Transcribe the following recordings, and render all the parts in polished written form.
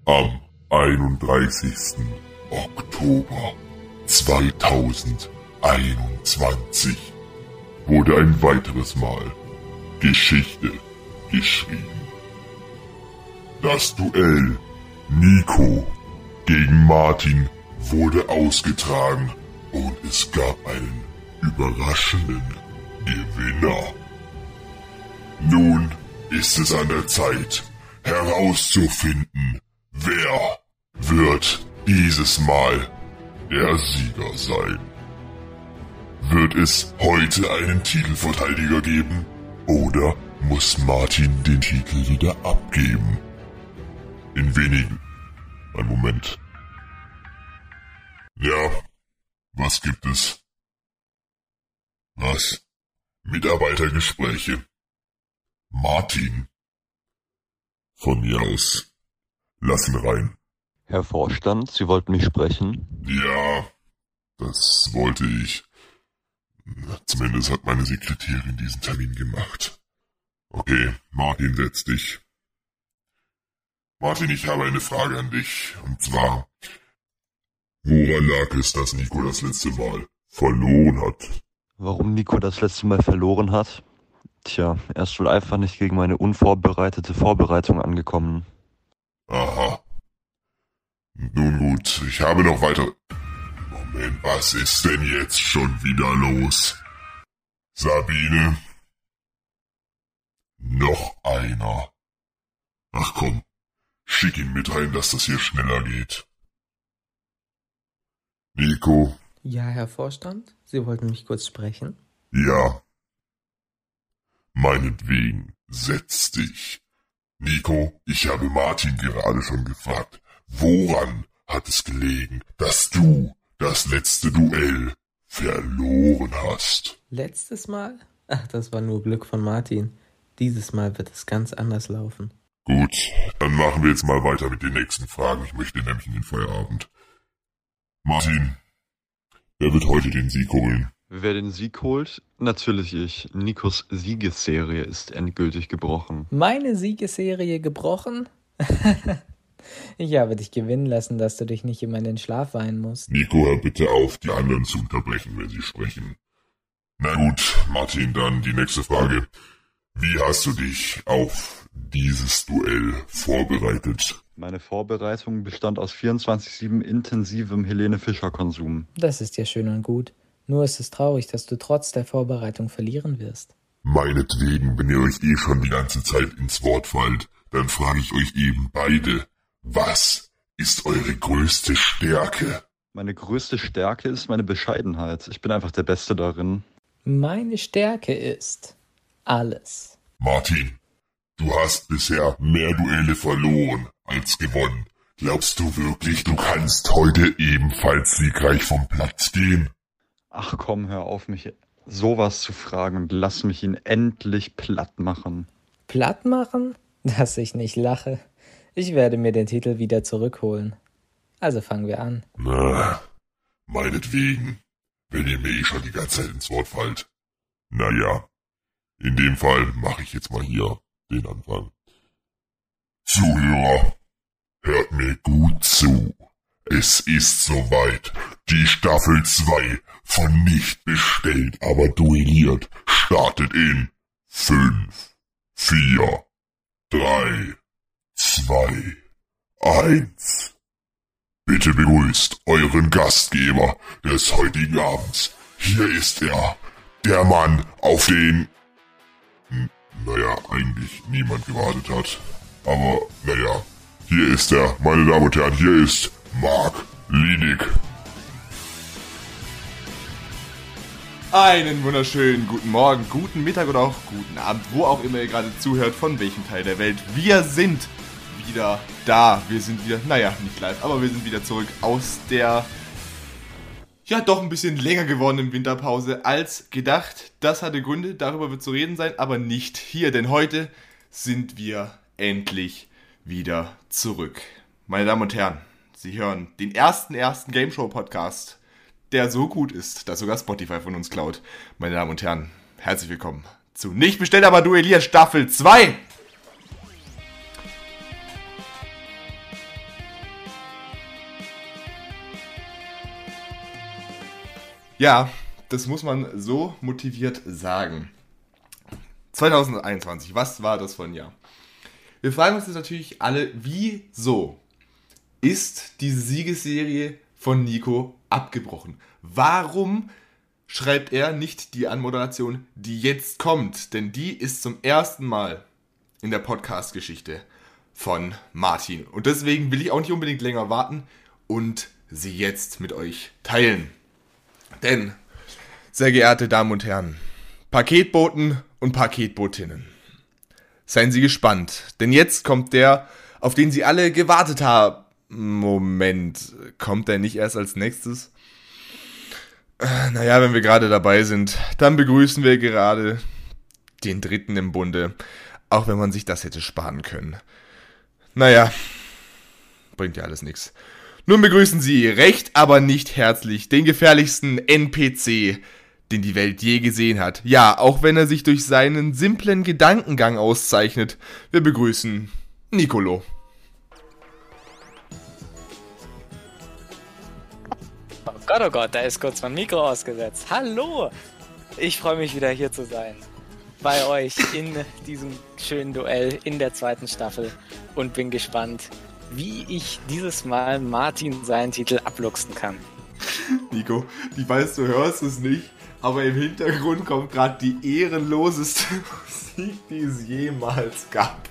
Am 31. Oktober 2021 wurde ein weiteres Mal Geschichte geschrieben. Das Duell Nico gegen Martin wurde ausgetragen und es gab einen überraschenden Gewinner. Nun ist es an der Zeit, herauszufinden, wer wird dieses Mal der Sieger sein. Wird es heute einen Titelverteidiger geben oder muss Martin den Titel wieder abgeben? In wenigen. Ein Moment. Ja, was gibt es? Was? Mitarbeitergespräche. Martin. Von mir aus. Lass ihn rein. Herr Vorstand, Sie wollten mich sprechen? Ja, das wollte ich. Zumindest hat meine Sekretärin diesen Termin gemacht. Okay, Martin, setz dich. Martin, ich habe eine Frage an dich. Und zwar, woran lag es, dass Nico das letzte Mal verloren hat? Warum Nico das letzte Mal verloren hat? Tja, er ist wohl einfach nicht gegen meine unvorbereitete Vorbereitung angekommen. Aha. Nun gut, ich habe noch weiter... Moment, was ist denn jetzt schon wieder los? Sabine? Noch einer. Ach komm, schick ihn mit rein, dass das hier schneller geht. Nico? Ja, Herr Vorstand, Sie wollten mich kurz sprechen? Ja. Meinetwegen, setz dich. Nico, ich habe Martin gerade schon gefragt, woran hat es gelegen, dass du das letzte Duell verloren hast? Letztes Mal? Ach, das war nur Glück von Martin. Dieses Mal wird es ganz anders laufen. Gut, dann machen wir jetzt mal weiter mit den nächsten Fragen. Ich möchte nämlich in den Feierabend. Martin, wer wird heute den Sieg holen? Wer den Sieg holt? Natürlich ich. Nikos Siegesserie ist endgültig gebrochen. Meine Siegesserie gebrochen? Ich habe dich gewinnen lassen, dass du dich nicht immer in den Schlaf weinen musst. Nico, hör bitte auf, die anderen zu unterbrechen, wenn sie sprechen. Na gut, Martin, dann die nächste Frage. Wie hast du dich auf dieses Duell vorbereitet? Meine Vorbereitung bestand aus 24/7 intensivem Helene Fischer-Konsum. Das ist ja schön und gut. Nur ist es traurig, dass du trotz der Vorbereitung verlieren wirst. Meinetwegen, wenn ihr euch eh schon die ganze Zeit ins Wort fallt, dann frage ich euch eben beide, was ist eure größte Stärke? Meine größte Stärke ist meine Bescheidenheit. Ich bin einfach der Beste darin. Meine Stärke ist alles. Martin, du hast bisher mehr Duelle verloren als gewonnen. Glaubst du wirklich, du kannst heute ebenfalls siegreich vom Platz gehen? Ach komm, hör auf, mich sowas zu fragen und lass mich ihn endlich platt machen. Platt machen? Dass ich nicht lache. Ich werde mir den Titel wieder zurückholen. Also fangen wir an. Na, meinetwegen, wenn ihr mir eh schon die ganze Zeit ins Wort fallt. Naja, in dem Fall mache ich jetzt mal hier den Anfang. Zuhörer, hört mir gut zu. Es ist soweit. Die Staffel 2 von Nicht bestellt, aber duelliert startet in 5, 4, 3, 2, 1. Bitte begrüßt euren Gastgeber des heutigen Abends. Hier ist er, der Mann, auf den, eigentlich niemand gewartet hat. Aber, hier ist er, meine Damen und Herren, hier ist Marc Lienig. Einen wunderschönen guten Morgen, guten Mittag oder auch guten Abend, wo auch immer ihr gerade zuhört, von welchem Teil der Welt. Wir sind wieder da. Wir sind wieder, nicht live, aber wir sind wieder zurück aus der, doch ein bisschen länger gewordenen Winterpause als gedacht. Das hatte Gründe, darüber wird zu reden sein, aber nicht hier, denn heute sind wir endlich wieder zurück. Meine Damen und Herren, Sie hören den ersten Game-Show-Podcast, der so gut ist, dass sogar Spotify von uns klaut. Meine Damen und Herren, herzlich willkommen zu Nicht bestellt, aber duelliert Staffel 2. Ja, das muss man so motiviert sagen. 2021, was war das für ein Jahr? Wir fragen uns jetzt natürlich alle, wieso ist diese Siegesserie von Nico abgebrochen? Warum schreibt er nicht die Anmoderation, die jetzt kommt? Denn die ist zum ersten Mal in der Podcast-Geschichte von Martin. Und deswegen will ich auch nicht unbedingt länger warten und sie jetzt mit euch teilen. Denn, sehr geehrte Damen und Herren, Paketboten und Paketbotinnen, seien Sie gespannt, denn jetzt kommt der, auf den Sie alle gewartet haben. Moment, kommt der nicht erst als nächstes? Naja, wenn wir gerade dabei sind, dann begrüßen wir gerade den Dritten im Bunde, auch wenn man sich das hätte sparen können. Naja, bringt ja alles nichts. Nun begrüßen Sie recht, aber nicht herzlich den gefährlichsten NPC, den die Welt je gesehen hat. Ja, auch wenn er sich durch seinen simplen Gedankengang auszeichnet. Wir begrüßen Nicolo. Oh Gott, da ist kurz mein Mikro ausgesetzt. Hallo! Ich freue mich wieder hier zu sein. Bei euch in diesem schönen Duell in der 2. Staffel und bin gespannt, wie ich dieses Mal Martin seinen Titel abluchsen kann. Nico, ich weiß, du hörst es nicht, aber im Hintergrund kommt gerade die ehrenloseste Musik, die es jemals gab.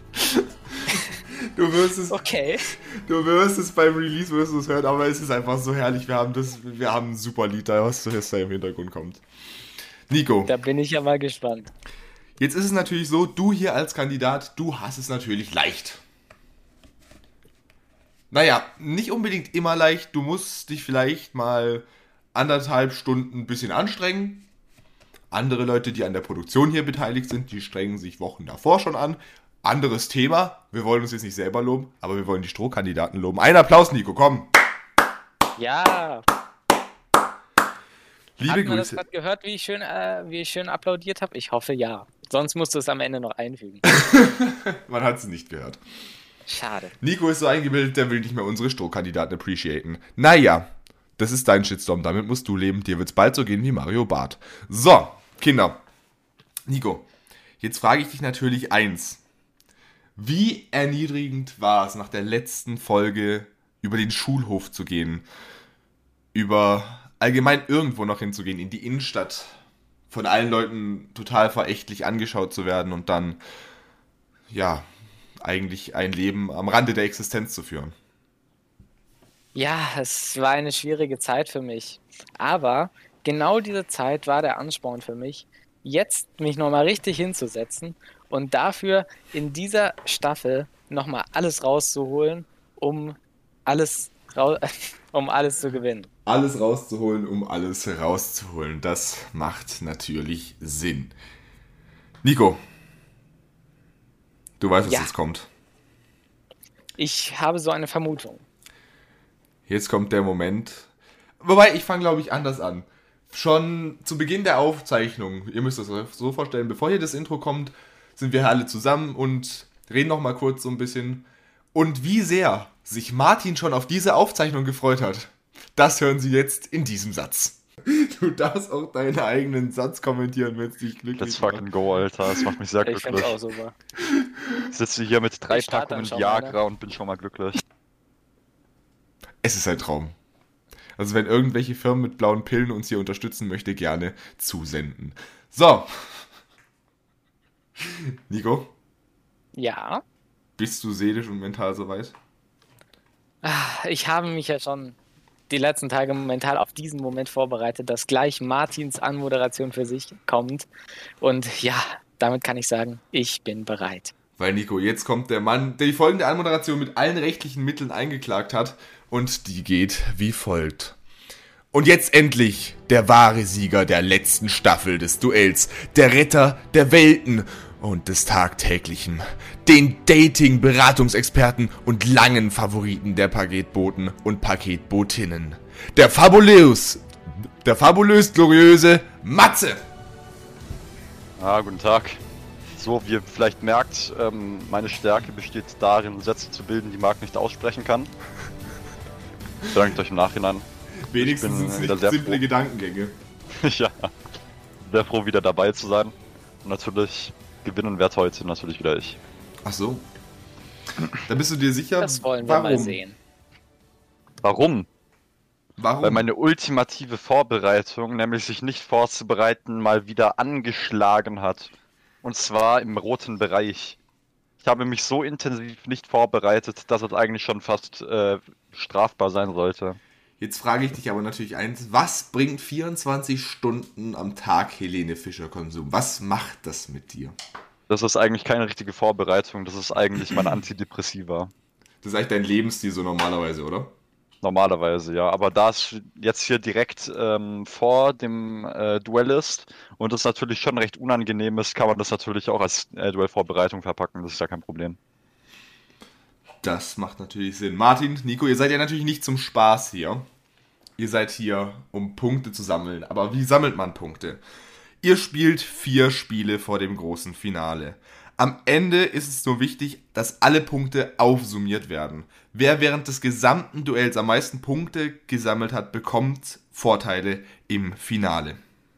Du wirst es beim Release wirst du es hören, aber es ist einfach so herrlich. Wir haben ein super Lied da, was jetzt da im Hintergrund kommt. Nico. Da bin ich ja mal gespannt. Jetzt ist es natürlich so, du hier als Kandidat, du hast es natürlich leicht. Naja, nicht unbedingt immer leicht. Du musst dich vielleicht mal 1,5 Stunden ein bisschen anstrengen. Andere Leute, die an der Produktion hier beteiligt sind, die strengen sich Wochen davor schon an. Anderes Thema. Wir wollen uns jetzt nicht selber loben, aber wir wollen die Strohkandidaten loben. Einen Applaus, Nico, komm. Ja. Liebe Hat man Grüße. das gerade gehört, wie ich schön applaudiert habe? Ich hoffe, ja. Sonst musst du es am Ende noch einfügen. Man hat es nicht gehört. Schade. Nico ist so eingebildet, der will nicht mehr unsere Strohkandidaten appreciaten. Naja, das ist dein Shitstorm, damit musst du leben. Dir wird's bald so gehen wie Mario Barth. So, Kinder. Nico, jetzt frage ich dich natürlich eins. Wie erniedrigend war es, nach der letzten Folge über den Schulhof zu gehen? Über allgemein irgendwo noch hinzugehen, in die Innenstadt, von allen Leuten total verächtlich angeschaut zu werden und dann, ja, eigentlich ein Leben am Rande der Existenz zu führen. Ja, es war eine schwierige Zeit für mich. Aber genau diese Zeit war der Ansporn für mich, jetzt mich nochmal richtig hinzusetzen und dafür in dieser Staffel nochmal alles rauszuholen, um alles zu gewinnen. Alles rauszuholen, um alles rauszuholen. Das macht natürlich Sinn. Nico, du weißt, was jetzt kommt. Ich habe so eine Vermutung. Jetzt kommt der Moment. Wobei, ich fange, glaube ich, anders an. Schon zu Beginn der Aufzeichnung, ihr müsst es euch so vorstellen, bevor hier das Intro kommt, sind wir alle zusammen und reden noch mal kurz so ein bisschen. Und wie sehr sich Martin schon auf diese Aufzeichnung gefreut hat, das hören Sie jetzt in diesem Satz. Du darfst auch deinen eigenen Satz kommentieren, wenn es dich glücklich macht. Let's fucking go, Alter. Das macht mich sehr Ich finde glücklich. es auch super. Ich sitze hier mit 3 Ich starte Packungen dann schon mal, Viagra und bin schon mal glücklich. Es ist ein Traum. Also wenn irgendwelche Firmen mit blauen Pillen uns hier unterstützen möchte, gerne zusenden. So. Nico, Ja, bist du seelisch und mental soweit? ich habe mich ja schon die letzten Tage mental auf diesen Moment vorbereitet, dass gleich Martins Anmoderation für sich kommt. Und ja, damit kann ich sagen, ich bin bereit. Weil Nico, jetzt kommt der Mann, der die folgende Anmoderation mit allen rechtlichen Mitteln eingeklagt hat. Und die geht wie folgt. Und jetzt endlich der wahre Sieger der letzten Staffel des Duells, der Retter der Welten und des Tagtäglichen, den Dating-Beratungsexperten und langen Favoriten der Paketboten und Paketbotinnen, der fabulös gloriöse Matze. Guten Tag. So, wie ihr vielleicht merkt, meine Stärke besteht darin, Sätze zu bilden, die Marc nicht aussprechen kann. Bedankt euch im Nachhinein. Wenigstens sind es wieder nicht sehr simple froh. Gedankengänge. Ja, sehr froh, wieder dabei zu sein. Und natürlich gewinnen wird heute natürlich wieder ich. Ach so. Da bist du dir sicher, Das wollen wir mal sehen. Warum? Warum? Weil meine ultimative Vorbereitung, nämlich sich nicht vorzubereiten, mal wieder angeschlagen hat. Und zwar im roten Bereich. Ich habe mich so intensiv nicht vorbereitet, dass es eigentlich schon fast strafbar sein sollte. Jetzt frage ich dich aber natürlich eins, was bringt 24 Stunden am Tag Helene Fischer Konsum? Was macht das mit dir? Das ist eigentlich keine richtige Vorbereitung, das ist eigentlich mein Antidepressiva. Das ist eigentlich dein Lebensstil so normalerweise, oder? Normalerweise, ja. Aber da es jetzt hier direkt vor dem Duell ist und es natürlich schon recht unangenehm ist, kann man das natürlich auch als Duellvorbereitung verpacken. Das ist ja kein Problem. Das macht natürlich Sinn. Martin, Nico, ihr seid ja natürlich nicht zum Spaß hier. Ihr seid hier, um Punkte zu sammeln. Aber wie sammelt man Punkte? Ihr spielt 4 Spiele vor dem großen Finale. Am Ende ist es nur wichtig, dass alle Punkte aufsummiert werden. Wer während des gesamten Duells am meisten Punkte gesammelt hat, bekommt Vorteile im Finale.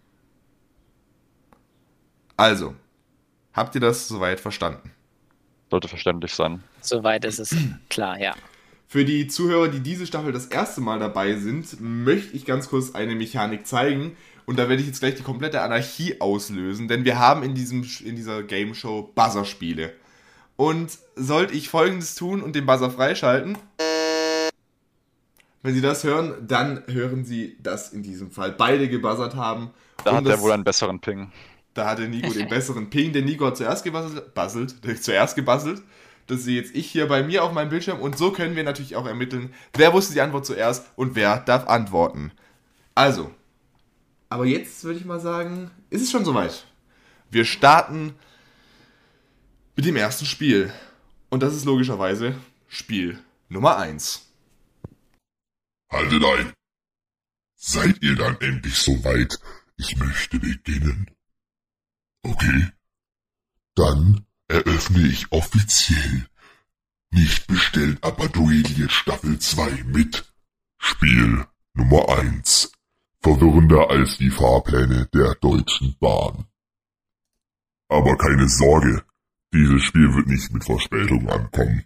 Also, habt ihr das soweit verstanden? Sollte verständlich sein. Soweit ist es klar, ja. Für die Zuhörer, die diese Staffel das erste Mal dabei sind, möchte ich ganz kurz eine Mechanik zeigen. Und da werde ich jetzt gleich die komplette Anarchie auslösen, denn wir haben in dieser Game Show Buzzer-Spiele. Und sollte ich Folgendes tun und den Buzzer freischalten, wenn Sie das hören, dann hören Sie, dass in diesem Fall beide gebuzzert haben. Da hat er wohl einen besseren Ping. Da hat der Nico den besseren Ping. Der Nico hat zuerst gebuzzelt. Das sehe jetzt ich hier bei mir auf meinem Bildschirm. Und so können wir natürlich auch ermitteln, wer wusste die Antwort zuerst und wer darf antworten. Also, aber jetzt würde ich mal sagen, ist es schon soweit. Wir starten mit dem ersten Spiel. Und das ist logischerweise Spiel Nummer 1. Haltet ein. Seid ihr dann endlich soweit? Ich möchte beginnen. Okay. Dann eröffne ich offiziell. Nicht bestellt, aber duelliert Staffel 2 mit Spiel Nummer 1. Verwirrender als die Fahrpläne der Deutschen Bahn. Aber keine Sorge, dieses Spiel wird nicht mit Verspätung ankommen.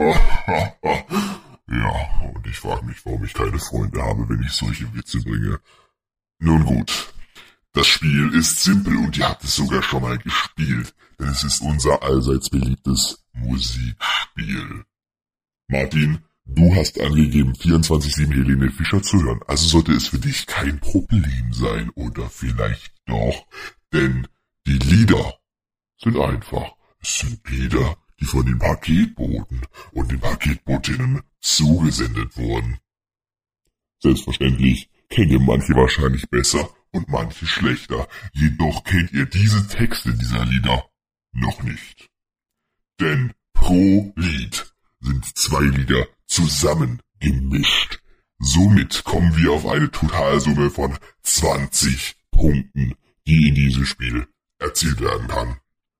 Ja, und ich frage mich, warum ich keine Freunde habe, wenn ich solche Witze bringe. Nun gut, das Spiel ist simpel und ihr habt es sogar schon mal gespielt, denn es ist unser allseits beliebtes Musikspiel. Martin, du hast angegeben, 24/7 Helene Fischer zu hören, also sollte es für dich kein Problem sein, oder vielleicht doch, denn die Lieder sind einfach. Es sind Lieder, die von den Paketboten und den Paketbotinnen zugesendet wurden. Selbstverständlich kennt ihr manche wahrscheinlich besser und manche schlechter, jedoch kennt ihr diese Texte dieser Lieder noch nicht. Denn pro Lied sind 2 Lieder zusammen gemischt. Somit kommen wir auf eine Totalsumme von 20 Punkten, die in diesem Spiel erzielt werden kann.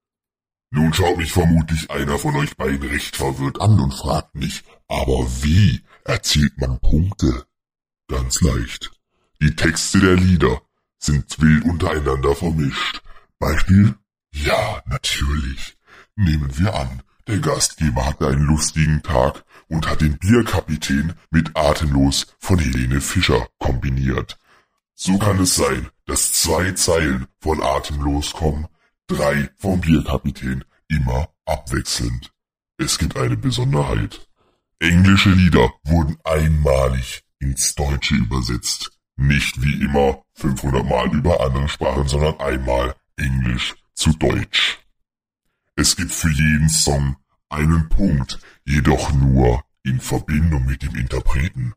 Nun schaut mich vermutlich einer von euch beiden recht verwirrt an und fragt mich, aber wie erzielt man Punkte? Ganz leicht. Die Texte der Lieder sind wild untereinander vermischt. Beispiel? Ja, natürlich. Nehmen wir an, der Gastgeber hatte einen lustigen Tag und hat den Bierkapitän mit Atemlos von Helene Fischer kombiniert. So kann es sein, dass 2 Zeilen von Atemlos kommen, 3 vom Bierkapitän, immer abwechselnd. Es gibt eine Besonderheit. Englische Lieder wurden einmalig ins Deutsche übersetzt. Nicht wie immer 500 Mal über andere Sprachen, sondern einmal Englisch zu Deutsch. Es gibt für jeden Song einen Punkt, jedoch nur in Verbindung mit dem Interpreten.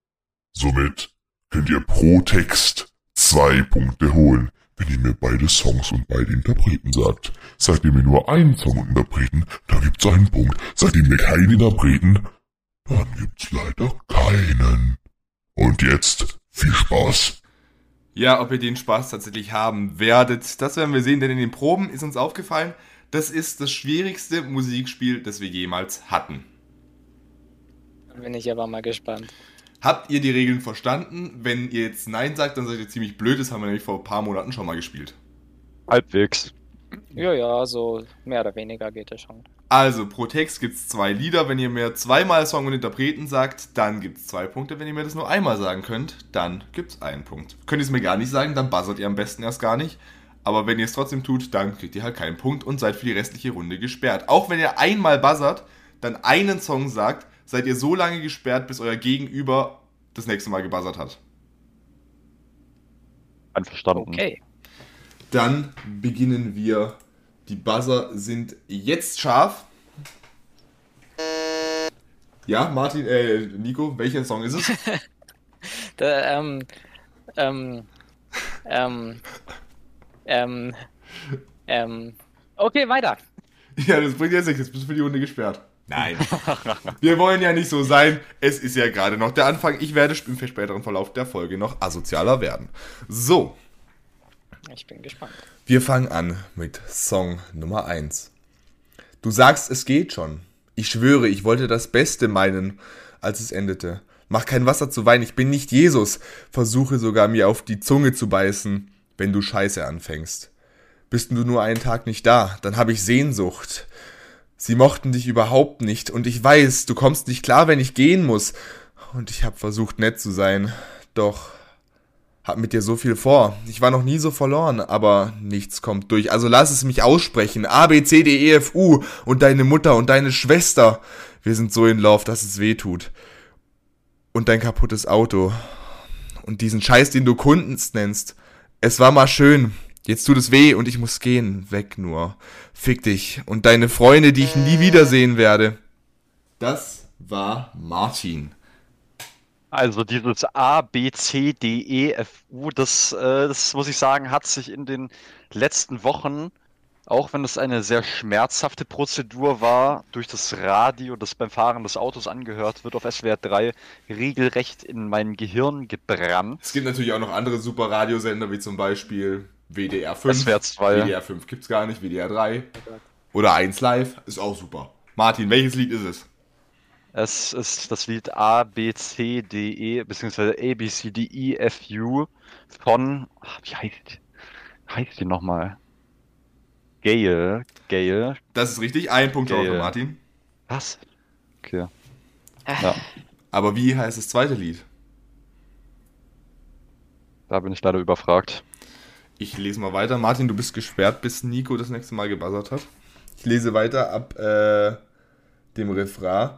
Somit könnt ihr pro Text 2 Punkte holen, wenn ihr mir beide Songs und beide Interpreten sagt. Sagt ihr mir nur einen Song und Interpreten, dann gibt's einen Punkt. Sagt ihr mir keinen Interpreten, dann gibt's leider keinen. Und jetzt viel Spaß. Ja, ob ihr den Spaß tatsächlich haben werdet, das werden wir sehen, denn in den Proben ist uns aufgefallen, das ist das schwierigste Musikspiel, das wir jemals hatten. Dann bin ich aber mal gespannt. Habt ihr die Regeln verstanden? Wenn ihr jetzt Nein sagt, dann seid ihr ziemlich blöd. Das haben wir nämlich vor ein paar Monaten schon mal gespielt. Halbwegs. Ja, so mehr oder weniger geht es schon. Also, pro Text gibt es 2 Lieder. Wenn ihr mir zweimal Song und Interpreten sagt, dann gibt es 2 Punkte. Wenn ihr mir das nur einmal sagen könnt, dann gibt es 1 Punkt. Könnt ihr es mir gar nicht sagen, dann buzzert ihr am besten erst gar nicht. Aber wenn ihr es trotzdem tut, dann kriegt ihr halt keinen Punkt und seid für die restliche Runde gesperrt. Auch wenn ihr einmal buzzert, dann einen Song sagt, seid ihr so lange gesperrt, bis euer Gegenüber das nächste Mal gebuzzert hat. Einverstanden. Okay. Dann beginnen wir. Die Buzzer sind jetzt scharf. Ja, Martin, Nico, welcher Song ist es? Okay, weiter. Ja, das bringt jetzt nichts, jetzt bist du für die Runde gesperrt. Nein. Wir wollen ja nicht so sein. Es ist ja gerade noch der Anfang. Ich werde im späteren Verlauf der Folge noch asozialer werden. So, Ich bin gespannt. wir fangen an mit Song Nummer 1. Du sagst, es geht schon. Ich schwöre, ich wollte das Beste meinen, als es endete. Mach kein Wasser zu Wein, ich bin nicht Jesus. Versuche sogar mir auf die Zunge zu beißen, wenn du Scheiße anfängst. Bist du nur einen Tag nicht da, dann habe ich Sehnsucht. Sie mochten dich überhaupt nicht und ich weiß, du kommst nicht klar, wenn ich gehen muss. Und ich habe versucht, nett zu sein, doch hab mit dir so viel vor. Ich war noch nie so verloren, aber nichts kommt durch. Also lass es mich aussprechen. A, B, C, D, E, F, U und deine Mutter und deine Schwester. Wir sind so in Love, dass es weh tut. Und dein kaputtes Auto. Und diesen Scheiß, den du Kunst nennst. Es war mal schön. Jetzt tut es weh und ich muss gehen. Weg nur. Fick dich. Und deine Freunde, die ich nie wiedersehen werde. Das war Martin. Also dieses A, B, C, D, E, F, U, das muss ich sagen, hat sich in den letzten Wochen, auch wenn es eine sehr schmerzhafte Prozedur war, durch das Radio, das beim Fahren des Autos angehört wird auf SWR 3, regelrecht in mein Gehirn gebrannt. Es gibt natürlich auch noch andere super Radiosender, wie zum Beispiel WDR 5. SWR 2. WDR 5 gibt's gar nicht, WDR 3. Oder 1 Live, ist auch super. Martin, welches Lied ist es? Es ist das Lied A, B, C, D, E, beziehungsweise A, B, C, D, E, F, U von, wie heißt die nochmal? Gayle. Das ist richtig, ein Punkt drauf für Gayle. Martin. Was? Okay. Ja, Aber wie heißt das zweite Lied? da bin ich leider überfragt. Ich lese mal weiter. Martin, du bist gesperrt, bis Nico das nächste Mal gebuzzert hat. Ich lese weiter ab dem Refrain.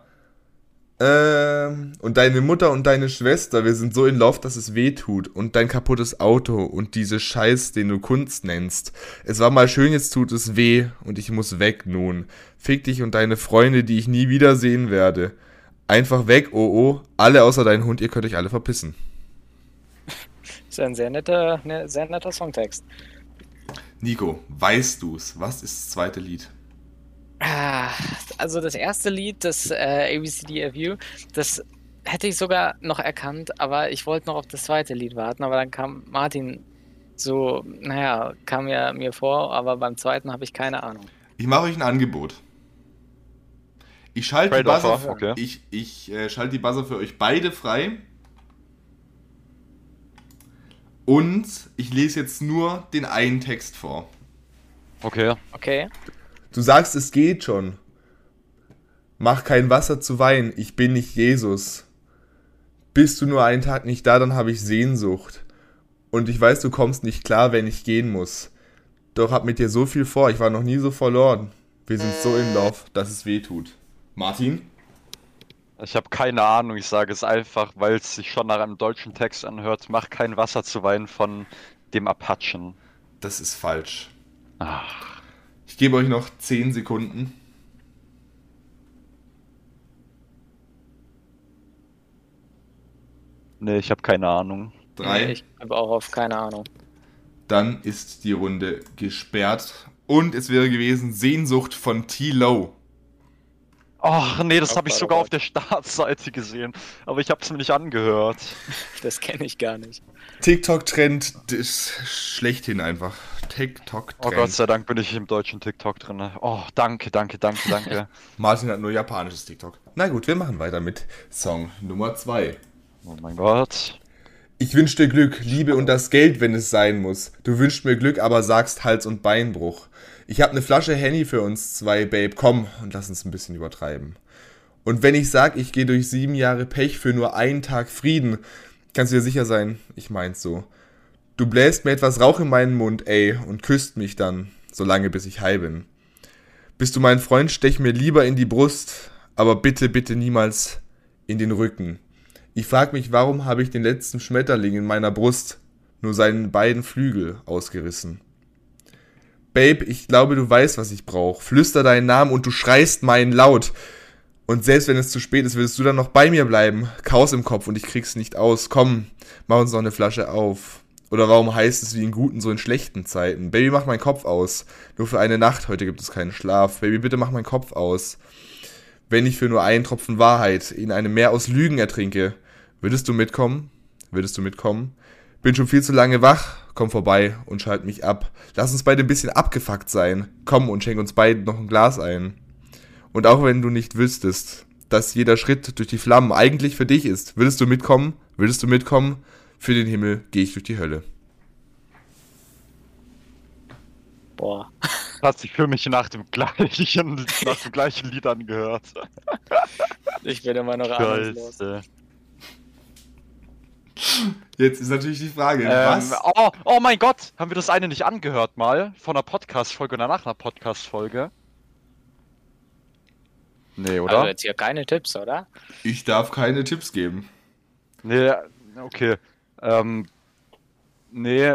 Und deine Mutter und deine Schwester, wir sind so in Love, dass es weh tut. Und dein kaputtes Auto und diese Scheiß, den du Kunst nennst. Es war mal schön, jetzt tut es weh und ich muss weg nun. Fick dich und deine Freunde, die ich nie wiedersehen werde. Einfach weg, oh oh. Alle außer dein Hund, ihr könnt euch alle verpissen. Das ist ein sehr netter Songtext. Nico, weißt du's? Was ist das zweite Lied? Also das erste Lied, das ABCDFU, das hätte ich sogar noch erkannt, aber ich wollte noch auf das zweite Lied warten, aber dann kam Martin kam ja mir vor, aber beim zweiten habe ich keine Ahnung. Ich mache euch ein Angebot. Ich schalte die Trade-offer, Buzzer, okay. ich schalte die Buzzer für euch beide frei. Und ich lese jetzt nur den einen Text vor. Okay. Okay. Du sagst, es geht schon. Mach kein Wasser zu Wein, ich bin nicht Jesus. Bist du nur einen Tag nicht da, dann habe ich Sehnsucht. Und ich weiß, du kommst nicht klar, wenn ich gehen muss. Doch hab mit dir so viel vor, ich war noch nie so verloren. Wir sind so in Love, dass es weh tut. Martin? Ich habe keine Ahnung, ich sage es einfach, weil es sich schon nach einem deutschen Text anhört. Mach kein Wasser zu Wein von dem Apachen. Das ist falsch. Ach. Ich gebe euch noch 10 Sekunden. Nee, ich habe keine Ahnung. 3. Nee, ich habe auch auf keine Ahnung. Dann ist die Runde gesperrt. Und es wäre gewesen Sehnsucht von T-Low. Ach nee, das habe ich Gott, sogar oh auf der Startseite gesehen. Aber ich habe es mir nicht angehört. Das kenne ich gar nicht. TikTok-Trend ist schlechthin einfach. Oh TikTok-Trend. Gott sei Dank bin ich im deutschen TikTok drin. Oh, danke. Martin hat nur japanisches TikTok. Na gut, wir machen weiter mit Song Nummer 2. Oh mein Gott. Ich wünsch dir Glück, Liebe und das Geld, wenn es sein muss. Du wünschst mir Glück, aber sagst Hals- und Beinbruch. Ich hab ne Flasche Henny für uns zwei, Babe, komm und lass uns ein bisschen übertreiben. Und wenn ich sag, ich gehe durch 7 Jahre Pech für nur einen Tag Frieden, kannst du dir sicher sein, ich mein's so. Du bläst mir etwas Rauch in meinen Mund, ey, und küsst mich dann, solange bis ich high bin. Bist du mein Freund, stech mir lieber in die Brust, aber bitte, bitte niemals in den Rücken. Ich frag mich, warum habe ich den letzten Schmetterling in meiner Brust nur seinen beiden Flügel ausgerissen? Babe, ich glaube, du weißt, was ich brauch. Flüster deinen Namen und du schreist meinen laut. Und selbst wenn es zu spät ist, willst du dann noch bei mir bleiben? Chaos im Kopf und ich krieg's nicht aus. Komm, mach uns noch eine Flasche auf. Oder warum heißt es wie in guten, so in schlechten Zeiten? Baby, mach meinen Kopf aus. Nur für eine Nacht, heute gibt es keinen Schlaf. Baby, bitte mach meinen Kopf aus. Wenn ich für nur einen Tropfen Wahrheit in einem Meer aus Lügen ertrinke, würdest du mitkommen? Würdest du mitkommen? Bin schon viel zu lange wach. Komm vorbei und schalt mich ab. Lass uns beide ein bisschen abgefuckt sein. Komm und schenk uns beiden noch ein Glas ein. Und auch wenn du nicht wüsstest, dass jeder Schritt durch die Flammen eigentlich für dich ist, würdest du mitkommen? Würdest du mitkommen? Für den Himmel gehe ich durch die Hölle. Boah. Hat sich für mich nach dem gleichen Lied angehört. Ich bin immer noch ahnungslos. Scheiße. Jetzt ist natürlich die Frage, was? Oh mein Gott, haben wir das eine nicht angehört mal? Von einer Podcast-Folge oder nach einer Podcast-Folge? Nee, oder? Also jetzt hier keine Tipps, oder? Ich darf keine Tipps geben. Nee, okay. Nee,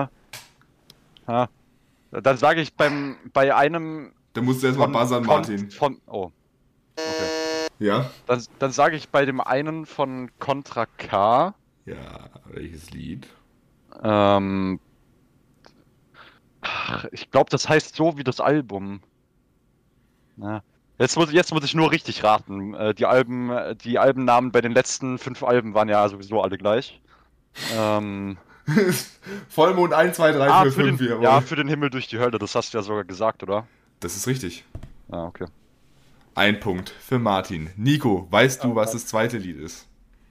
dann sage ich bei einem Da musst du erstmal buzzern, Martin. Oh, okay. Ja? Dann sage ich bei dem einen von Contra K, Ja, welches Lied? ich glaube, das heißt so wie das Album. Na, jetzt muss ich nur richtig raten. Die Albennamen bei den letzten 5 Alben waren ja sowieso alle gleich. Vollmond 1, 2, 3, 4, 5, 4. Ja, für den Himmel durch die Hölle, das hast du ja sogar gesagt, oder? Das ist richtig. Ah, okay. Ein Punkt für Martin. Nico, weißt du, was das zweite Lied ist?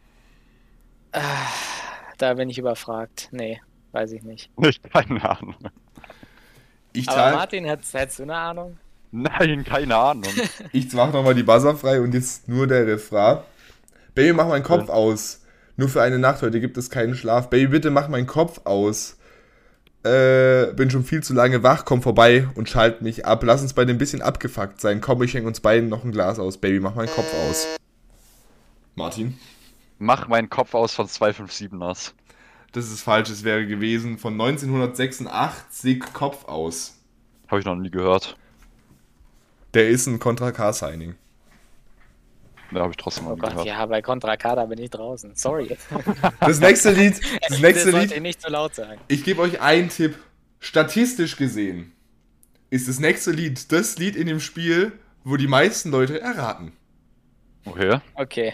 Da bin ich überfragt. Nee, weiß ich nicht. Keine Ahnung. Aber Martin, hättest du eine Ahnung? Nein, keine Ahnung. Ich mach nochmal die Buzzer frei und jetzt nur der Refrain. Baby, mach meinen Kopf aus. Nur für eine Nacht, heute gibt es keinen Schlaf. Baby, bitte mach meinen Kopf aus. Bin schon viel zu lange wach, komm vorbei und schalt mich ab. Lass uns beide ein bisschen abgefuckt sein. Komm, ich schenke uns beiden noch ein Glas aus. Baby, mach meinen Kopf aus. Martin? Mach meinen Kopf aus von 257ers. Das ist falsch, es wäre gewesen von 1986 Kopf aus. Habe ich noch nie gehört. Der ist ein Contra K-Signing. Da habe ich trotzdem noch Oh nie Gott, gehört. ja, bei Contra K, da bin ich draußen. Sorry. Das nächste Lied, Das sollte ich nicht so laut sagen. ich gebe euch einen Tipp. Statistisch gesehen ist das nächste Lied das Lied in dem Spiel, wo die meisten Leute erraten. Okay. Okay.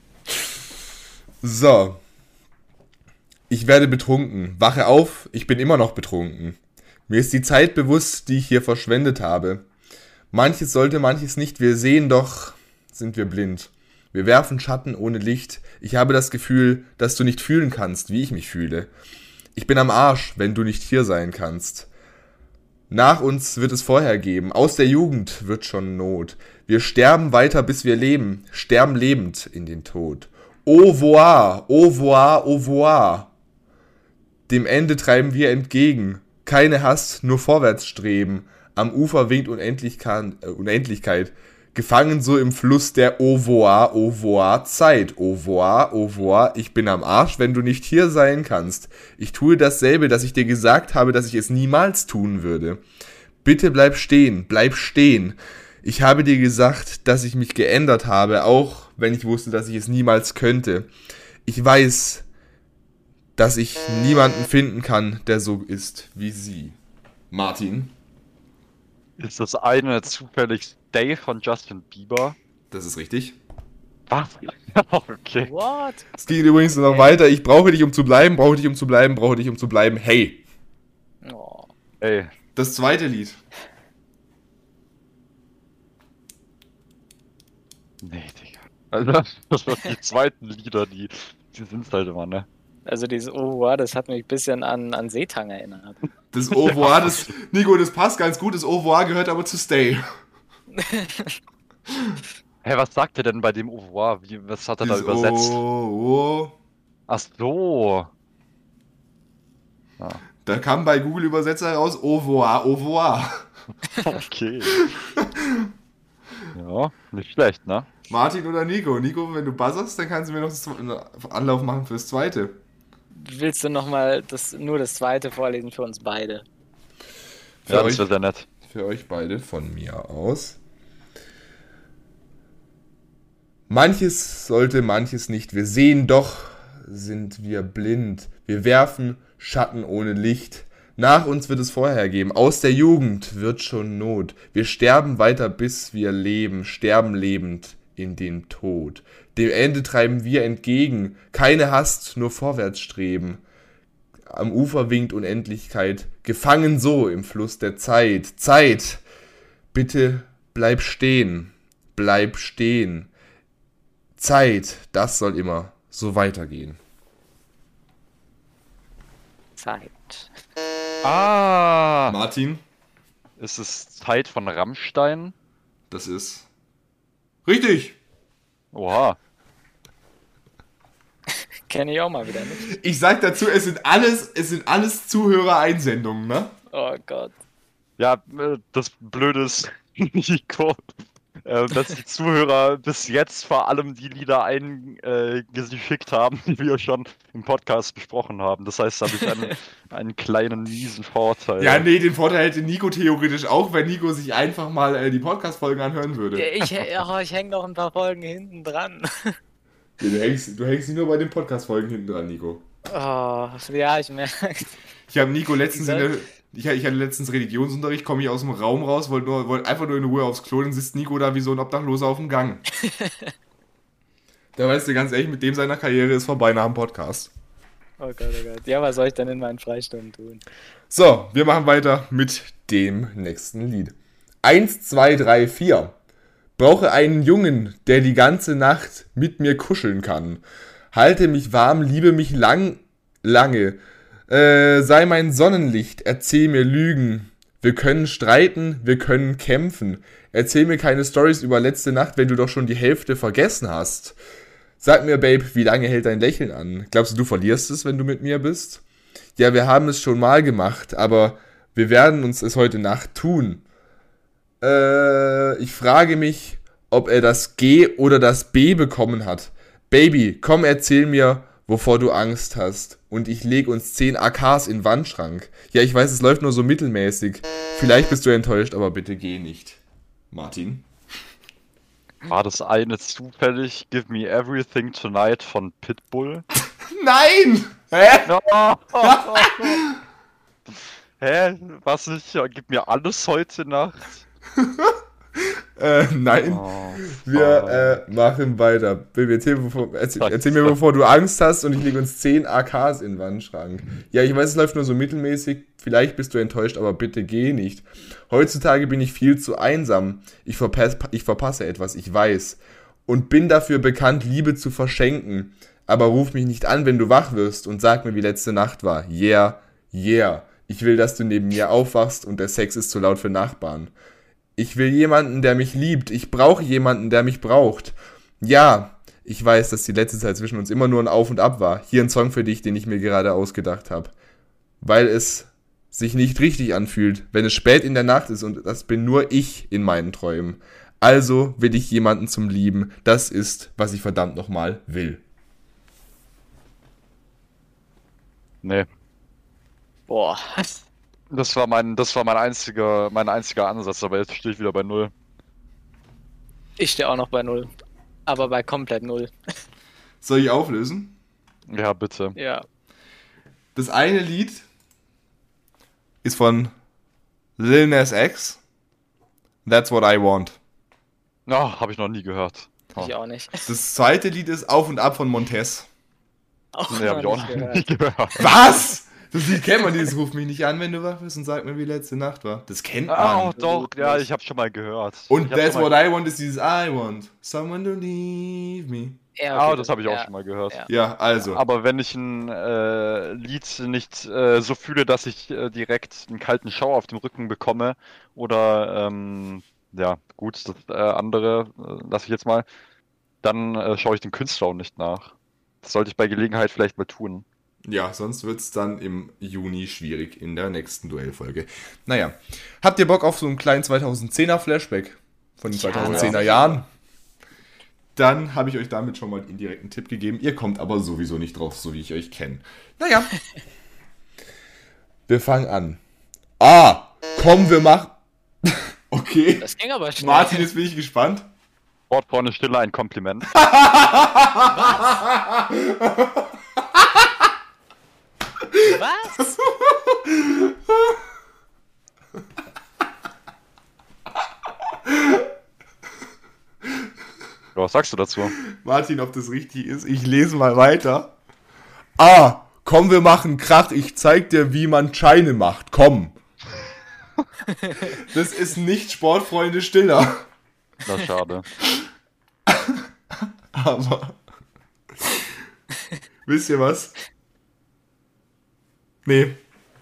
So. Ich werde betrunken. Wache auf, ich bin immer noch betrunken. Mir ist die Zeit bewusst, die ich hier verschwendet habe. Manches sollte, manches nicht. Wir sehen doch, sind wir blind. Wir werfen Schatten ohne Licht. Ich habe das Gefühl, dass du nicht fühlen kannst, wie ich mich fühle. Ich bin am Arsch, wenn du nicht hier sein kannst. Nach uns wird es vorher geben. Aus der Jugend wird schon Not. Wir sterben weiter, bis wir leben. Sterben lebend in den Tod. Au revoir, au revoir, au revoir. Dem Ende treiben wir entgegen. Keine Hast, nur vorwärts streben. Am Ufer winkt Unendlichkeit. Gefangen so im Fluss der au revoir Zeit. Au revoir, ich bin am Arsch, wenn du nicht hier sein kannst. Ich tue dasselbe, das ich dir gesagt habe, dass ich es niemals tun würde. Bitte bleib stehen, bleib stehen. Ich habe dir gesagt, dass ich mich geändert habe, auch wenn ich wusste, dass ich es niemals könnte. Ich weiß, dass ich niemanden finden kann, der so ist wie sie. Martin? Ist das eine zufällig Stay von Justin Bieber? Das ist richtig. Was? Okay. What? Es geht übrigens noch weiter. Ich brauche dich, um zu bleiben, brauche dich, um zu bleiben, brauche dich, um zu bleiben. Hey! Oh. Ey. Das zweite Lied. Nee, Digga. Also, das waren die zweiten Lieder, die Die sind's halt immer, ne? Also dieses Ohr, das hat mich ein bisschen an Seetang erinnert. Das Au revoir, Nico, das passt ganz gut. Das Au revoir gehört aber zu Stay. Hä, was sagt er denn bei dem Au revoir? Was hat er da Dieses übersetzt? Oh. Ach so. Ah, Da kam bei Google Übersetzer raus, au revoir, au revoir. okay. Ja, nicht schlecht, ne? Martin oder Nico? Nico, wenn du buzzerst, dann kannst du mir noch einen Anlauf machen fürs Zweite. Willst du nochmal nur das zweite vorlesen für uns beide? Für Ja, euch- das wäre sehr nett. Für euch beide von mir aus. Manches sollte, manches nicht. Wir sehen, doch sind wir blind. Wir werfen Schatten ohne Licht. Nach uns wird es vorher geben. Aus der Jugend wird schon Not. Wir sterben weiter, bis wir leben. Sterben lebend in den Tod. Dem Ende treiben wir entgegen. Keine Hast, nur vorwärts streben. Am Ufer winkt Unendlichkeit. Gefangen so im Fluss der Zeit. Zeit! Bitte bleib stehen. Bleib stehen. Zeit, das soll immer so weitergehen. Zeit. Ah! Martin, Ist es Zeit von Rammstein? das ist richtig. Oha. Kenne ich auch mal wieder nicht. Ich sag dazu, es sind alles Zuhörereinsendungen, ne? Oh Gott. Ja, das Blöde ist, Nico, dass die Zuhörer bis jetzt vor allem die Lieder eingeschickt haben, die wir schon im Podcast besprochen haben. Das heißt, da habe ich einen kleinen miesen Vorteil. Ja, nee, den Vorteil hätte Nico theoretisch auch, wenn Nico sich einfach mal die Podcast-Folgen anhören würde. Ich hänge noch ein paar Folgen hinten dran. Ja, du hängst nicht nur bei den Podcast-Folgen hinten dran, Nico. Oh, ja, ich merke. Ich habe Nico letztens Wie ich hatte letztens Religionsunterricht, komme ich aus dem Raum raus, wollte einfach nur in Ruhe aufs Klo, dann sitzt Nico da wie so ein Obdachloser auf dem Gang. Da weißt du ganz ehrlich, mit dem seiner Karriere ist vorbei nach dem Podcast. Oh Gott, oh Gott. Ja, was soll ich denn in meinen Freistunden tun? So, wir machen weiter mit dem nächsten Lied. 1, 2, 3, 4. Brauche einen Jungen, der die ganze Nacht mit mir kuscheln kann. Halte mich warm, liebe mich lange. Sei mein Sonnenlicht, erzähl mir Lügen. Wir können streiten, wir können kämpfen. Erzähl mir keine Storys über letzte Nacht, wenn du doch schon die Hälfte vergessen hast. Sag mir, Babe, wie lange hält dein Lächeln an? Glaubst du, du verlierst es, wenn du mit mir bist? Ja, wir haben es schon mal gemacht, aber wir werden uns es heute Nacht tun. Ich frage mich, ob er das G oder das B bekommen hat. Baby, komm, erzähl mir, wovor du Angst hast. Und ich leg uns 10 AKs in den Wandschrank. Ja, ich weiß, es läuft nur so mittelmäßig. Vielleicht bist du enttäuscht, aber bitte geh nicht. Martin? War das eine zufällig Give Me Everything Tonight von Pitbull? Nein! Hä? Hä? Was nicht? Ja, gib mir alles heute Nacht? Nein. Oh, Wir machen weiter. Baby, erzähl mir, bevor du Angst hast, und ich lege uns 10 AKs in den Wandschrank. Ja, ich weiß, es läuft nur so mittelmäßig. Vielleicht bist du enttäuscht, aber bitte geh nicht. Heutzutage bin ich viel zu einsam. Ich verpasse etwas, ich weiß. Und bin dafür bekannt, Liebe zu verschenken. Aber ruf mich nicht an, wenn du wach wirst, und sag mir, wie letzte Nacht war. Yeah, yeah. Ich will, dass du neben mir aufwachst und der Sex ist zu laut für Nachbarn. Ich will jemanden, der mich liebt. Ich brauche jemanden, der mich braucht. Ja, ich weiß, dass die letzte Zeit zwischen uns immer nur ein Auf und Ab war. Hier ein Song für dich, den ich mir gerade ausgedacht habe. Weil es sich nicht richtig anfühlt, wenn es spät in der Nacht ist und das bin nur ich in meinen Träumen. Also will ich jemanden zum Lieben. Das ist, was ich verdammt nochmal will. nee. Boah. Das war mein einziger Ansatz, aber jetzt stehe ich wieder bei 0. Ich stehe auch noch bei 0. Aber bei komplett 0. Soll ich auflösen? Ja, bitte. Ja. Das eine Lied ist von Lil Nas X. That's What I Want. Oh, habe ich noch nie gehört. Oh. Ich auch nicht. Das zweite Lied ist Auf und Ab von Montez. Auch Nee, habe ich auch noch nie gehört. Was? Das Lied kennt man, dieses Ruf mich nicht an, wenn du wach bist, und sag mir, wie letzte Nacht war. Das kennt man. Ah, doch, ja, ich habe schon mal gehört. Und Ich hab That's schon What mal- I Want ist dieses I want someone to leave me. Ja, Ah, okay, das habe ich auch ja, schon mal gehört. ja. Ja, also. Aber wenn ich ein Lied nicht so fühle, dass ich direkt einen kalten Schauer auf dem Rücken bekomme oder ja, gut, das andere lasse ich jetzt mal, dann schaue ich den Künstler auch nicht nach. Das sollte ich bei Gelegenheit vielleicht mal tun. Ja, sonst wird's dann im Juni schwierig in der nächsten Duellfolge. Naja, habt ihr Bock auf so einen kleinen 2010er Flashback von den Ja, 2010er Jahren? Dann habe ich euch damit schon mal einen indirekten Tipp gegeben. Ihr kommt aber sowieso nicht drauf, so wie ich euch kenne. Naja. Wir fangen an. Komm, wir machen... Okay. Das ging aber schnell. Martin, jetzt bin ich gespannt. Sportfreunde Stille, ein Kompliment. Was? Was sagst du dazu? Martin, ob das richtig ist, ich lese mal weiter. Komm, wir machen Krach, ich zeig dir, wie man Scheine macht, komm. Das ist nicht Sportfreunde Stiller. Das ist schade. Aber, wisst ihr was? Nee,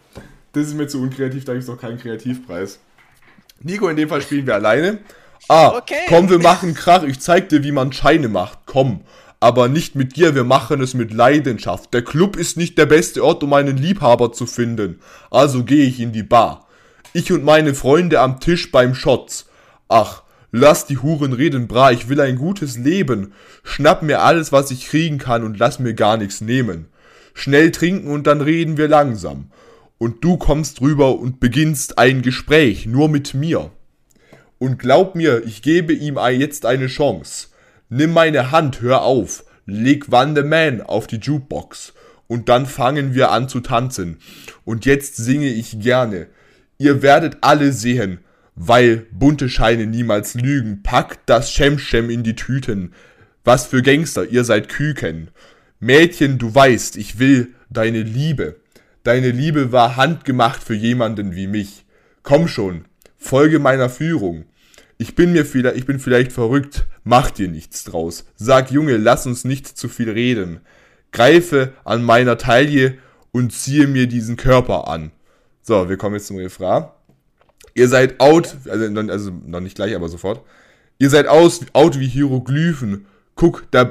das ist mir zu unkreativ, da gibt es doch keinen Kreativpreis. Nico, in dem Fall spielen wir alleine. Okay. Komm, wir machen Krach, ich zeig dir, wie man Scheine macht, komm. Aber nicht mit dir, wir machen es mit Leidenschaft. Der Club ist nicht der beste Ort, um einen Liebhaber zu finden. Also gehe ich in die Bar. Ich und meine Freunde am Tisch beim Shots. Ach, lass die Huren reden, bra, ich will ein gutes Leben. Schnapp mir alles, was ich kriegen kann und lass mir gar nichts nehmen. Schnell trinken und dann reden wir langsam. Und du kommst rüber und beginnst ein Gespräch, nur mit mir. Und glaub mir, ich gebe ihm jetzt eine Chance. Nimm meine Hand, hör auf, leg Van the Man auf die Jukebox. Und dann fangen wir an zu tanzen. Und jetzt singe ich gerne. Ihr werdet alle sehen, weil bunte Scheine niemals lügen. Packt das Schemschem in die Tüten. Was für Gangster, ihr seid Küken. Mädchen, du weißt, ich will deine Liebe. Deine Liebe war handgemacht für jemanden wie mich. Komm schon, folge meiner Führung. Ich bin vielleicht verrückt, mach dir nichts draus. Sag Junge, lass uns nicht zu viel reden. Greife an meiner Taille und ziehe mir diesen Körper an. So, wir kommen jetzt zum Refrain. Ihr seid out, also noch nicht gleich, aber sofort. Ihr seid out wie Hieroglyphen. Guck, der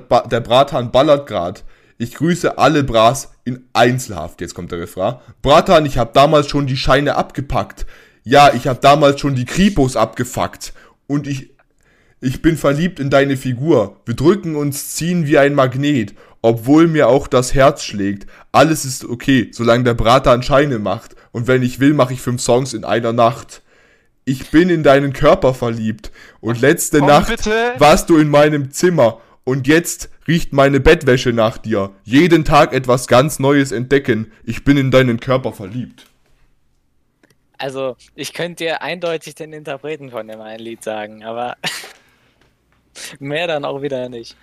Bratan ballert grad. Ich grüße alle Bras in Einzelhaft. Jetzt kommt der Refrain. Bratan, ich hab damals schon die Scheine abgepackt. Ja, ich hab damals schon die Kripos abgefuckt. Und ich bin verliebt in deine Figur. Wir drücken uns, ziehen wie ein Magnet. Obwohl mir auch das Herz schlägt. Alles ist okay, solange der Bratan Scheine macht. Und wenn ich will, mache ich 5 Songs in einer Nacht. Ich bin in deinen Körper verliebt. Und letzte Nacht bitte. warst du in meinem Zimmer. Und jetzt riecht meine Bettwäsche nach dir. Jeden Tag etwas ganz Neues entdecken. Ich bin in deinen Körper verliebt. Also, ich könnte dir eindeutig den Interpreten von dem einen Lied sagen, aber mehr dann auch wieder nicht.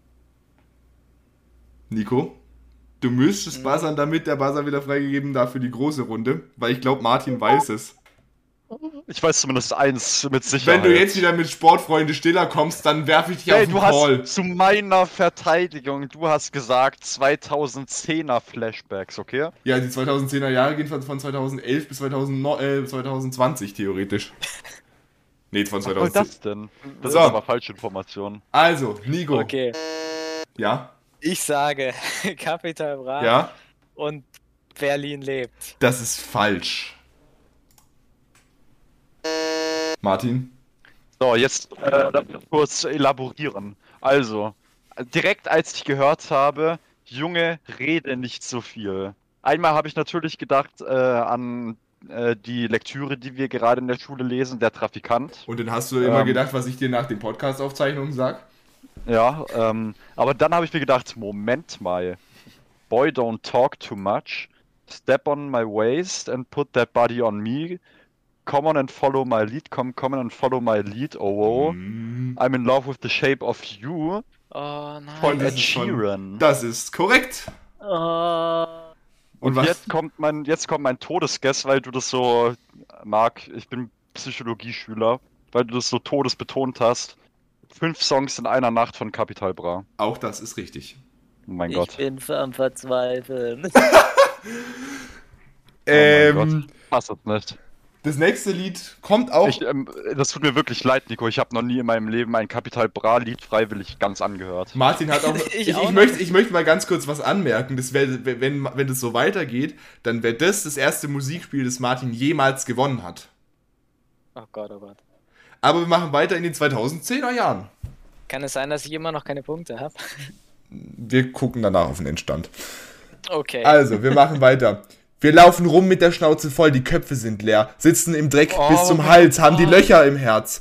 Nico, du müsstest buzzern, damit der Buzzer wieder freigegeben darf für die große Runde. Weil ich glaube, Martin weiß es. Ich weiß zumindest eins mit Sicherheit. Wenn du jetzt wieder mit Sportfreunde Stiller kommst, dann werfe ich dich auf Hey, den du Call. hast zu meiner Verteidigung, du hast gesagt 2010er Flashbacks, okay? Ja, die 2010er Jahre gehen von 2011 bis 2020 theoretisch. Nee, von Was soll 2010. das denn? Das So. ist aber falsche Information. Also, Nico. Okay, Ja, ich sage Capital Bra ja, und Berlin lebt. das ist falsch. Martin? So, jetzt lass mich kurz elaborieren. Also, direkt als ich gehört habe, Junge, rede nicht so viel. Einmal habe ich natürlich gedacht an die Lektüre, die wir gerade in der Schule lesen, der Trafikant. Und dann hast du immer gedacht, was ich dir nach den Podcast-Aufzeichnungen sag? Ja, aber dann habe ich mir gedacht, Moment mal. Boy, don't talk too much. Step on my waist and put that body on me. Come on and follow my lead. Come on and follow my lead. Oh, I'm in love with the shape of you. Oh Von nein. Ed Sheeran. Das ist korrekt. Oh. Und was? jetzt kommt mein Todesguess, weil du das so, Marc, ich bin Psychologieschüler, weil du das so todesbetont hast. 5 Songs in einer Nacht von Capital Bra. Auch das ist richtig. Oh mein Ich Gott. bin am Verzweifeln. Oh mein Gott. Passt das nicht. Das nächste Lied kommt auch. Das tut mir wirklich leid, Nico. Ich habe noch nie in meinem Leben ein Capital Bra Lied freiwillig ganz angehört. Martin hat auch. Ich möchte mal ganz kurz was anmerken. Das wenn das so weitergeht, dann wäre das erste Musikspiel, das Martin jemals gewonnen hat. Oh Gott, oh Gott. Aber wir machen weiter in den 2010er Jahren. Kann es sein, dass ich immer noch keine Punkte habe? Wir gucken danach auf den Endstand. Okay. Also, wir machen weiter. Wir laufen rum mit der Schnauze voll, die Köpfe sind leer, sitzen im Dreck bis zum Hals, haben die Löcher im Herz.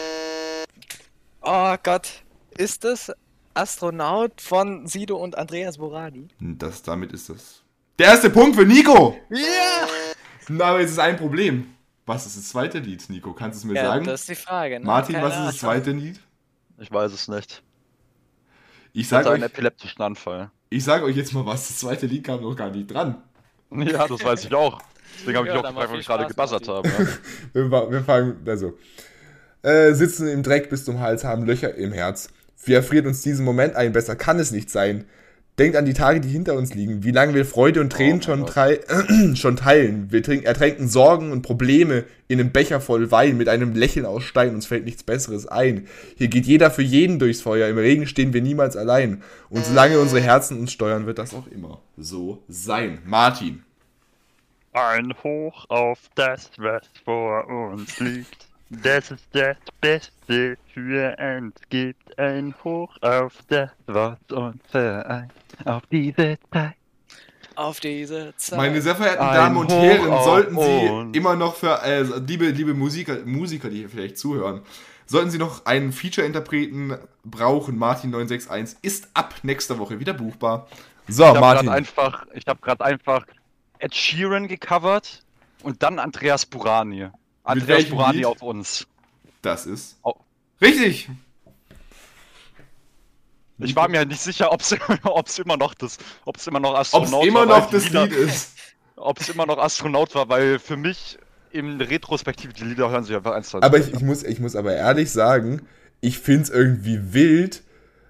Oh Gott. Ist das Astronaut von Sido und Andreas Borani? Damit ist das. Der erste Punkt für Nico! Ja! Aber jetzt ist ein Problem. Was ist das zweite Lied, Nico? Kannst du es mir sagen? Das ist die Frage. Ne? Martin, Keine was ist das zweite Lied? Ich weiß es nicht. Ich Ich sag hatte einen euch, epileptischen Anfall. ich sag euch jetzt mal was. Das zweite Lied kam noch gar nicht dran. Ja, das weiß ich auch. Deswegen habe ich Ja, auch dann gefragt, mal weil ich viel gerade Spaß, gebuzzert habe. Wir fangen, also. Sitzen im Dreck bis zum Hals, haben Löcher im Herz. Wie erfriert uns diesen Moment ein? Besser kann es nicht sein. Denkt an die Tage, die hinter uns liegen. Wie lange wir Freude und Tränen schon teilen. Wir ertränken Sorgen und Probleme in einem Becher voll Wein. Mit einem Lächeln aus Stein. Uns fällt nichts Besseres ein. Hier geht jeder für jeden durchs Feuer. Im Regen stehen wir niemals allein. Und solange unsere Herzen uns steuern, wird das auch immer so sein. Martin. Ein Hoch auf das, was vor uns liegt. Das ist das Beste für uns gibt. Ein Hoch auf das, was uns vereint. Auf diese Zeit. Auf diese Zeit. Meine sehr verehrten Ein Damen und Hoch Herren, auf sollten uns. Sie immer noch für, liebe Musiker, die hier vielleicht zuhören, sollten Sie noch einen Feature-Interpreten brauchen, Martin 961 ist ab nächster Woche wieder buchbar. So, Ich Martin. habe gerade einfach Ed Sheeran gecovert und dann Andreas Burani. Andreas welchem Burani Lied? auf uns. Das ist Oh. richtig. Ich war mir nicht sicher, ob es immer noch Ob es Astronaut immer war, noch weil das die Lieder- Lied ist. Ob es immer noch Astronaut war, weil für mich im Retrospektiv die Lieder hören sich einfach eins zu eins Aber an. ich muss aber ehrlich sagen, ich finde es irgendwie wild,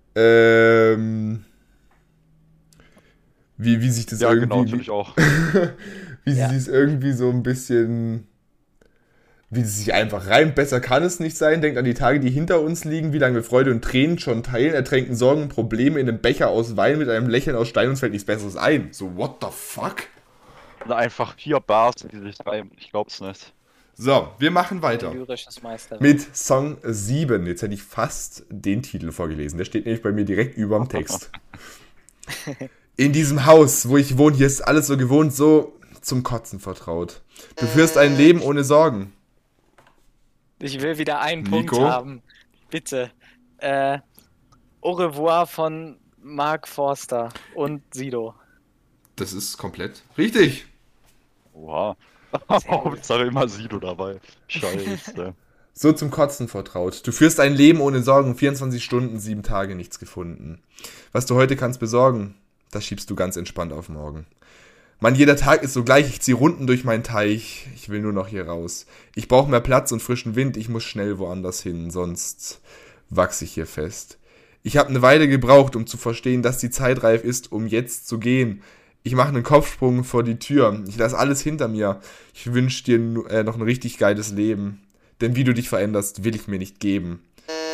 wie sich das Ja, irgendwie, genau, finde ich auch. wie Ja. sie es irgendwie so ein bisschen, wie es sich einfach reimt. Besser kann es nicht sein. Denkt an die Tage, die hinter uns liegen, wie lange wir Freude und Tränen schon teilen, ertränken Sorgen und Probleme in einem Becher aus Wein mit einem Lächeln aus Stein, uns fällt nichts Besseres ein. So, what the fuck? Also einfach 4 Bars, die sich reimen. Ich glaub's nicht. So, wir machen weiter. Lyrisches Meisterwerk. Mit Song 7. Jetzt hätte ich fast den Titel vorgelesen. Der steht nämlich bei mir direkt über dem Text. In diesem Haus, wo ich wohne, hier ist alles so gewohnt, so zum Kotzen vertraut. Du führst ein Leben ohne Sorgen. Ich will wieder einen Nico? Punkt haben. Bitte. Au revoir von Mark Forster und Sido. Das ist komplett richtig. Oha. Hauptsache immer Sido dabei. Scheiße. So zum Kotzen vertraut. Du führst ein Leben ohne Sorgen, 24 Stunden, 7 Tage, nichts gefunden. Was du heute kannst besorgen, das schiebst du ganz entspannt auf morgen. Mann, jeder Tag ist so gleich, ich zieh Runden durch meinen Teich, ich will nur noch hier raus. Ich brauche mehr Platz und frischen Wind, ich muss schnell woanders hin, sonst wachse ich hier fest. Ich habe eine Weile gebraucht, um zu verstehen, dass die Zeit reif ist, um jetzt zu gehen. Ich mache einen Kopfsprung vor die Tür, ich lasse alles hinter mir. Ich wünsche dir noch ein richtig geiles Leben. Denn wie du dich veränderst, will ich mir nicht geben.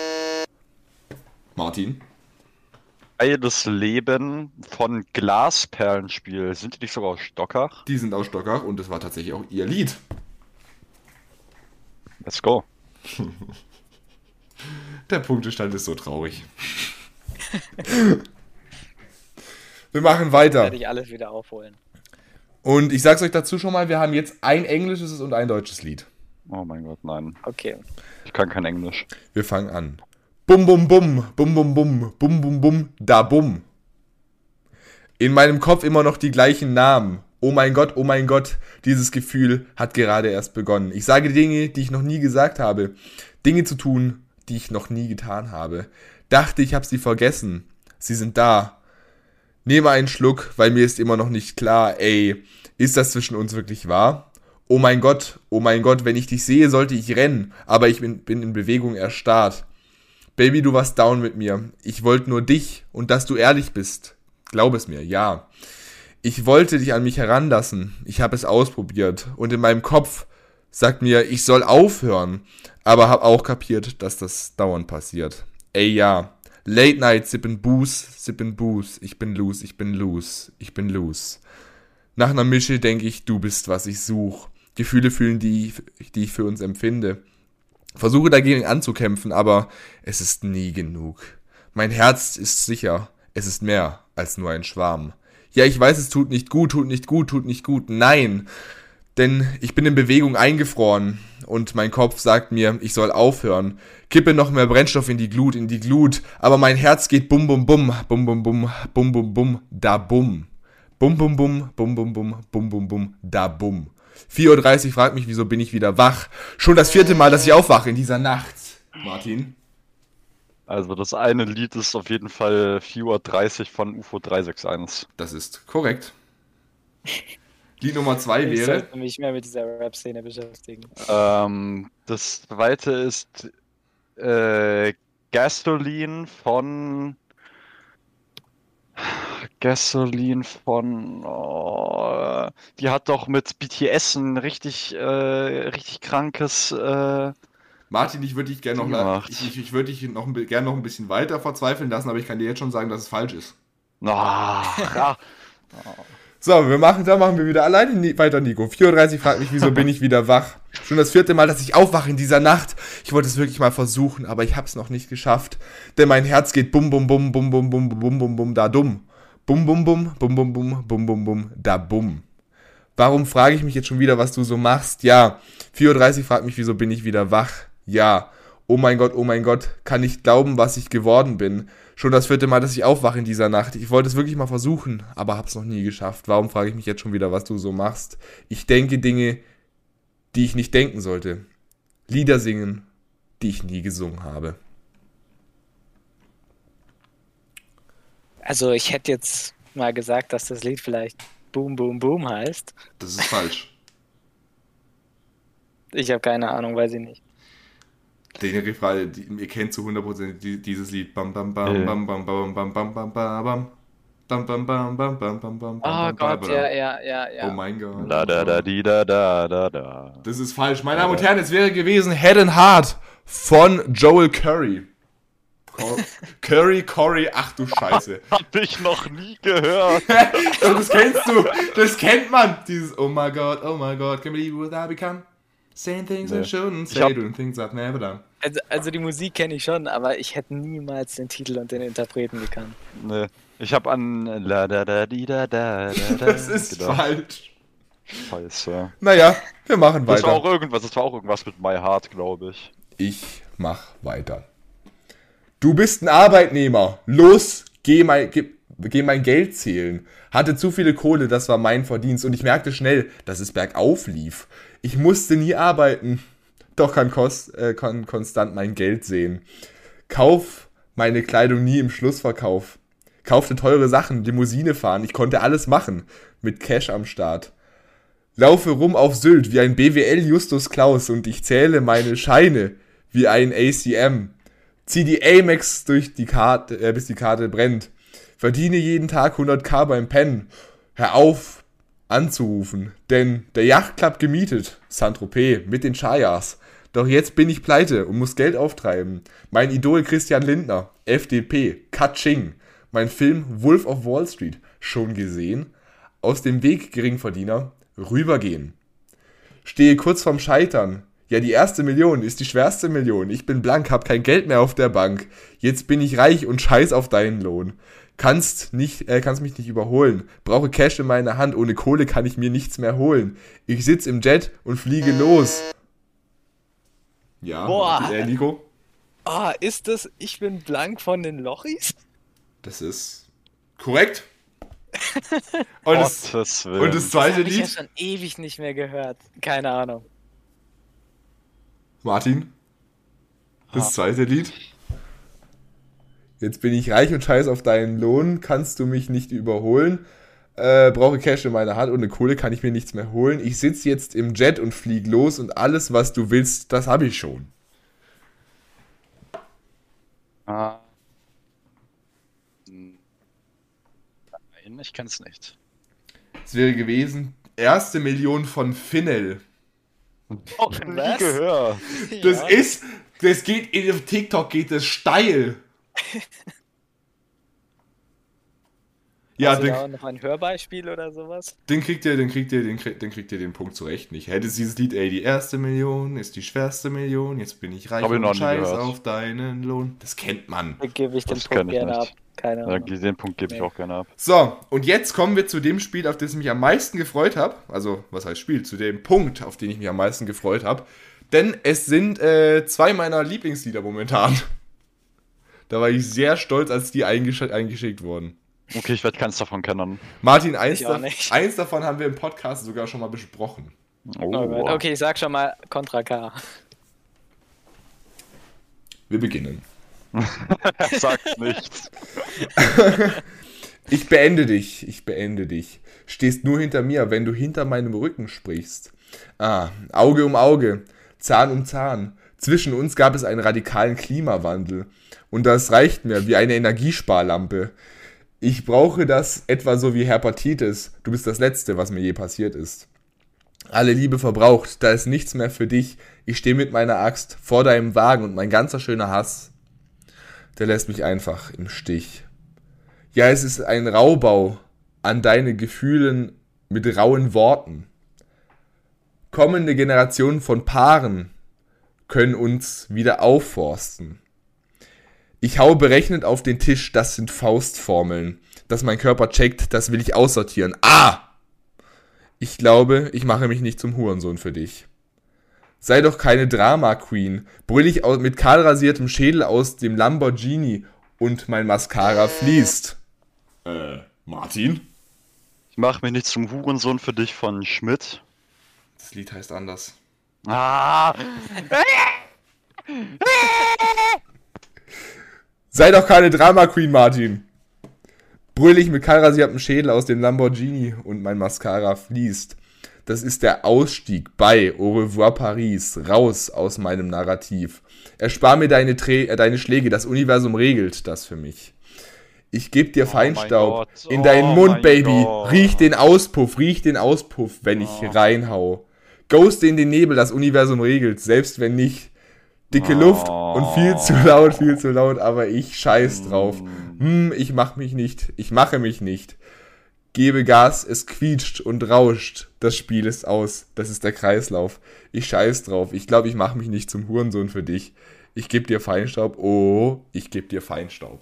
Martin? Geiles Leben von Glasperlenspiel. Sind die nicht sogar aus Stockach? Die sind aus Stockach und das war tatsächlich auch ihr Lied. Let's go. Der Punktestand ist so traurig. Wir machen weiter. Werde ich alles wieder aufholen. Und ich sag's euch dazu schon mal, wir haben jetzt ein englisches und ein deutsches Lied. Oh mein Gott, nein. Okay. Ich kann kein Englisch. Wir fangen an. Bum bum bum, bum bum bum, bum bum bum, da bum. In meinem Kopf immer noch die gleichen Namen. Oh mein Gott, dieses Gefühl hat gerade erst begonnen. Ich sage Dinge, die ich noch nie gesagt habe. Dinge zu tun, die ich noch nie getan habe. Dachte, ich habe sie vergessen. Sie sind da. Nehme einen Schluck, weil mir ist immer noch nicht klar, ey, ist das zwischen uns wirklich wahr? Oh mein Gott, wenn ich dich sehe, sollte ich rennen, aber ich bin in Bewegung erstarrt. Baby, du warst down mit mir. Ich wollte nur dich und dass du ehrlich bist. Glaub es mir, ja. Ich wollte dich an mich heranlassen. Ich habe es ausprobiert. Und in meinem Kopf sagt mir, ich soll aufhören. Aber hab auch kapiert, dass das dauernd passiert. Ey, ja. Late Night, sippin' Booze. Ich bin loose, ich bin loose, ich bin loose. Nach einer Mische denk ich, du bist, was ich such. Gefühle fühlen, die ich für uns empfinde. Versuche dagegen anzukämpfen, aber es ist nie genug. Mein Herz ist sicher, es ist mehr als nur ein Schwarm. Ja, ich weiß, es tut nicht gut, nein, denn ich bin in Bewegung eingefroren und mein Kopf sagt mir, ich soll aufhören. Kippe noch mehr Brennstoff in die Glut, aber mein Herz geht bum bum bum, bum bum bum, bum bum bum, da bum. Bum bum bum, bum bum bum, bum bum bum, da bum. 4:30 Uhr, fragt mich, wieso bin ich wieder wach? Schon das 4. Mal, dass ich aufwache in dieser Nacht. Martin? Also das eine Lied ist auf jeden Fall 4:30 Uhr von UFO 361. Das ist korrekt. Lied Nummer 2 Ich wäre... sollte mich mehr mit dieser Rap-Szene beschäftigen. Das zweite ist Gasoline von... die hat doch mit BTS ein richtig krankes... Martin, ich würde dich gerne noch, gemacht. ich würde dich gerne noch ein bisschen weiter verzweifeln lassen, aber ich kann dir jetzt schon sagen, dass es falsch ist. Ja. So, dann machen wir wieder alleine weiter, Nico. 4:30 Uhr, fragt mich, wieso bin ich wieder wach? Schon das 4. Mal, dass ich aufwache in dieser Nacht. Ich wollte es wirklich mal versuchen, aber ich habe es noch nicht geschafft. Denn mein Herz geht bum bum bum bum bum bum bum bum bum da dumm. Bum bum bum bum bum bum bum bum bum da bum. Warum frage ich mich jetzt schon wieder, was du so machst? Ja. 4:30 Uhr, fragt mich, wieso bin ich wieder wach? Ja. Oh mein Gott, kann nicht glauben, was ich geworden bin. Schon das 4. Mal, dass ich aufwache in dieser Nacht. Ich wollte es wirklich mal versuchen, aber hab's noch nie geschafft. Warum frage ich mich jetzt schon wieder, was du so machst? Ich denke Dinge, die ich nicht denken sollte. Lieder singen, die ich nie gesungen habe. Also ich hätte jetzt mal gesagt, dass das Lied vielleicht Boom Boom Boom heißt. Das ist falsch. Ich habe keine Ahnung, weiß ich nicht. Den Refrain, ihr kennt zu 100% dieses Lied. Bam bam bam bam bam bam bam bam bam bam. Bam bam bam bam bam bam bam. Oh Gott, ja. Oh mein Gott. Da da da di da da da da. Das ist falsch. Meine Damen und Herren, es wäre gewesen Head and Heart von Joel Curry. Curry, ach du Scheiße. Hab ich noch nie gehört. Das kennst du, das kennt man. Dieses Oh my God, can't believe what I become. Saying things I shouldn't say, doing things I've never done. Also die Musik kenne ich schon, aber ich hätte niemals den Titel und den Interpreten gekannt. Nee. Ich hab an la da da di da da da. Das ist falsch. Scheiße. Naja, wir machen Das war weiter. auch irgendwas mit My Heart, glaube ich. Ich mach weiter. Du bist ein Arbeitnehmer. Los, geh mein Geld zählen. Hatte zu viele Kohle, das war mein Verdienst. Und ich merkte schnell, dass es bergauf lief. Ich musste nie arbeiten, doch kann konstant mein Geld sehen. Kauf meine Kleidung nie im Schlussverkauf. Kaufte teure Sachen, Limousine fahren. Ich konnte alles machen, mit Cash am Start. Laufe rum auf Sylt wie ein BWL Justus Klaus und ich zähle meine Scheine wie ein ACM. Zieh die Amex durch die Karte, bis die Karte brennt. Verdiene jeden Tag 100.000 beim Pennen. Hör auf anzurufen, denn der Yachtclub gemietet, Saint-Tropez, mit den Chayas. Doch jetzt bin ich pleite und muss Geld auftreiben. Mein Idol Christian Lindner, FDP, Katsching. Mein Film Wolf of Wall Street, schon gesehen? Aus dem Weg, Geringverdiener, rübergehen. Stehe kurz vorm Scheitern. Ja, die erste Million ist die schwerste Million. Ich bin blank, hab kein Geld mehr auf der Bank. Jetzt bin ich reich und scheiß auf deinen Lohn. Kannst mich nicht überholen. Brauche Cash in meiner Hand. Ohne Kohle kann ich mir nichts mehr holen. Ich sitz im Jet und fliege los. Ja, Boah. Nico? Ah, ist das Ich bin blank von den Lochis? Das ist korrekt. Und Gottes Willen. und das zweite Das habe ich ja Lied? schon ewig nicht mehr gehört. Keine Ahnung. Martin? Das zweite Lied? Jetzt bin ich reich und scheiß auf deinen Lohn, kannst du mich nicht überholen. Brauche Cash in meiner Hand, ohne Kohle kann ich mir nichts mehr holen. Ich sitze jetzt im Jet und flieg los und alles, was du willst, das habe ich schon. Ah. Nein, ich kenn's nicht. Es wäre gewesen, erste Million von Finnel. Auch nie Was? gehört. Das geht, auf TikTok geht es steil. Ja, Hast du da auch noch ein Hörbeispiel oder sowas? den kriegt ihr den Punkt zurecht nicht. Hätte dieses Lied, ey, die erste Million ist die schwerste Million, jetzt bin ich reich Hab ich noch und nie scheiß gehört. auf deinen Lohn. Das kennt man. Da gebe ich den Das kenn Punkt ich gerne ab. nicht. Keine Ja, Ahnung. den Punkt gebe ich Nee. auch gerne ab. So, und jetzt kommen wir zu dem Spiel, auf das ich mich am meisten gefreut habe. Also, was heißt Spiel? Zu dem Punkt, auf den ich mich am meisten gefreut habe. Denn es sind 2 meiner Lieblingslieder momentan. Da war ich sehr stolz, als die eingeschickt wurden. Okay, ich werde keins davon kennen. Martin, Ich auch nicht. eins davon haben wir im Podcast sogar schon mal besprochen. Oh Gott. Okay, ich sag schon mal Contra K. Wir beginnen. Er sagt nichts. Ich beende dich. Stehst nur hinter mir, wenn du hinter meinem Rücken sprichst. Auge um Auge, Zahn um Zahn. Zwischen uns gab es einen radikalen Klimawandel. Und das reicht mir wie eine Energiesparlampe. Ich brauche das etwa so wie Hepatitis. Du bist das Letzte, was mir je passiert ist. Alle Liebe verbraucht, da ist nichts mehr für dich. Ich stehe mit meiner Axt vor deinem Wagen und mein ganzer schöner Hass, der lässt mich einfach im Stich. Ja, es ist ein Raubbau an deine Gefühlen mit rauen Worten. Kommende Generationen von Paaren können uns wieder aufforsten. Ich hau berechnet auf den Tisch, das sind Faustformeln. Dass mein Körper checkt, das will ich aussortieren. Ich glaube, ich mache mich nicht zum Hurensohn für dich. Sei doch keine Drama-Queen. Brüll ich mit kahlrasiertem Schädel aus dem Lamborghini und mein Mascara fließt. Martin? Ich mache mich nicht zum Hurensohn für dich von Schmidt. Das Lied heißt anders. Ah! Sei doch keine Drama-Queen, Martin. Brüll ich mit kahlrasiertem Schädel aus dem Lamborghini und mein Mascara fließt. Das ist der Ausstieg bei Au revoir Paris, raus aus meinem Narrativ. Erspar mir deine Schläge, das Universum regelt das für mich. Ich geb dir Feinstaub Gott. in deinen Oh Mund, mein Baby. Gott. Riech den Auspuff, wenn ich reinhau. Ghost in den Nebel, das Universum regelt, selbst wenn nicht. Dicke Luft und viel zu laut, aber ich scheiß drauf. Ich mache mich nicht. Gebe Gas, es quietscht und rauscht. Das Spiel ist aus. Das ist der Kreislauf. Ich scheiß drauf. Ich glaube, ich mache mich nicht zum Hurensohn für dich. Ich geb dir Feinstaub. Oh, ich geb dir Feinstaub.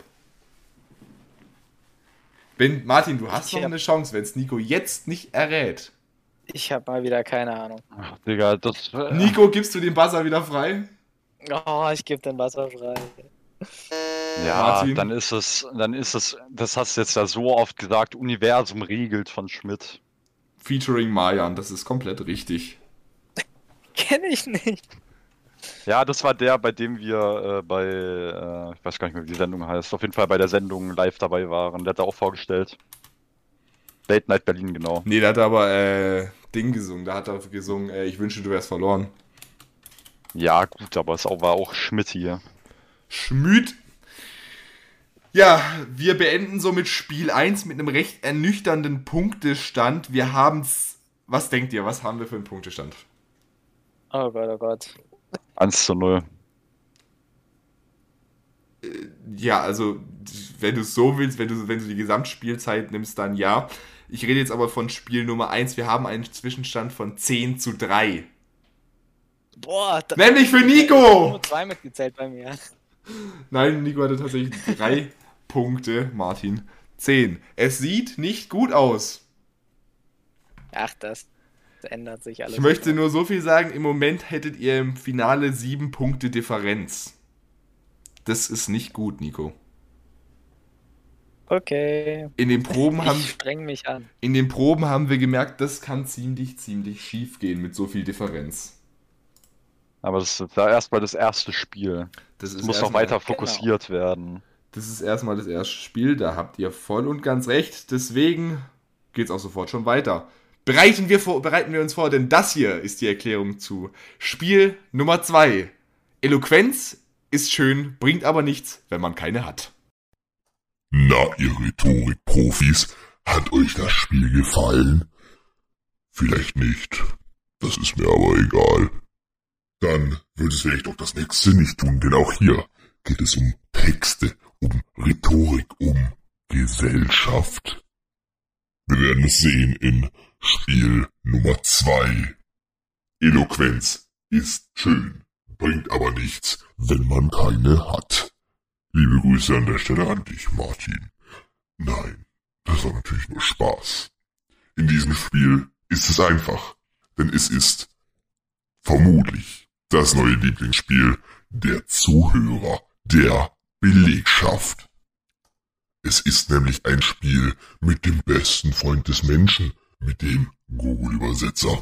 Martin, du hast noch eine Chance, wenn es Nico jetzt nicht errät. Ich habe mal wieder keine Ahnung. Ach, Digga, das... Nico, gibst du den Buzzer wieder frei? Oh, ich gebe den Wasser frei. Ja, Martin? dann ist es, das hast du jetzt ja so oft gesagt, Universum regelt von Schmidt. Featuring Marjan, das ist komplett richtig. Kenne ich nicht. Ja, das war der, bei dem wir ich weiß gar nicht mehr, wie die Sendung heißt, auf jeden Fall bei der Sendung live dabei waren. Der hat da auch vorgestellt. Late Night Berlin, genau. Nee, der hat aber Ding gesungen. Da hat er gesungen, ich wünsche, du wärst verloren. Ja, gut, aber es war auch Schmidt hier. Schmüd. Ja, wir beenden somit Spiel 1 mit einem recht ernüchternden Punktestand. Wir haben's. Was denkt ihr, was haben wir für einen Punktestand? Oh Gott, oh Gott. 1:0. Ja, also, wenn du es so willst, wenn du die Gesamtspielzeit nimmst, dann ja. Ich rede jetzt aber von Spiel Nummer 1. Wir haben einen Zwischenstand von 10:3. Boah, Nämlich für Nico! Nur 2 mitgezählt bei mir. Nein, Nico hatte tatsächlich 3 Punkte, Martin 10. Es sieht nicht gut aus. Ach, das ändert sich alles. Ich möchte nur so viel sagen, im Moment hättet ihr im Finale 7 Punkte Differenz. Das ist nicht gut, Nico. Okay. In den Proben Ich streng mich an. haben wir gemerkt, das kann ziemlich schief gehen mit so viel Differenz. Aber das ist ja erstmal das erste Spiel. Das Es muss noch weiter fokussiert werden. Das ist erstmal das erste Spiel, da habt ihr voll und ganz recht. Deswegen geht's auch sofort schon weiter. Bereiten wir uns vor, denn das hier ist die Erklärung zu Spiel Nummer 2. Eloquenz ist schön, bringt aber nichts, wenn man keine hat. Na, ihr Rhetorik-Profis, hat euch das Spiel gefallen? Vielleicht nicht. Das ist mir aber egal. Dann wird es vielleicht auch das nächste nicht tun, denn auch hier geht es um Texte, um Rhetorik, um Gesellschaft. Wir werden es sehen in Spiel Nummer 2. Eloquenz ist schön, bringt aber nichts, wenn man keine hat. Liebe Grüße an der Stelle an dich, Martin. Nein, das war natürlich nur Spaß. In diesem Spiel ist es einfach, denn es ist vermutlich das neue Lieblingsspiel der Zuhörer, der Belegschaft. Es ist nämlich ein Spiel mit dem besten Freund des Menschen, mit dem Google-Übersetzer.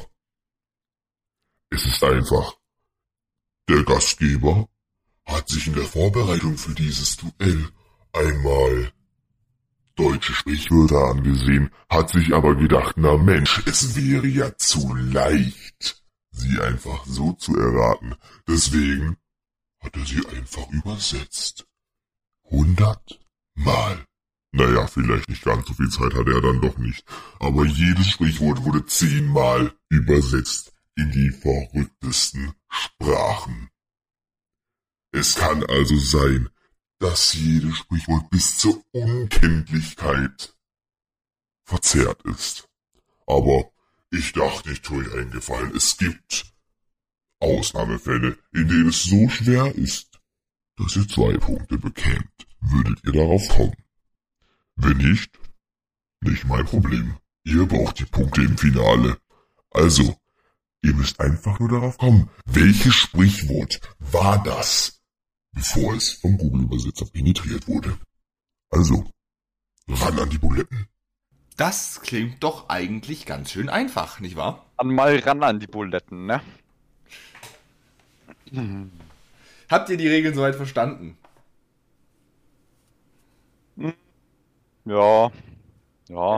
Es ist einfach, der Gastgeber hat sich in der Vorbereitung für dieses Duell einmal deutsche Sprichwörter angesehen, hat sich aber gedacht, na Mensch, es wäre ja zu leicht, sie einfach so zu erraten. Deswegen hat er sie einfach übersetzt. 100 Mal. Naja, vielleicht nicht ganz so viel Zeit hatte er dann doch nicht. Aber jedes Sprichwort wurde 10 Mal übersetzt in die verrücktesten Sprachen. Es kann also sein, dass jedes Sprichwort bis zur Unkenntlichkeit verzerrt ist. Aber ich dachte, ich tue euch einen Gefallen. Es gibt Ausnahmefälle, in denen es so schwer ist, dass ihr 2 Punkte bekämt. Würdet ihr darauf kommen? Wenn nicht, nicht mein Problem. Ihr braucht die Punkte im Finale. Also, ihr müsst einfach nur darauf kommen, welches Sprichwort war das, bevor es vom Google-Übersetzer penetriert wurde. Also, ran an die Buletten. Das klingt doch eigentlich ganz schön einfach, nicht wahr? Dann mal ran an die Buletten, ne? Habt ihr die Regeln soweit verstanden? Ja. Ja.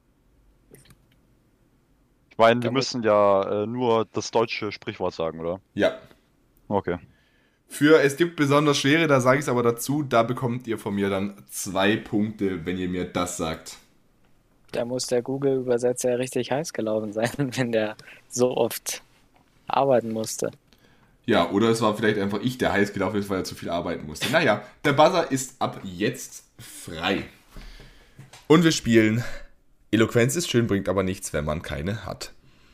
Ich meine, wir müssen ja nur das deutsche Sprichwort sagen, oder? Ja. Okay. Für es gibt besonders schwere, da sage ich es aber dazu, da bekommt ihr von mir dann 2 Punkte, wenn ihr mir das sagt. Da muss der Google-Übersetzer ja richtig heiß gelaufen sein, wenn der so oft arbeiten musste. Ja, oder es war vielleicht einfach ich, der heiß gelaufen ist, weil er zu viel arbeiten musste. Naja, der Buzzer ist ab jetzt frei. Und wir spielen Eloquenz ist schön, bringt aber nichts, wenn man keine hat.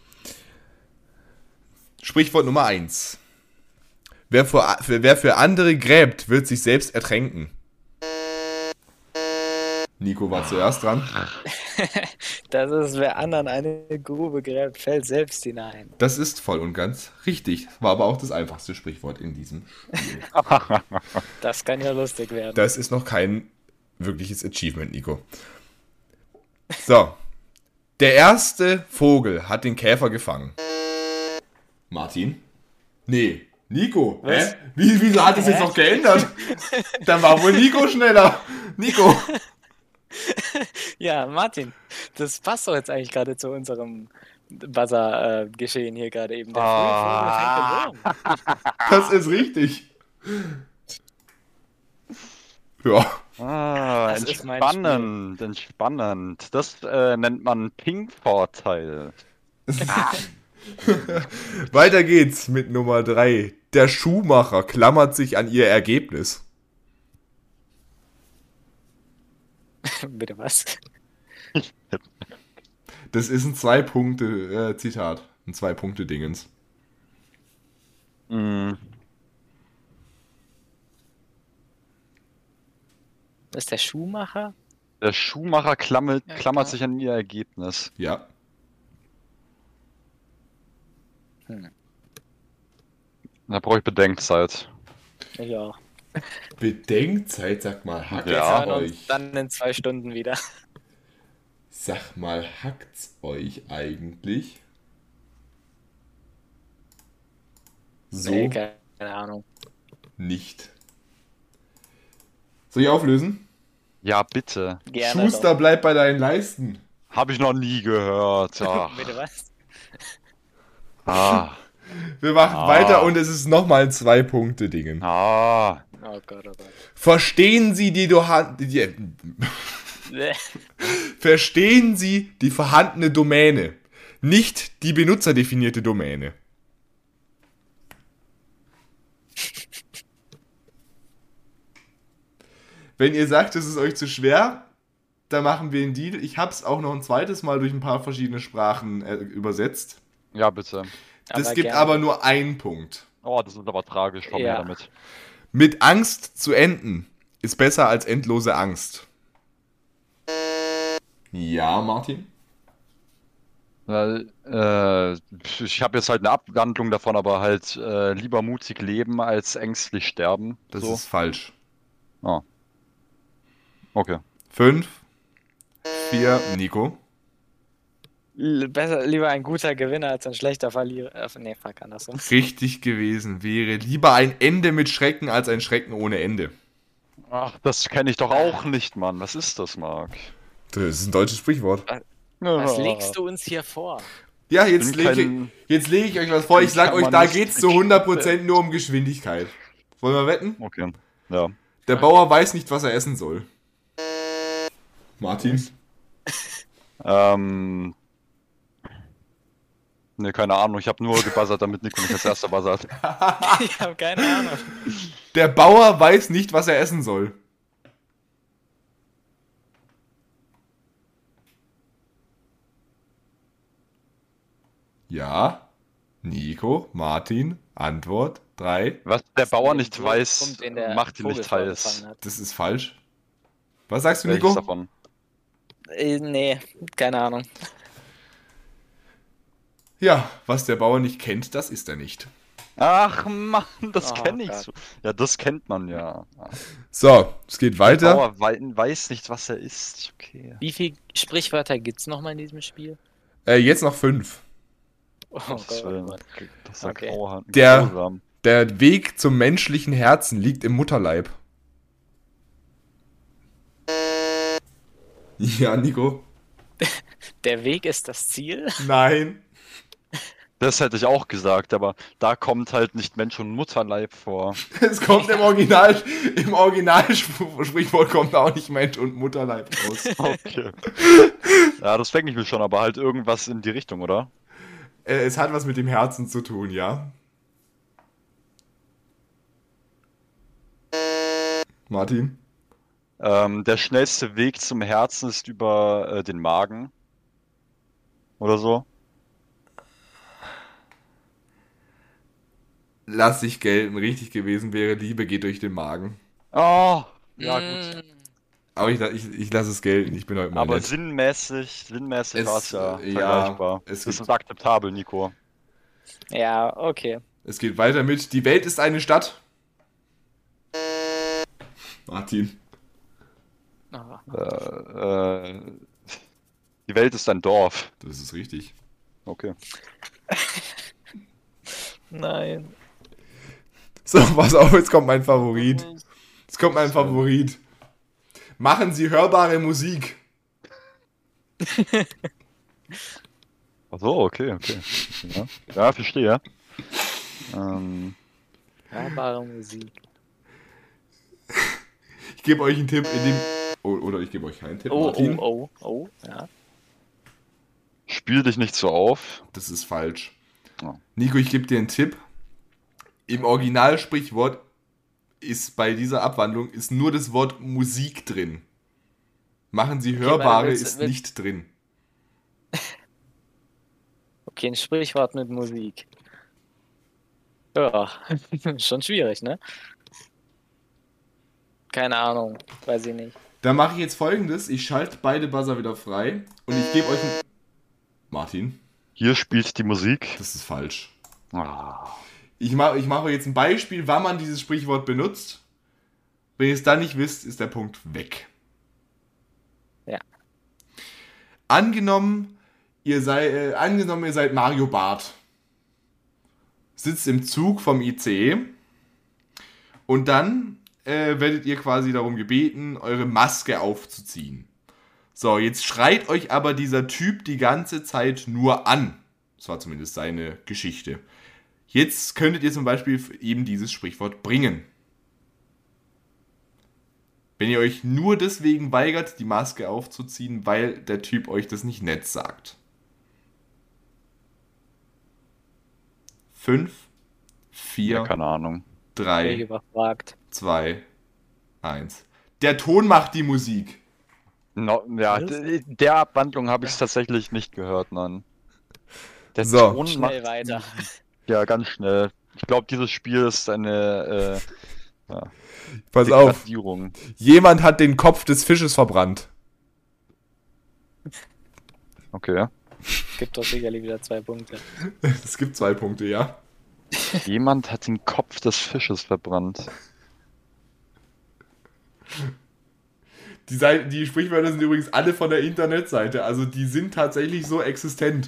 Sprichwort Nummer 1. Wer für andere gräbt, wird sich selbst ertränken. Nico war zuerst dran. Das ist, wer anderen eine Grube gräbt, fällt selbst hinein. Das ist voll und ganz richtig. War aber auch das einfachste Sprichwort in diesem Spiel. Das kann ja lustig werden. Das ist noch kein wirkliches Achievement, Nico. So. Der erste Vogel hat den Käfer gefangen. Martin? Nee. Nico? Was? Hä? Wieso hat es jetzt noch geändert? Dann war wohl Nico schneller. Nico. Ja, Martin, das passt doch jetzt eigentlich gerade zu unserem Buzzer-Geschehen hier gerade eben. Der frühe Vogel fängt den Wurm. Das ist richtig. Ja. Ah, Das ist mein entspannend, entspannend. Das nennt man Ping-Vorteil. Weiter geht's mit Nummer 3. Der Schuhmacher klammert sich an ihr Ergebnis. Bitte was? Das ist ein 2-Punkte-Zitat. Ein 2-Punkte-Dingens. Mm. Das ist der Schuhmacher? Der Schuhmacher klammert sich an ihr Ergebnis. Ja. Da brauche ich Bedenkzeit. Ich auch. Bedenkzeit, sag mal, hackt's Ja. Wir hören uns euch. dann in 2 Stunden wieder. Sag mal, hackt's euch eigentlich? So Nee, keine Ahnung. nicht. Soll ich auflösen? Ja, bitte. Gerne Schuster, bleib bei deinen Leisten. Habe ich noch nie gehört. doch. Ach. Bitte was? Ah. Wir machen weiter und es ist nochmal 2 Punkte Dingen. Ah. Oh Gott, oh Gott. Verstehen Sie Verstehen Sie die vorhandene Domäne, nicht die benutzerdefinierte Domäne. Wenn ihr sagt, es ist euch zu schwer, dann machen wir einen Deal. Ich habe es auch noch ein zweites Mal durch ein paar verschiedene Sprachen übersetzt. Ja, bitte. Das Aber gibt gerne. aber nur einen Punkt. Oh, das ist aber tragisch. Komm her Ja. damit. Mit Angst zu enden ist besser als endlose Angst. Ja, Martin? Weil, ich habe jetzt halt eine Abwandlung davon, aber halt lieber mutig leben als ängstlich sterben. Das so. ist falsch. Ah. Okay. 5, 4, Nico. Besser, lieber ein guter Gewinner als ein schlechter Verlierer. Nee, fuck, andersrum. Richtig gewesen wäre lieber ein Ende mit Schrecken als ein Schrecken ohne Ende. Ach, das kenne ich doch auch nicht, Mann. Was ist das, Marc? Das ist ein deutsches Sprichwort. Was legst du uns hier vor? Ja, jetzt bin lege kein- ich euch was vor. Ich sag kann euch, man da nicht geht's zu 100% nur um Geschwindigkeit. Wollen wir wetten? Okay. Ja. Der Bauer weiß nicht, was er essen soll. Martin? Ne, keine Ahnung. Ich habe nur gebuzzert, damit Nico nicht als erster buzzert. Ich habe keine Ahnung. Der Bauer weiß nicht, was er essen soll. Ja? Nico? Martin? Antwort? 3? Was der Bauer Den nicht Wurf weiß, kommt, den der macht ihn Vogel nicht heiß. vorgefangen hat. Das ist falsch. Was sagst du, Welches Nico? davon? Nee, keine Ahnung. Ja, was der Bauer nicht kennt, das ist er nicht. Ach Mann, das Oh kenne ich Gott. so. Ja, das kennt man ja. So, es geht Der weiter. Bauer weiß nicht, was er isst. Okay. Wie viele Sprichwörter gibt's nochmal in diesem Spiel? Jetzt noch 5. Oh Das Gott. ist ja Okay. grausam. Der Weg zum menschlichen Herzen liegt im Mutterleib. Ja, Nico? Der Weg ist das Ziel? Nein. Das hätte ich auch gesagt, aber da kommt halt nicht Mensch und Mutterleib vor. Es kommt im Originalsprichwort kommt auch nicht Mensch und Mutterleib raus. Okay. Ja, das denke ich mir schon, aber halt irgendwas in die Richtung, oder? Es hat was mit dem Herzen zu tun, ja? Martin? Der schnellste Weg zum Herzen ist über den Magen. Oder so. Lass dich gelten. Richtig gewesen wäre, Liebe geht durch den Magen. Oh, ja gut. Aber ich lasse es gelten. Ich bin heute mal Aber nett. sinnmäßig Es- war es ja ja, vergleichbar. es Das gibt- ist akzeptabel, Nico. Ja, okay. Es geht weiter mit Die Welt ist eine Stadt. Martin. Oh. Die Welt ist ein Dorf. Das ist richtig. Okay. Nein. So, pass auf, jetzt kommt mein Favorit. Jetzt kommt mein Favorit. Machen Sie hörbare Musik. Ach so, okay. Ja, verstehe. Hörbare Musik. Ich gebe euch einen Tipp, oder ich gebe euch keinen Tipp, Martin. Oh, ja. Spiel dich nicht so auf. Das ist falsch. Oh. Nico, ich gebe dir einen Tipp. Im Originalsprichwort ist bei dieser Abwandlung ist nur das Wort Musik drin. Machen Sie hörbare willst- ist willst- nicht drin. Okay, ein Sprichwort mit Musik. Ja, schon schwierig, ne? Keine Ahnung, weiß ich nicht. Dann mache ich jetzt Folgendes. Ich schalte beide Buzzer wieder frei und ich gebe euch einen... Martin, Hier spielt die Musik. das ist falsch. Ah. Ich mache jetzt ein Beispiel, wann man dieses Sprichwort benutzt. Wenn ihr es dann nicht wisst, ist der Punkt weg. Ja. Angenommen, ihr seid Mario Barth. Sitzt im Zug vom ICE und dann werdet ihr quasi darum gebeten, eure Maske aufzuziehen. So, jetzt schreit euch aber dieser Typ die ganze Zeit nur an. Das war zumindest seine Geschichte. Jetzt könntet ihr zum Beispiel eben dieses Sprichwort bringen. Wenn ihr euch nur deswegen weigert, die Maske aufzuziehen, weil der Typ euch das nicht nett sagt. 5, 4, Ja, keine Ahnung. Bin ich 3, überfragt. 2, 1. Der Ton macht die Musik. No, ja, Was? der Abwandlung habe ich es tatsächlich nicht gehört, nein. Der So. Ton Schnell macht weiter. ja ganz schnell. Ich glaube, dieses Spiel ist eine Pass auf, Degradierung. jemand hat den Kopf des Fisches verbrannt. Okay. Gibt doch sicherlich wieder 2 Punkte. Es gibt 2 Punkte, ja. Jemand hat den Kopf des Fisches verbrannt. Die Sprichwörter sind übrigens alle von der Internetseite, also die sind tatsächlich so existent.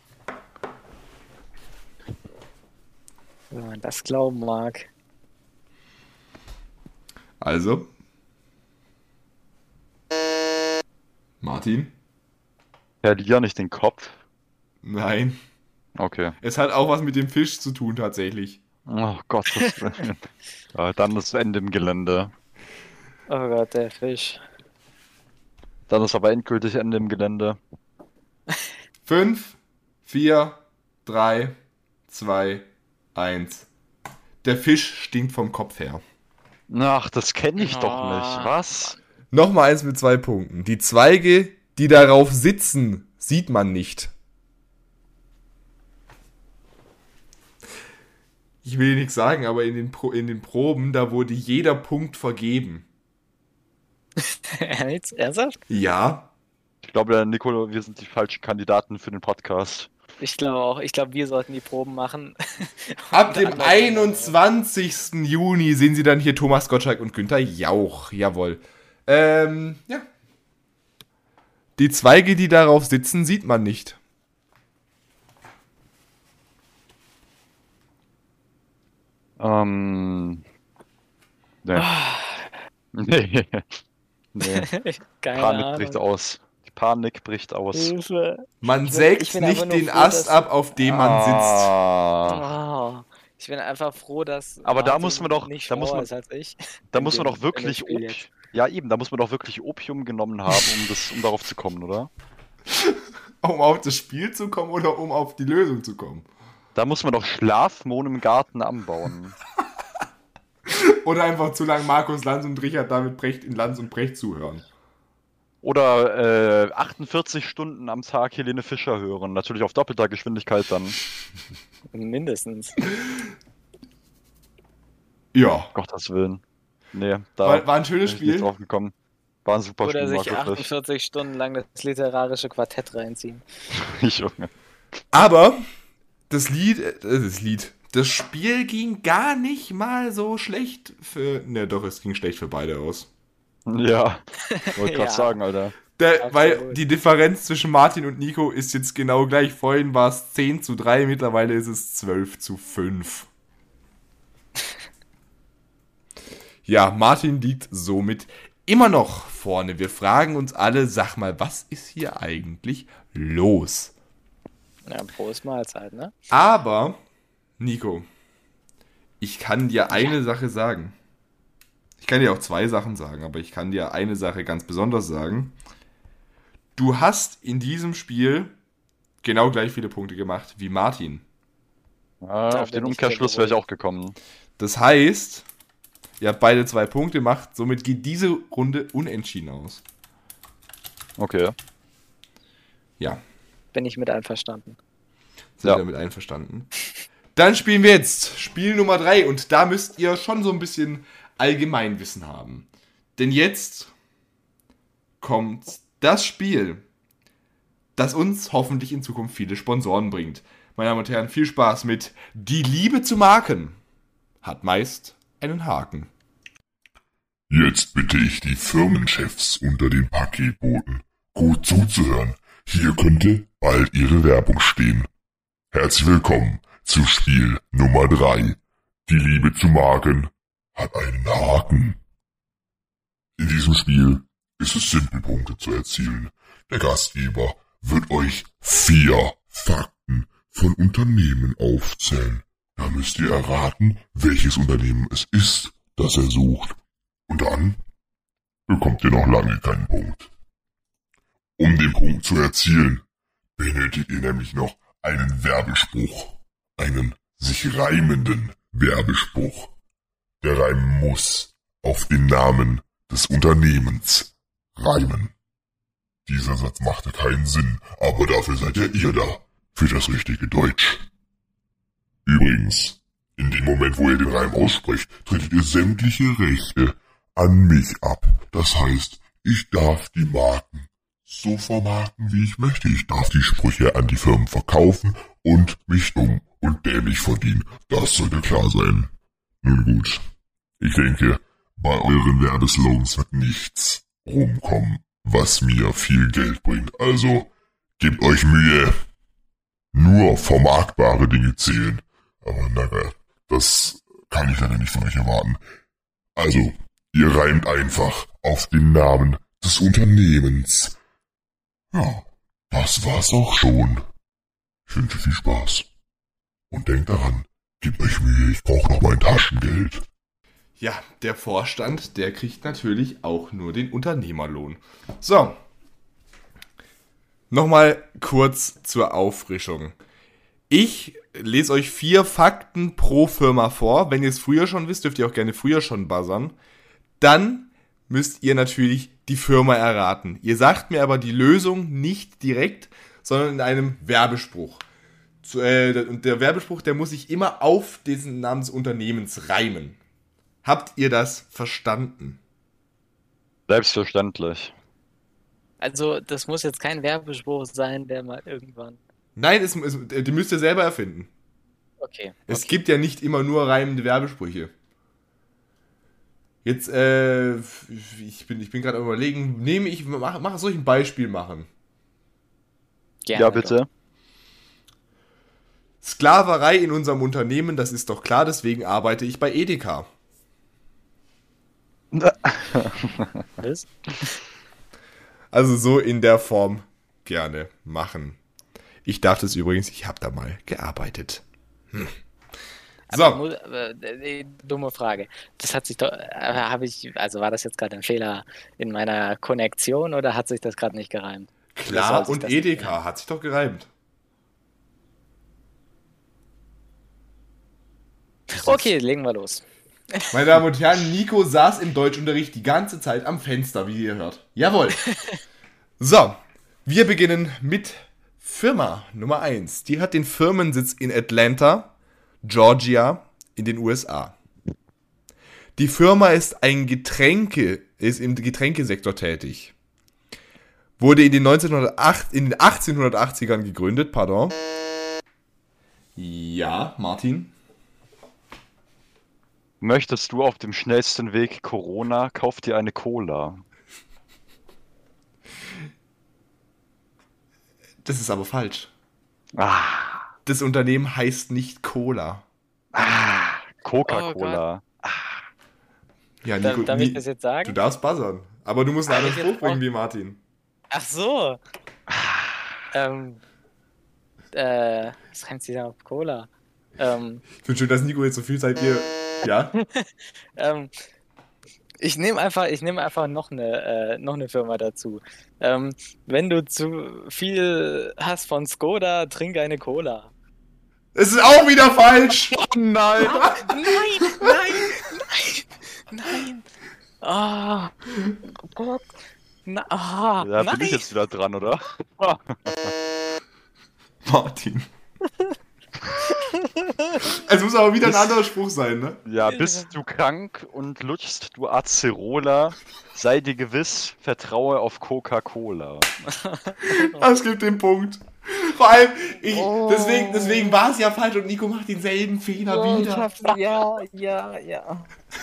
Wenn man das glauben mag. Also. Martin? Verlier nicht den Kopf. Nein. Okay. Es hat auch was mit dem Fisch zu tun, tatsächlich. Oh Gott. Ja, dann das Ende im Gelände. Oh Gott, der Fisch. Dann ist aber endgültig Ende im Gelände. 5, 4, 3, 2, 1. Der Fisch stinkt vom Kopf her. Ach, das kenne ich doch Ah. nicht. Was? Nochmal eins mit 2 Punkten. Die Zweige, die darauf sitzen, sieht man nicht. Ich will nichts sagen, aber in den Proben, da wurde jeder Punkt vergeben. Ernsthaft? Ja. Ich glaube, Nico, wir sind die falschen Kandidaten für den Podcast. Ich glaube auch. Ich glaube, wir sollten die Proben machen. Ab Und dem andere- 21. Juni sehen Sie dann hier Thomas Gottschalk und Günther Jauch. Jawohl. Ja. Die Zweige, die darauf sitzen, sieht man nicht. Nee. Nee. Nee. Keine Panik bricht Ahnung. aus. Die Panik bricht aus. Hilfe. Man Ich sägt bin einfach nicht nur den froh, Ast dass- ab, auf dem man sitzt. Ah. Oh, ich bin einfach froh, dass Aber da Martin muss man doch- nicht da muss schlauer man- ist als ich. Da In muss man dem- doch wirklich in dem Spiel jetzt. Ja, eben, da muss man doch wirklich Opium genommen haben, um darauf zu kommen, oder? Um auf das Spiel zu kommen oder um auf die Lösung zu kommen. Da muss man doch Schlafmohn im Garten anbauen. Oder einfach zu lang Markus Lanz und Richard David Precht in Lanz und Precht zuhören. Oder 48 Stunden am Tag Helene Fischer hören. Natürlich auf doppelter Geschwindigkeit dann. Mindestens. Ja. Gottes Willen. Nee, da War ein schönes bin ich nicht Spiel. drauf gekommen. War ein super Oder Spiel, sich war wirklich. 48 Stunden lang das literarische Quartett reinziehen. Junge. Aber das Spiel ging gar nicht mal so schlecht für. Ne, doch, es ging schlecht für beide aus. Ja, wollte gerade Ja. sagen, Alter. Weil Absolut. die Differenz zwischen Martin und Nico ist jetzt genau gleich. Vorhin war es 10:3, mittlerweile ist es 12:5. Ja, Martin liegt somit immer noch vorne. Wir fragen uns alle, sag mal, was ist hier eigentlich los? Ja, Prost Mahlzeit, ne? Aber, Nico, ich kann dir eine Sache sagen. Ich kann dir auch 2 Sachen sagen, aber ich kann dir eine Sache ganz besonders sagen. Du hast in diesem Spiel genau gleich viele Punkte gemacht wie Martin. Ja, Da auf den bin ich Umkehrschluss sehr wäre ich auch gekommen. Das heißt, ihr habt beide 2 Punkte gemacht, somit geht diese Runde unentschieden aus. Okay. Ja, Bin ich mit einverstanden. sind Ja. wir damit einverstanden. Dann spielen wir jetzt Spiel Nummer 3 und da müsst ihr schon so ein bisschen Allgemeinwissen haben. Denn jetzt kommt das Spiel, das uns hoffentlich in Zukunft viele Sponsoren bringt. Meine Damen und Herren, viel Spaß mit Die Liebe zu Marken hat meist einen Haken. Jetzt bitte ich die Firmenchefs unter den Paketboten, gut zuzuhören. Hier könnte bald Ihre Werbung stehen. Herzlich willkommen zu Spiel Nummer 3. Die Liebe zu Marken hat einen Haken. In diesem Spiel ist es simpel, Punkte zu erzielen. Der Gastgeber wird euch 4 Fakten von Unternehmen aufzählen. Da müsst ihr erraten, welches Unternehmen es ist, das er sucht. Und dann bekommt ihr noch lange keinen Punkt. Um den Punkt zu erzielen, benötigt ihr nämlich noch einen Werbespruch. Einen sich reimenden Werbespruch. Der reimen muss auf den Namen des Unternehmens reimen. Dieser Satz machte keinen Sinn, aber dafür seid ja ihr da, für das richtige Deutsch. Übrigens, in dem Moment, wo ihr den Reim aussprecht, tretet ihr sämtliche Rechte an mich ab. Das heißt, ich darf die Marken so vermarkten, wie ich möchte. Ich darf die Sprüche an die Firmen verkaufen und mich dumm und dämlich verdienen. Das sollte klar sein. Nun gut, ich denke, bei euren Werbeslogans wird nichts rumkommen, was mir viel Geld bringt. Also, gebt euch Mühe. Nur vermarktbare Dinge zählen. Aber naja, das kann ich leider nicht von euch erwarten. Also, ihr reimt einfach auf den Namen des Unternehmens. Ja, das war's auch schon. Ich wünsche viel Spaß. Und denkt daran, gebt euch Mühe, ich brauche noch mein Taschengeld. Ja, der Vorstand, der kriegt natürlich auch nur den Unternehmerlohn. So. Nochmal kurz zur Auffrischung. Ich lese euch 4 Fakten pro Firma vor. Wenn ihr es früher schon wisst, dürft ihr auch gerne früher schon buzzern. Dann müsst ihr natürlich die Firma erraten. Ihr sagt mir aber die Lösung nicht direkt, sondern in einem Werbespruch. Und der Werbespruch, der muss sich immer auf diesen Namen des Unternehmens reimen. Habt ihr das verstanden? Selbstverständlich. Also, das muss jetzt kein Werbespruch sein, der mal irgendwann. Nein, die müsst ihr selber erfinden. Okay. Es gibt ja nicht immer nur reimende Werbesprüche. Jetzt, ich bin gerade am Überlegen, soll ich ein Beispiel machen? Gerne Ja, bitte. Sklaverei in unserem Unternehmen, das ist doch klar, deswegen arbeite ich bei Edeka. Doch. Was? Also so in der Form gerne machen. Ich dachte es übrigens, ich habe da mal gearbeitet. So. Dumme Frage. Das hat sich doch, war das jetzt gerade ein Fehler in meiner Konnektion oder hat sich das gerade nicht gereimt? Klar, und Edeka hat sich doch gereimt. Okay, legen wir los. Meine Damen und Herren, Nico saß im Deutschunterricht die ganze Zeit am Fenster, wie ihr hört. Jawohl. So, wir beginnen mit Firma Nummer 1. Die hat den Firmensitz in Atlanta, Georgia, in den USA. Die Firma ist im Getränkesektor tätig. Wurde in den 1880ern gegründet, pardon. Ja, Martin? Möchtest du auf dem schnellsten Weg Corona, kauf dir eine Cola. Das ist aber falsch. Ah, Das Unternehmen heißt nicht Cola. Coca-Cola. Ja, Nico, Darf ich das jetzt sagen? du darfst buzzern. Aber du musst einen anderen ich Spruch jetzt bringen wie Martin. Ach so. Was reimt sich denn auf Cola? Ich finde schön, dass Nico jetzt so viel Zeit hier... Ja? Ich nehme einfach noch eine Firma dazu. Wenn du zu viel hast von Skoda, trink eine Cola. Es ist auch wieder falsch! Oh nein! Nein! Oh Gott. Ja, nein! bin ich jetzt wieder dran, oder? Martin. Es muss aber wieder ein anderer Spruch sein, ne? Ja, bist du krank und lutschst du Acerola, sei dir gewiss, vertraue auf Coca-Cola. Das gibt den Punkt. Vor allem, deswegen war es ja falsch und Nico macht denselben Fehler wieder. Ja.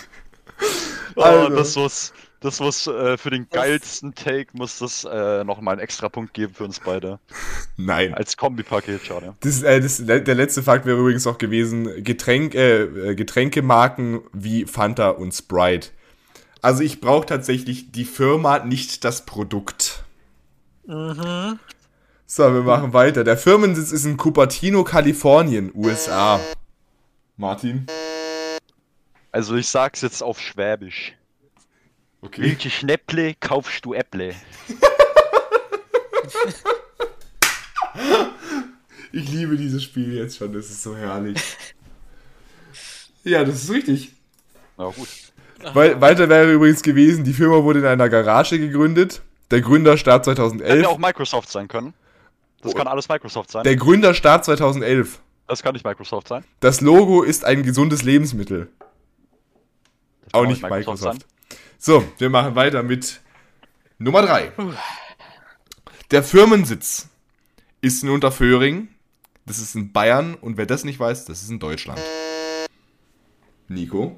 Also. Das muss für den geilsten Take muss das nochmal einen extra Punkt geben für uns beide. Nein. Als Kombipaket, schade. Der letzte Fakt wäre übrigens auch gewesen, Getränkemarken wie Fanta und Sprite. Also ich brauche tatsächlich die Firma, nicht das Produkt. Mhm. So, wir machen weiter. Der Firmensitz ist in Cupertino, Kalifornien, USA. Martin? Also ich sag's jetzt auf Schwäbisch. Okay. Welche Schnäpple kaufst du Äpple? Ich liebe dieses Spiel jetzt schon, das ist so herrlich. Ja, das ist richtig. Na gut. Weil, weiter wäre übrigens gewesen, die Firma wurde in einer Garage gegründet. Der Gründer starb 2011. Hätte auch Microsoft sein können. Das kann alles Microsoft sein. Der Gründer starb 2011. Das kann nicht Microsoft sein. Das Logo ist ein gesundes Lebensmittel. Das kann Auch nicht Microsoft. sein. So, wir machen weiter mit Nummer 3. Der Firmensitz ist in Unterföhring. Das ist in Bayern. Und wer das nicht weiß, das ist in Deutschland. Nico?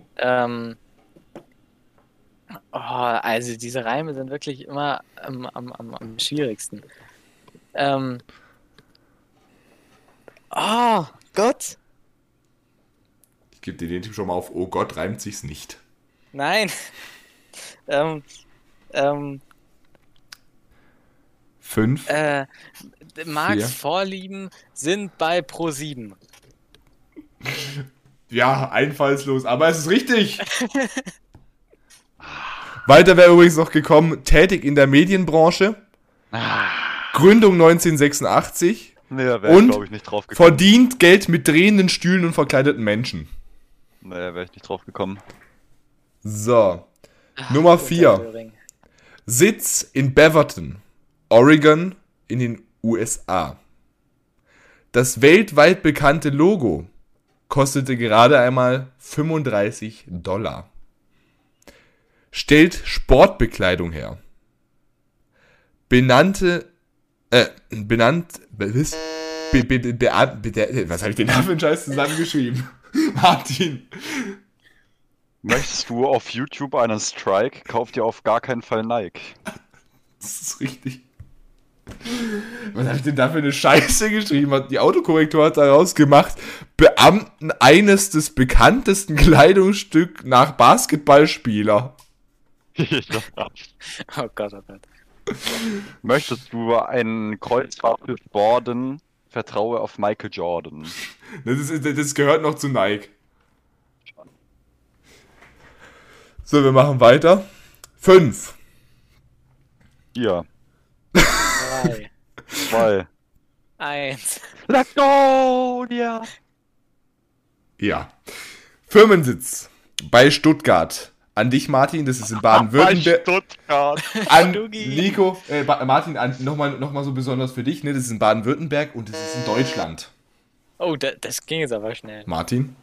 Also diese Reime sind wirklich immer am schwierigsten. Oh Gott! Ich gebe dir den Tipp schon mal auf. Oh Gott, reimt sich's nicht. Nein! 5. Marx 4. Vorlieben sind bei Pro7. Ja, einfallslos, aber es ist richtig. Weiter wäre übrigens noch gekommen, tätig in der Medienbranche. Gründung 1986. Nee, da wäre ich, Und glaube ich, nicht drauf gekommen. verdient Geld mit drehenden Stühlen und verkleideten Menschen. Nee, da wäre ich nicht drauf gekommen. So. Nummer 4. Sitz in Beaverton, Oregon in den USA. Das weltweit bekannte Logo kostete gerade einmal $35. Stellt Sportbekleidung her. Was habe ich denn da für einen Scheiß zusammengeschrieben? Martin. Möchtest du auf YouTube einen Strike? Kauf dir auf gar keinen Fall Nike. Das ist richtig. Was habe ich denn da für eine Scheiße geschrieben? Die Autokorrektur hat daraus gemacht, Beamten eines des bekanntesten Kleidungsstück nach Basketballspieler. Oh Gott, oh Gott. Möchtest du einen Kreuzfahrtschiff boarden? Vertraue auf Michael Jordan. Das gehört noch zu Nike. So, wir machen weiter. 5. 4, 3, 2, 1. let's go! Ja. Ja. Firmensitz bei Stuttgart. An dich, Martin, das ist in Baden-Württemberg. Stuttgart. An Stuggi. Nico, Martin, nochmal so besonders für dich, ne? Das ist in Baden-Württemberg und das ist in Deutschland. Oh, das ging jetzt aber schnell. Martin?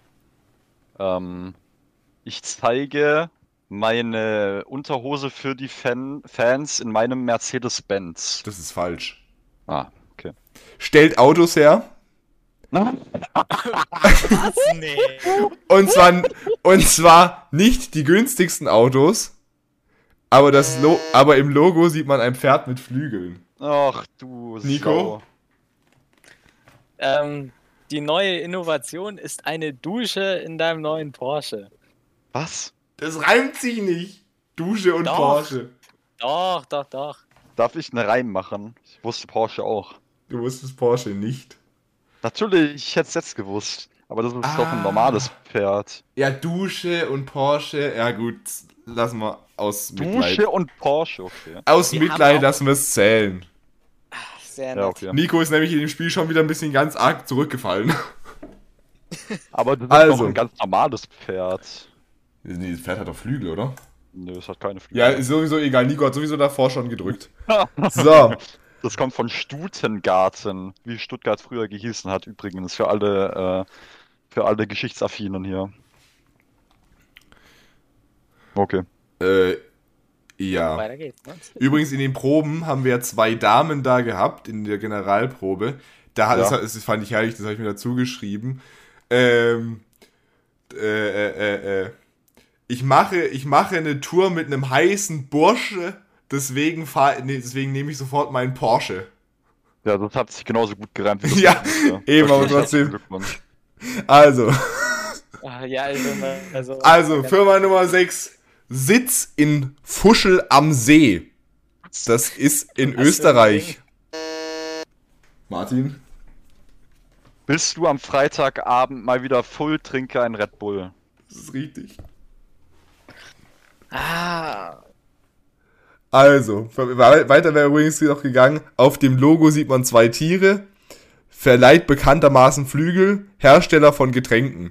Ich zeige meine Unterhose für die Fans in meinem Mercedes-Benz. Das ist falsch. Ah, okay. Stellt Autos her. Was? Nee. Und zwar nicht die günstigsten Autos, aber im Logo sieht man ein Pferd mit Flügeln. Ach du Nico? Sau. Die neue Innovation ist eine Dusche in deinem neuen Porsche. Was? Das reimt sich nicht. Dusche und Doch. Porsche. Doch. Darf ich einen Reim machen? Ich wusste Porsche auch. Du wusstest Porsche nicht. Natürlich, ich hätte es jetzt gewusst. Aber das ist doch ein normales Pferd. Ja, Dusche und Porsche. Ja gut, lassen wir aus Mitleid. Dusche und Porsche, okay. Aus Wir Mitleid haben auch- lassen wir es zählen. Sehr nett. Ja, okay. Nico ist nämlich in dem Spiel schon wieder ein bisschen ganz arg zurückgefallen. Aber das ist Also. doch ein ganz normales Pferd. Nee, das Pferd hat doch Flügel, oder? Nö, es hat keine Flügel. Ja, ist sowieso egal. Nico hat sowieso davor schon gedrückt. So. Das kommt von Stutengarten, wie Stuttgart früher gehießen hat, übrigens, für alle Geschichtsaffinen hier. Okay. Ja. Weiter geht's, ne? Übrigens, in den Proben haben wir 2 Damen da gehabt, in der Generalprobe. Das fand ich herrlich, das habe ich mir dazu geschrieben. Ich mache eine Tour mit einem heißen Bursche, deswegen nehme ich sofort meinen Porsche. Ja, das hat sich genauso gut gereimt wie das Ja, letzte. eben, aber Herzlichen trotzdem. Glückwunsch. Also, Ja, also Firma Nummer 6. Sitz in Fuschel am See. Das ist in Was für ein Österreich. Martin? Bist du am Freitagabend mal wieder full, trinke ein Red Bull? Das ist richtig. Ah, Also, weiter wäre übrigens noch gegangen. Auf dem Logo sieht man 2 Tiere. Verleiht bekanntermaßen Flügel. Hersteller von Getränken.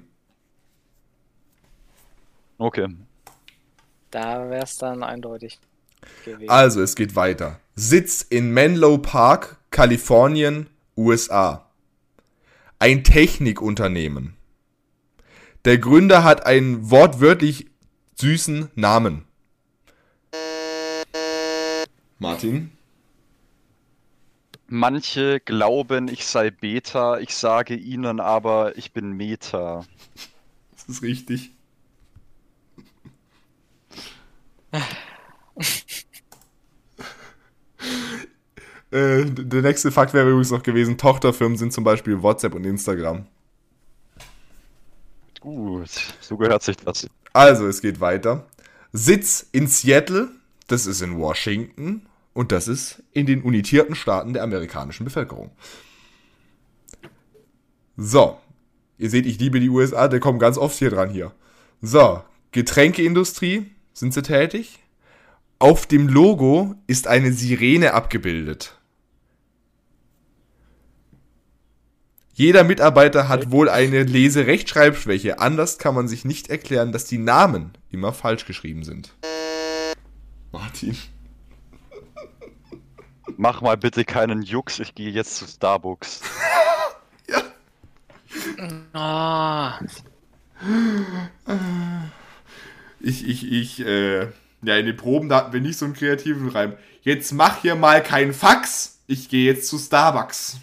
Okay. da wäre es dann eindeutig gewesen. Also, es geht weiter. Sitz in Menlo Park, Kalifornien, USA. Ein Technikunternehmen. Der Gründer hat einen wortwörtlich süßen Namen. Martin? Manche glauben, ich sei Beta, ich sage ihnen aber, ich bin Meta. Das ist richtig. Der nächste Fakt wäre übrigens noch gewesen, Tochterfirmen sind zum Beispiel WhatsApp und Instagram. Gut, so gehört sich das. Also, es geht weiter. Sitz in Seattle, das ist in Washington und das ist in den unitierten Staaten der amerikanischen Bevölkerung. So, ihr seht, ich liebe die USA, der kommt ganz oft hier dran hier. So, Getränkeindustrie, sind sie tätig? Auf dem Logo ist eine Sirene abgebildet. Jeder Mitarbeiter hat wohl eine Lese-Rechtschreibschwäche. Anders kann man sich nicht erklären, dass die Namen immer falsch geschrieben sind. Martin. Mach mal bitte keinen Jux, ich gehe jetzt zu Starbucks. Ah, Ja, in den Proben, da hatten wir nicht so einen kreativen Reim. Jetzt mach hier mal kein Fax. Ich gehe jetzt zu Starbucks.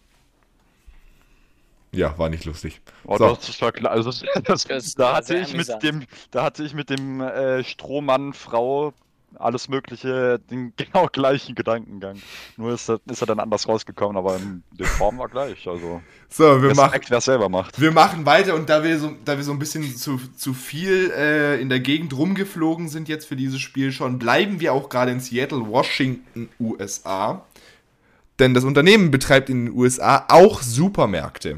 Ja, war nicht lustig. Oh, So. das ist ja klar. Also, Das da war hatte sehr ich mit amüsant. dem, da hatte ich mit dem Strohmann, Frau, alles Mögliche, den genau gleichen Gedankengang. Nur ist er dann anders rausgekommen, aber die Form war gleich. Also, So, wir machen. Respekt, wer es selber macht. Wir machen weiter und da wir so ein bisschen zu viel in der Gegend rumgeflogen sind jetzt für dieses Spiel schon, bleiben wir auch gerade in Seattle, Washington, USA. Denn das Unternehmen betreibt in den USA auch Supermärkte.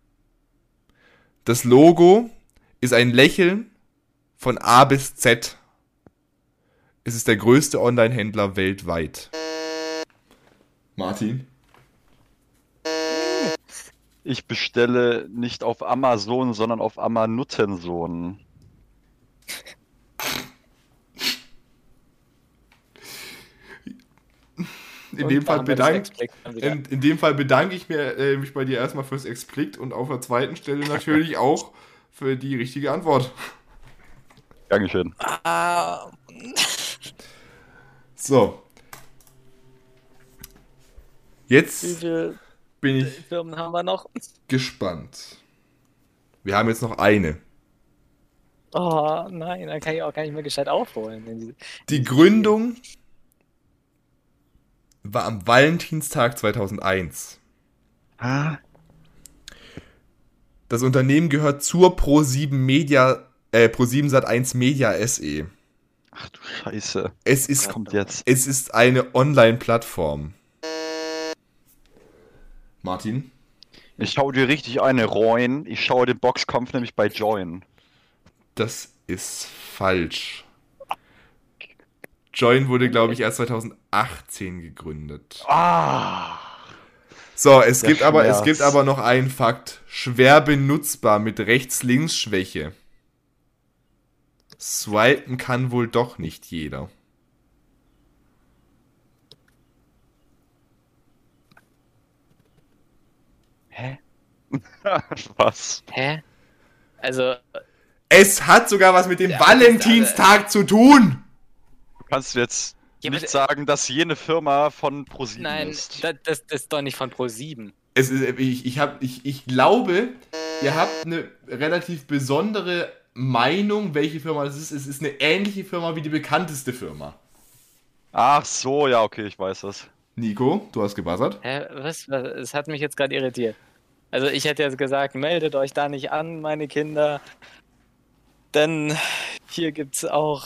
Das Logo ist ein Lächeln von A bis Z. Es ist der größte Online-Händler weltweit. Martin? Ich bestelle nicht auf Amazon, sondern auf Amanuttensohn. In dem Fall in in dem Fall bedanke ich mich bei dir erstmal fürs Explikt und auf der zweiten Stelle natürlich auch für die richtige Antwort. Dankeschön. Ah, So. wie Jetzt viele bin ich Firmen haben wir noch? gespannt. Wir haben jetzt noch eine. Oh nein, dann kann ich auch gar nicht mehr gescheit aufholen. wenn die- Die Gründung war am Valentinstag 2001. Das Unternehmen gehört zur Pro7 Media, Pro7 Sat1 Media SE. Ach du Scheiße. Es Was ist, kommt jetzt? es ist eine Online-Plattform. Martin? Ich schau dir richtig eine rein. Ich schaue den Boxkampf nämlich bei Join. Das ist falsch. Join wurde, glaube ich, erst 2018 gegründet. Ah! So, es Der gibt Schmerz. aber noch einen Fakt. Schwer benutzbar mit Rechts-Links-Schwäche. Swipen kann wohl doch nicht jeder. Hä? Was? Hä? Also, Es hat sogar was mit dem Ja, Valentinstag zu tun. Du kannst jetzt Ja, nicht aber- sagen, dass jene Firma von ProSieben nein, ist. das ist doch nicht von Pro7. Es ist, ich glaube, ihr habt eine relativ besondere Meinung, welche Firma das ist. Es ist eine ähnliche Firma wie die bekannteste Firma. Ach so, ja, okay, ich weiß das. Nico, du hast gebuzzert. Hä, was? Es hat mich jetzt gerade irritiert. Also ich hätte jetzt gesagt, meldet euch da nicht an, meine Kinder. Denn hier gibt's auch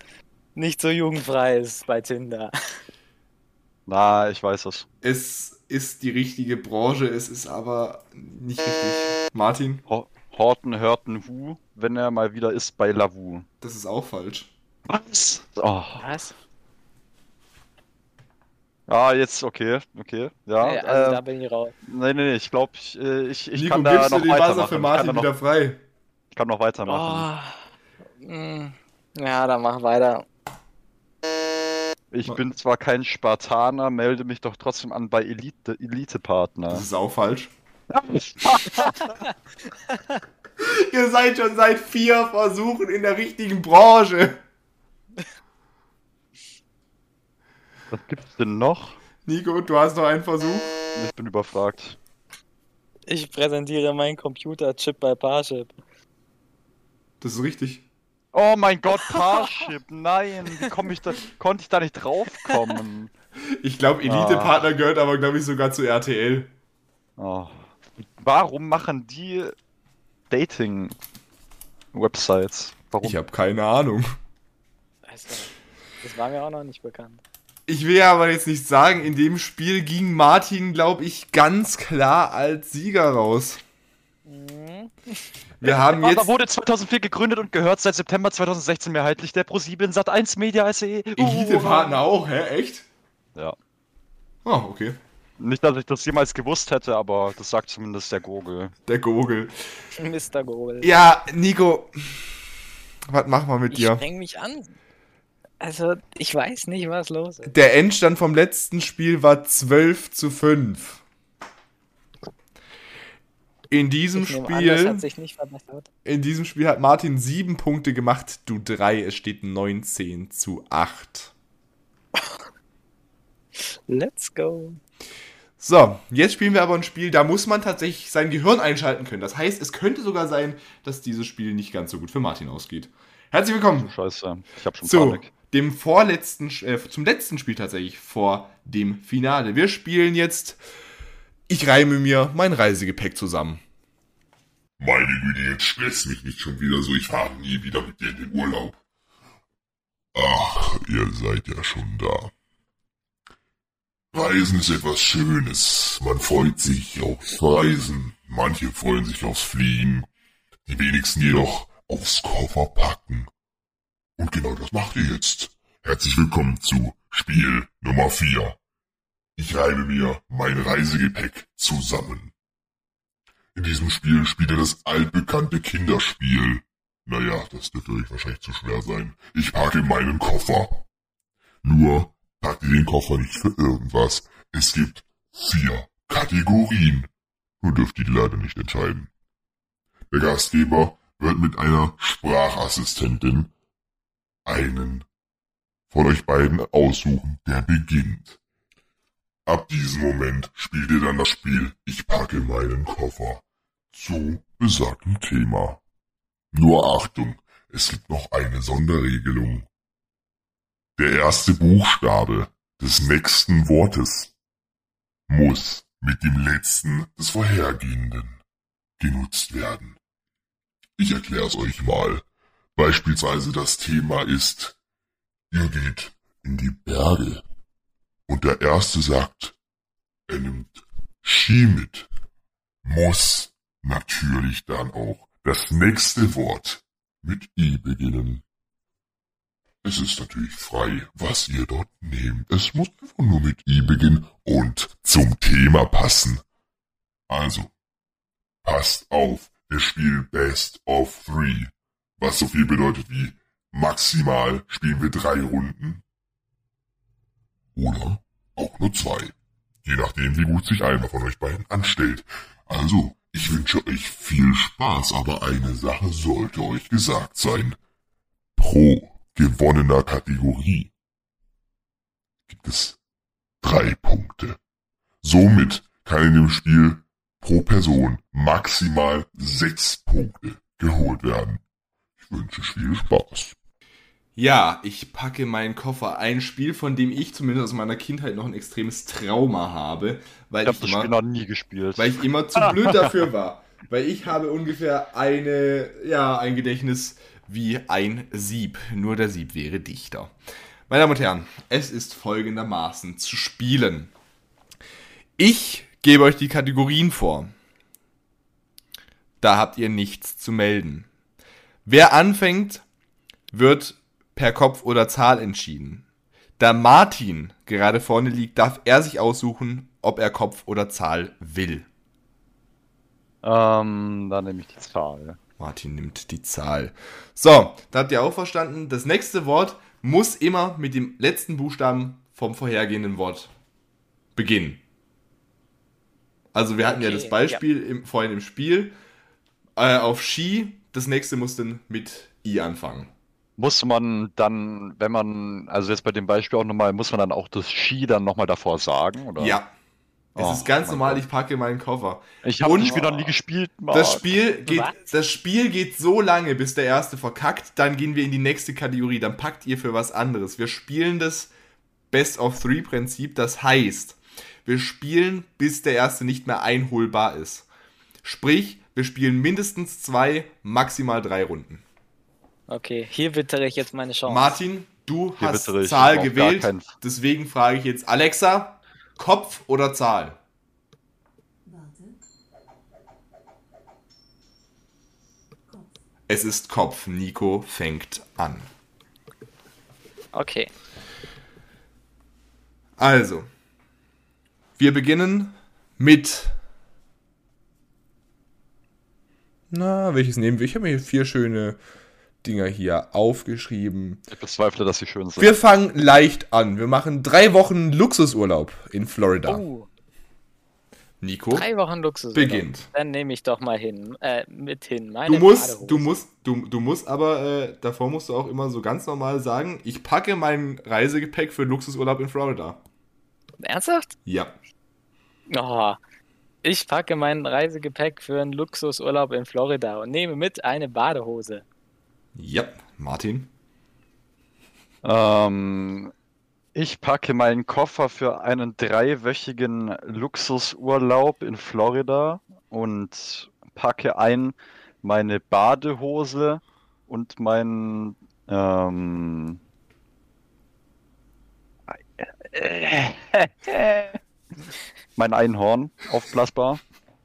nicht so Jugendfreies bei Tinder. Na, ich weiß das. Es ist die richtige Branche, es ist aber nicht richtig. Martin, Horten hörten Wu, wenn er mal wieder ist bei Lavu. das ist auch falsch. Was? Oh. Was? Ah, jetzt, okay. Ja, Nee, also da bin ich raus. nee, ich glaube, ich Nico, kann da gibst du noch den Buzzer weitermachen. für Martin wieder frei? Ich kann noch weitermachen. Ja, dann mach weiter. Ich bin zwar kein Spartaner, melde mich doch trotzdem an bei Elite-Partner. Das ist auch falsch. Ihr seid schon seit 4 Versuchen in der richtigen Branche. Was gibt's denn noch? Nico, du hast noch einen Versuch. Ich bin überfragt. Ich präsentiere meinen Computer-Chip bei Parship. Das ist richtig. Oh mein Gott, Parship, nein, wie konnte ich da nicht draufkommen? Ich glaube, Elite-Partner gehört aber, glaube ich, sogar zu RTL. Oh. Warum machen die Dating-Websites? Warum? Ich habe keine Ahnung. Also, das war mir auch noch nicht bekannt. Ich will aber jetzt nicht sagen, in dem Spiel ging Martin, glaube ich, ganz klar als Sieger raus. Wir haben Der jetzt... Partner wurde 2004 gegründet und gehört seit September 2016 mehrheitlich der ProSieben Sat1 Media SE. Elite-Partner auch, hä? Echt? Ja. Oh, okay. Nicht, dass ich das jemals gewusst hätte, aber das sagt zumindest der Google. Der Gogel. Mr. Goal. Ja, Nico, was machen wir mit Ich dir? streng mich an. Also, ich weiß nicht, was los ist. Der Endstand vom letzten Spiel war 12:5. In diesem Ich nehme an, das Spiel, hat sich nicht verbessert. hat Martin 7 Punkte gemacht, du 3. Es steht 19:8. Let's go. So, jetzt spielen wir aber ein Spiel, da muss man tatsächlich sein Gehirn einschalten können. Das heißt, es könnte sogar sein, dass dieses Spiel nicht ganz so gut für Martin ausgeht. Herzlich willkommen Scheiße, ich hab schon zu Panik. dem zum letzten Spiel tatsächlich vor dem Finale. Wir spielen jetzt Ich reime mir mein Reisegepäck zusammen. Meine Güte, jetzt stresst mich nicht schon wieder so. Ich fahre nie wieder mit dir in den Urlaub. Ach, ihr seid ja schon da. Reisen ist etwas Schönes. Man freut sich aufs Reisen. Manche freuen sich aufs Fliegen. Die wenigsten jedoch aufs Kofferpacken. Und genau das macht ihr jetzt. Herzlich willkommen zu Spiel Nummer 4. Ich reime mir mein Reisegepäck zusammen. In diesem Spiel spielt ihr das altbekannte Kinderspiel. Naja, das dürfte euch wahrscheinlich zu schwer sein. Ich packe meinen Koffer. Nur packt ihr den Koffer nicht für irgendwas. Es gibt 4 Kategorien. Nur dürft ihr die leider nicht entscheiden. Der Gastgeber wird mit einer Sprachassistentin einen von euch beiden aussuchen, der beginnt. Ab diesem Moment spielt ihr dann das Spiel Ich packe meinen Koffer zu besagtem Thema. Nur Achtung, es gibt noch eine Sonderregelung. Der erste Buchstabe des nächsten Wortes muss mit dem letzten des vorhergehenden genutzt werden. Ich erkläre es euch mal. Beispielsweise das Thema ist, ihr geht in die Berge. Und der Erste sagt, er nimmt Ski mit, muss natürlich dann auch das nächste Wort mit I beginnen. Es ist natürlich frei, was ihr dort nehmt. Es muss einfach nur mit I beginnen und zum Thema passen. Also, passt auf, wir spielen Best of 3, was so viel bedeutet wie maximal spielen wir 3 Runden. Oder auch nur 2. Je nachdem, wie gut sich einer von euch beiden anstellt. Also, ich wünsche euch viel Spaß, aber eine Sache sollte euch gesagt sein. Pro gewonnener Kategorie gibt es 3 Punkte. Somit kann in dem Spiel pro Person maximal 6 Punkte geholt werden. Ich wünsche viel Spaß. Ja, ich packe meinen Koffer. Ein Spiel, von dem ich zumindest aus meiner Kindheit noch ein extremes Trauma habe, weil Ich habe das Spiel noch nie gespielt. weil ich immer zu blöd dafür war. Weil ich habe ungefähr ein Gedächtnis wie ein Sieb. Nur der Sieb wäre dichter. Meine Damen und Herren, es ist folgendermaßen zu spielen. Ich gebe euch die Kategorien vor. Da habt ihr nichts zu melden. Wer anfängt, wird per Kopf oder Zahl entschieden. Da Martin gerade vorne liegt, darf er sich aussuchen, ob er Kopf oder Zahl will. Dann nehme ich die Zahl. Martin nimmt die Zahl. So, da habt ihr auch verstanden. Das nächste Wort muss immer mit dem letzten Buchstaben vom vorhergehenden Wort beginnen. Also wir hatten ja das Beispiel vorhin im Spiel. Auf Ski, das nächste muss dann mit I anfangen. Muss man dann, wenn man, also jetzt bei dem Beispiel auch nochmal, muss man dann auch das Ski dann nochmal davor sagen, oder? Ja. Es Oh, ist ganz mein normal, Gott. ich packe meinen Koffer. Ich habe Und das Spiel noch nie gespielt, Mann. Das Spiel Was? geht so lange, bis der Erste verkackt, dann gehen wir in die nächste Kategorie, dann packt ihr für was anderes. Wir spielen das Best-of-Three-Prinzip, das heißt, wir spielen, bis der Erste nicht mehr einholbar ist. Sprich, wir spielen mindestens 2, maximal 3 Runden. Okay, hier wittere ich jetzt meine Chance. Martin, du Hier hast wittere ich Zahl auf gar gewählt, keinen Fall. deswegen frage ich jetzt Alexa, Kopf oder Zahl? Es ist Kopf. Nico fängt an. Okay. Also, wir beginnen mit... Na, welches nehmen wir? Ich habe mir hier 4 schöne Dinger hier aufgeschrieben. Ich bezweifle, dass sie schön sind. Wir fangen leicht an. Wir machen 3 Wochen Luxusurlaub in Florida. Nico, 3 Wochen Luxus. beginnt. Dann nehme ich doch mal mit hin. Du Meine musst, Badehose. du musst aber, davor musst du auch immer so ganz normal sagen, ich packe mein Reisegepäck für Luxusurlaub in Florida. Ernsthaft? Ja. Oh, ich packe mein Reisegepäck für einen Luxusurlaub in Florida und nehme mit eine Badehose. Ja, Martin. Ich packe meinen Koffer für einen 3-wöchigen Luxusurlaub in Florida und packe ein meine Badehose und mein mein Einhorn aufblasbar.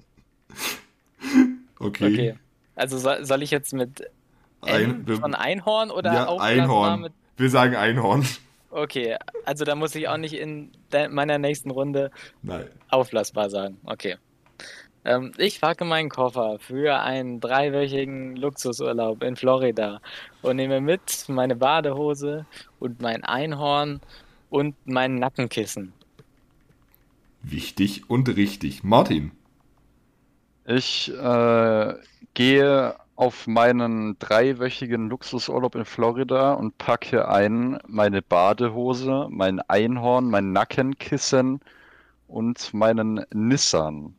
Okay. Also soll ich jetzt mit von Einhorn oder Ja, aufblasbar Einhorn. mit... Wir sagen Einhorn. Okay, also da muss ich auch nicht in meiner nächsten Runde Nein. aufblasbar sagen. Okay. Ich packe meinen Koffer für einen 3-wöchigen Luxusurlaub in Florida und nehme mit meine Badehose und mein Einhorn und mein Nackenkissen. Wichtig und richtig. Martin. Ich gehe auf meinen 3-wöchigen Luxusurlaub in Florida und packe ein meine Badehose, mein Einhorn, mein Nackenkissen und meinen Nissan.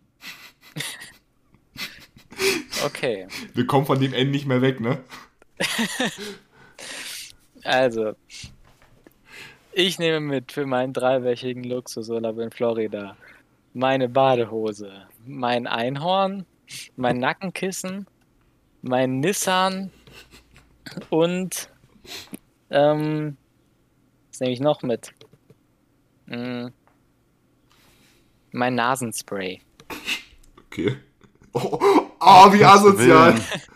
Okay, Wir kommen von dem N nicht mehr weg, ne? also ich nehme mit für meinen 3-wöchigen Luxusurlaub in Florida meine Badehose, mein Einhorn, mein Nackenkissen, mein Nissan und was nehme ich noch mit? Mein Nasenspray. Okay. Wie asozial.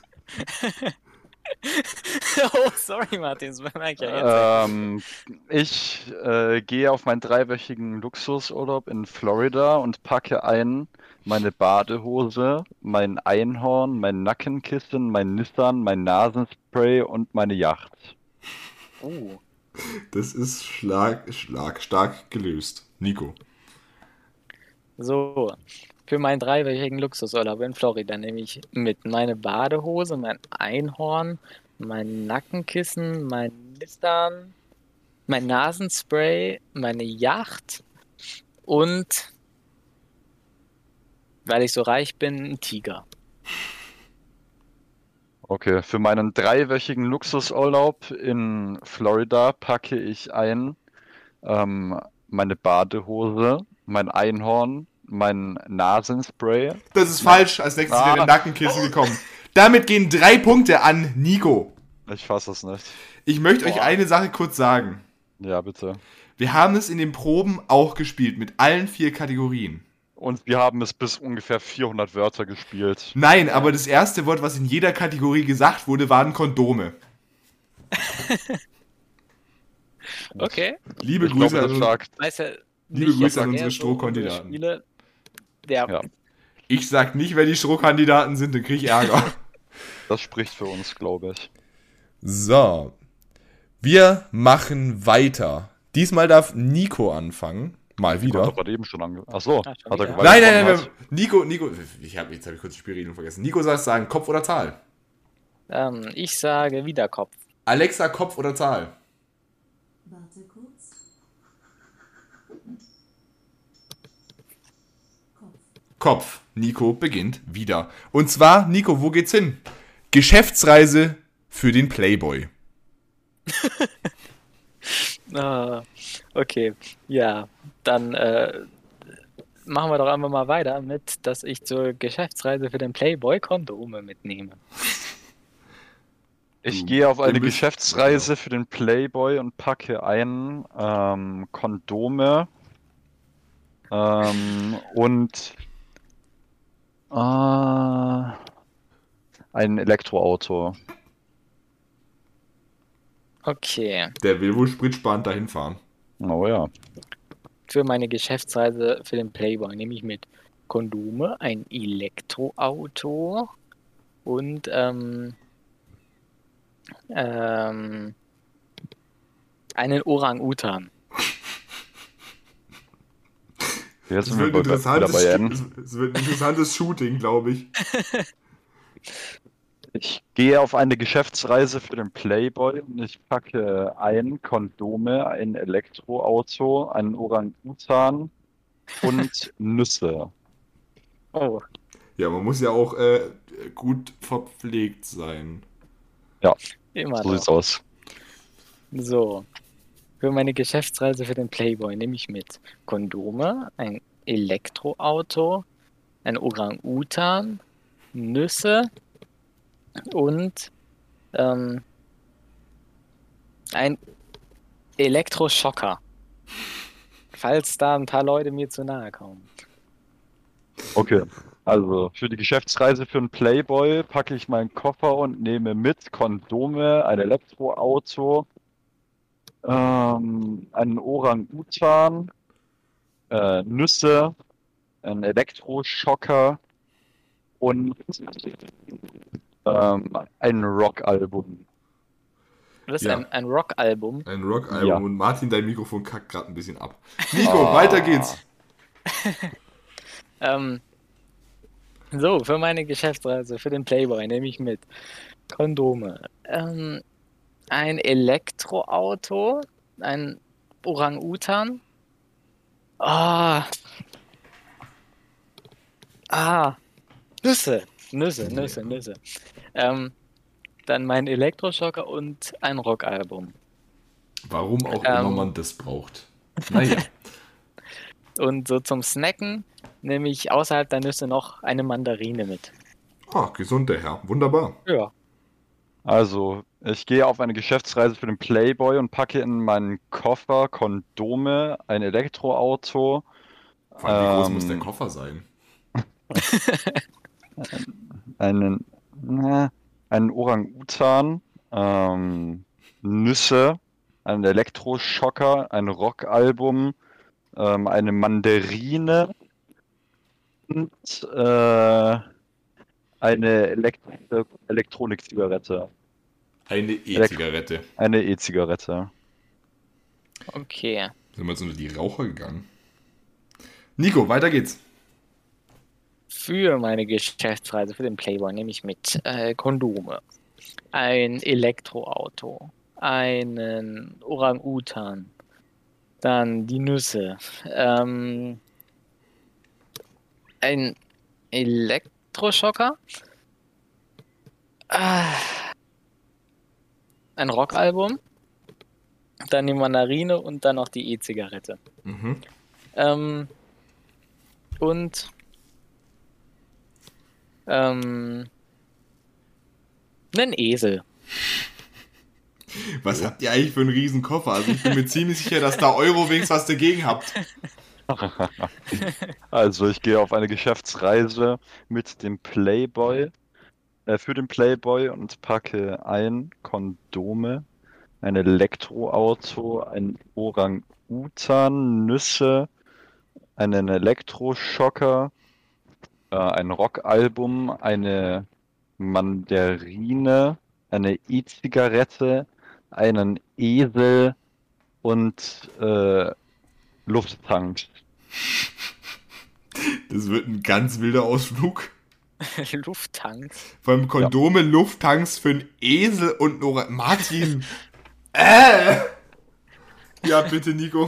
Oh, sorry, Martin, das merke ich ja jetzt. Ich gehe auf meinen 3-wöchigen Luxusurlaub in Florida und packe ein meine Badehose, mein Einhorn, mein Nackenkissen, mein Nissan, mein Nasenspray und meine Yacht. Das ist stark gelöst. Nico. So, für meinen 3-wöchigen Luxusurlaub in Florida nehme ich mit meine Badehose, mein Einhorn, mein Nackenkissen, mein Nissan, mein Nasenspray, meine Yacht und, weil ich so reich bin, ein Tiger. Okay, für meinen 3-wöchigen Luxusurlaub in Florida packe ich ein meine Badehose, mein Einhorn, mein Nasenspray. Das ist falsch. Als nächstes wäre ein Nackenkissen gekommen. Damit gehen 3 Punkte an Nico. Ich fasse es nicht. Ich möchte euch eine Sache kurz sagen. Ja, bitte. Wir haben es in den Proben auch gespielt mit allen 4 Kategorien. Und wir haben es bis ungefähr 400 Wörter gespielt. Nein, aber das erste Wort, was in jeder Kategorie gesagt wurde, waren Kondome. Okay. Liebe Ich Grüße glaube, an das uns. sagt, Weiß ja Liebe nicht, Grüße an wer unsere so Strohkandidaten. Spiele. Ja. Ja. Ich sag nicht, wer die Strohkandidaten sind, dann krieg ich Ärger. das spricht für uns, glaube ich. So. Wir machen weiter. Diesmal darf Nico anfangen. Mal Hat wieder. doch gerade eben schon Achso, Ah, schon hat er wieder. gewalt Nein, nein, bekommen nein. Nico. Jetzt habe ich kurz die Spielregeln vergessen. Nico soll sagen, Kopf oder Zahl? Ich sage wieder Kopf. Alexa, Kopf oder Zahl? Warte kurz. Kopf. Nico beginnt wieder. Und zwar, Nico, wo geht's hin? Geschäftsreise für den Playboy. Okay, ja, dann machen wir doch einfach mal weiter mit, dass ich zur Geschäftsreise für den Playboy Kondome mitnehme. Ich gehe auf eine bist- Geschäftsreise für den Playboy und packe ein Kondome und ein Elektroauto. Okay, Der will wohl spritsparend dahin fahren. Oh ja. für meine Geschäftsreise für den Playboy nehme ich mit Kondome, ein Elektroauto und einen Orang-Utan. Jetzt Es sind wir wird, wieder bei N. es wird ein interessantes Shooting, glaube ich. Ich gehe auf eine Geschäftsreise für den Playboy und ich packe ein Kondome, ein Elektroauto, einen Orang-Utan und Nüsse. Oh, Ja, man muss ja auch gut verpflegt sein. immer So noch. sieht's aus. So, für meine Geschäftsreise für den Playboy nehme ich mit Kondome, ein Elektroauto, ein Orang-Utan, Nüsse und ein Elektroschocker. Falls da ein paar Leute mir zu nahe kommen. Okay, also für die Geschäftsreise für den Playboy packe ich meinen Koffer und nehme mit Kondome, ein Elektroauto, einen Orang-Utan, Nüsse, einen Elektroschocker und ein Rockalbum. Das ist Ja. ein Rock-Album. Ein Rockalbum Ja. und Martin, dein Mikrofon kackt gerade ein bisschen ab. Nico, weiter geht's. So, für meine Geschäftsreise für den Playboy nehme ich mit Kondome, ein Elektroauto, ein Orang-Utan, Nüsse. Dann mein Elektroschocker und ein Rockalbum. Warum auch Ähm. immer man das braucht. Naja. Und so zum Snacken nehme ich außerhalb der Nüsse noch eine Mandarine mit. Gesund der Herr. Wunderbar. Ja. Also, ich gehe auf eine Geschäftsreise für den Playboy und packe in meinen Koffer Kondome, ein Elektroauto, Vor allem, wie groß muss der Koffer sein? einen Orang-Utan, Nüsse, einen Elektroschocker, ein Rockalbum, eine Mandarine und eine Elektronikzigarette. Eine E-Zigarette. Eine E-Zigarette. Okay. Sind wir jetzt unter die Raucher gegangen? Nico, weiter geht's. Für meine Geschäftsreise für den Playboy nehme ich mit Kondome, ein Elektroauto, einen Orang-Utan, dann die Nüsse, ein Elektroschocker, ein Rockalbum, dann die Mandarine und dann noch die E-Zigarette. Mhm. Und einen Esel. Was habt ihr eigentlich für einen riesen Koffer? Also ich bin mir ziemlich sicher, dass da Eurowings was dagegen habt. Also, ich gehe auf eine Geschäftsreise mit dem Playboy, für den Playboy und packe ein Kondome, ein Elektroauto, ein Orang-Utan, Nüsse, einen Elektroschocker, ein Rockalbum, eine Mandarine, eine E-Zigarette, einen Esel und Lufttanks. Das wird ein ganz wilder Ausflug. Lufttanks. Vor allem Kondome, Lufttanks für einen Esel und Nora. Martin! Ja, bitte, Nico.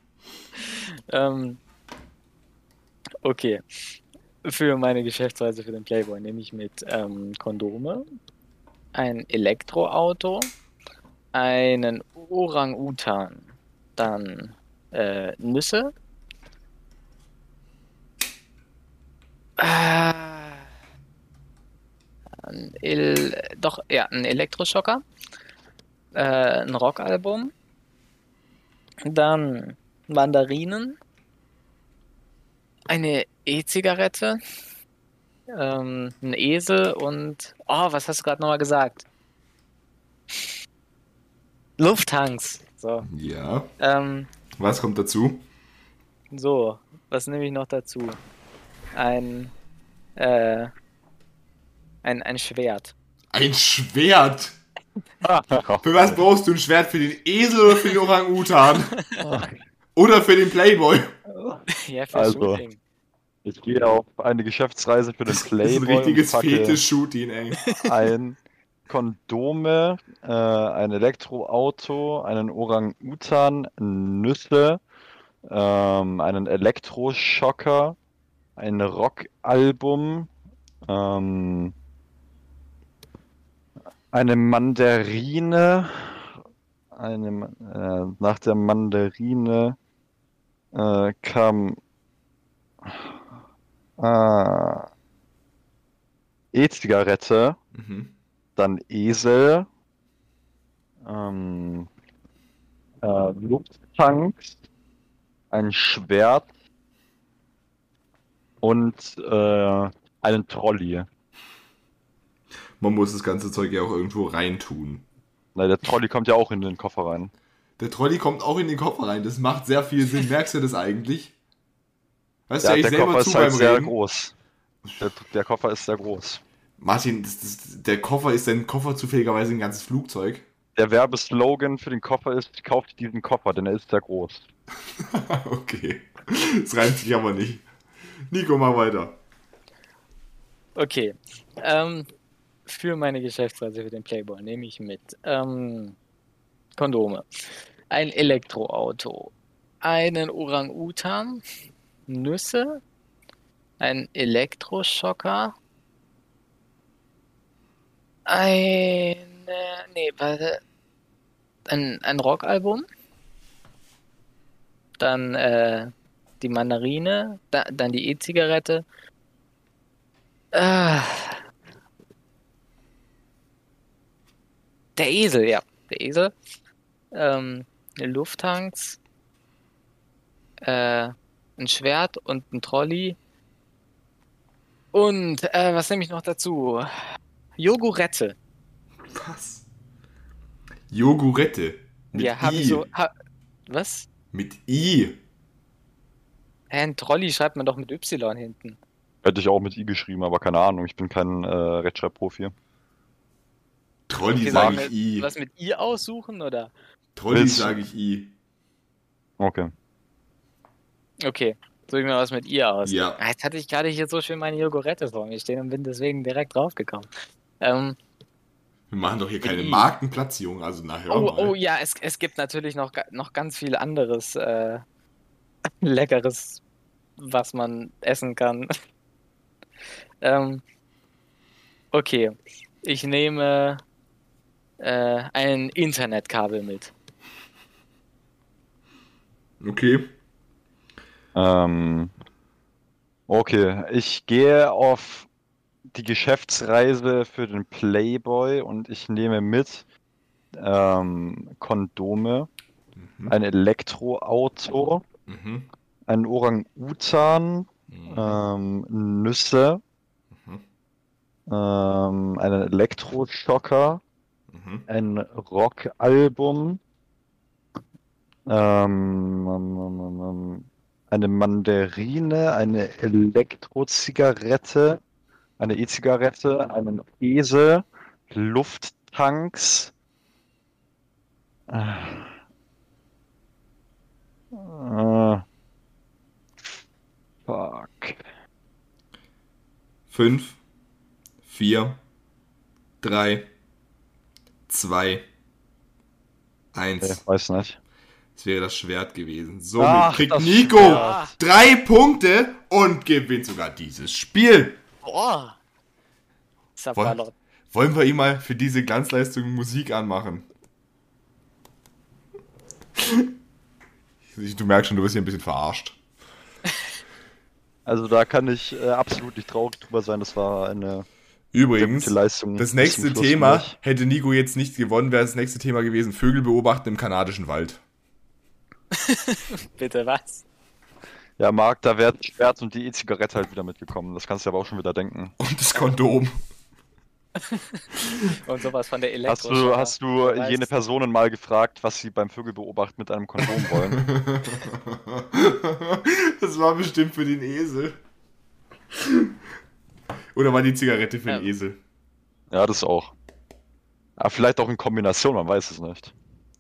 Okay. Für meine Geschäftsreise für den Playboy nehme ich mit Kondome, ein Elektroauto, einen Orang-Utan, dann Nüsse, ein Elektroschocker, ein Rockalbum, dann Mandarinen, eine E-Zigarette, ein Esel und... Oh, was hast du gerade nochmal gesagt? Lufttanks. So. Ja. Was kommt dazu? So, was nehme ich noch dazu? Ein Schwert. Ein Schwert! Für was brauchst du ein Schwert? Für den Esel oder für den Orang-Utan? Oder für den Playboy? Ja, für Also, Shooting. Ich gehe auf eine Geschäftsreise für den Das ist Playboy ein richtiges und packe Fetisch-Shooting, ey. ein Kondome, ein Elektroauto, einen Orang-Utan, Nüsse, einen Elektroschocker, ein Rockalbum, eine Mandarine, nach der Mandarine kam E-Zigarette, dann Esel, Lufttanks, ein Schwert und einen Trolley. Man muss das ganze Zeug ja auch irgendwo reintun. Nein, der Trolley kommt ja auch in den Koffer rein. Der Trolley kommt auch in den Koffer rein. Das macht sehr viel Sinn. Merkst du das eigentlich? Weißt du Ja, eigentlich der selber Koffer zu ist halt beim sehr Reden? groß. Der Koffer ist sehr groß. Martin, der Koffer ist dein Koffer zufälligerweise ein ganzes Flugzeug. Der Werbeslogan für den Koffer ist: Kauft diesen Koffer, denn er ist sehr groß. Okay. Das reimt sich aber nicht. Nico, mach weiter. Okay. Für meine Geschäftsreise für den Playboy nehme ich mit Kondome, ein Elektroauto, einen Orang-Utan, Nüsse, ein Elektroschocker, ein Rockalbum, dann die Mandarine, dann die E-Zigarette, der Esel, ja, der Esel, Lufttanks, ein Schwert und ein Trolley und was nehme ich noch dazu? Jogurette. Was? Jogurette. Mit Ja, habe I. ich so. Was? Mit I. Ein Trolley schreibt man doch mit Y hinten. Hätte ich auch mit I geschrieben, aber keine Ahnung, ich bin kein Rechtschreibprofi. Trolley Okay, sage sollen ich wir I. was mit I aussuchen oder? Trolley Willst du? sage ich I. Okay. Okay, suche ich mir was mit I aus. Ja. Jetzt hatte ich gerade hier so schön meine Jogurette vor mir stehen und bin deswegen direkt draufgekommen. Wir machen doch hier keine I. Markenplatzierung, also nachher mal. Oh ja, es gibt natürlich noch ganz viel anderes Leckeres, was man essen kann. Okay, ich nehme ein Internetkabel mit. Okay. Okay, ich gehe auf die Geschäftsreise für den Playboy und ich nehme mit Kondome, ein Elektroauto, Mhm. Ein Orang-Utan, Nüsse, einen Elektroschocker, ein Rockalbum, eine Mandarine, eine Elektrozigarette, eine E-Zigarette, einen Esel, Lufttanks, fuck. 5, 4, 3, 2, 1. Weiß nicht. Das wäre das Schwert gewesen. Somit Ach, kriegt das Nico Schwert. 3 Punkte und gewinnt sogar dieses Spiel. Boah. Sabalot. Wollen wir ihm mal für diese Glanzleistung Musik anmachen? Du merkst schon, du wirst hier ein bisschen verarscht. Also da kann ich absolut nicht traurig drüber sein. Das war eine Übrigens, sehr gute Leistung. das bis nächste zum Schluss Thema, für mich. hätte Nico jetzt nicht gewonnen, wäre das nächste Thema gewesen, Vögel beobachten im kanadischen Wald. Bitte was? Ja, Marc, da wäre das Schwert und die E-Zigarette halt wieder mitgekommen. Das kannst du aber auch schon wieder denken. Und das Kondom. Und sowas von der Hast Elektro. du jene Personen mal gefragt, was sie beim Vögelbeobachten mit einem Kondom wollen? Das war bestimmt für den Esel. Oder war die Zigarette für den Esel? Ja, das auch. Aber vielleicht auch in Kombination, man weiß es nicht.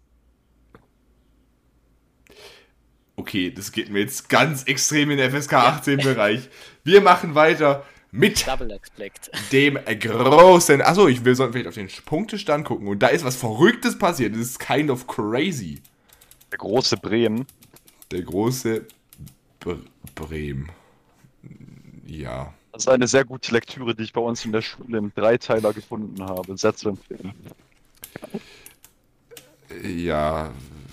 Okay, das geht mir jetzt ganz extrem in den FSK 18 Bereich. Wir machen weiter mit Double Explicit. dem großen... Achso, wir sollten vielleicht auf den Punktestand gucken. Und da ist was Verrücktes passiert. Das ist kind of crazy. Der große Bremen. Der große Bremen. Ja. Das ist eine sehr gute Lektüre, die ich bei uns in der Schule im Dreiteiler gefunden habe. Sehr zu empfehlen. Ja.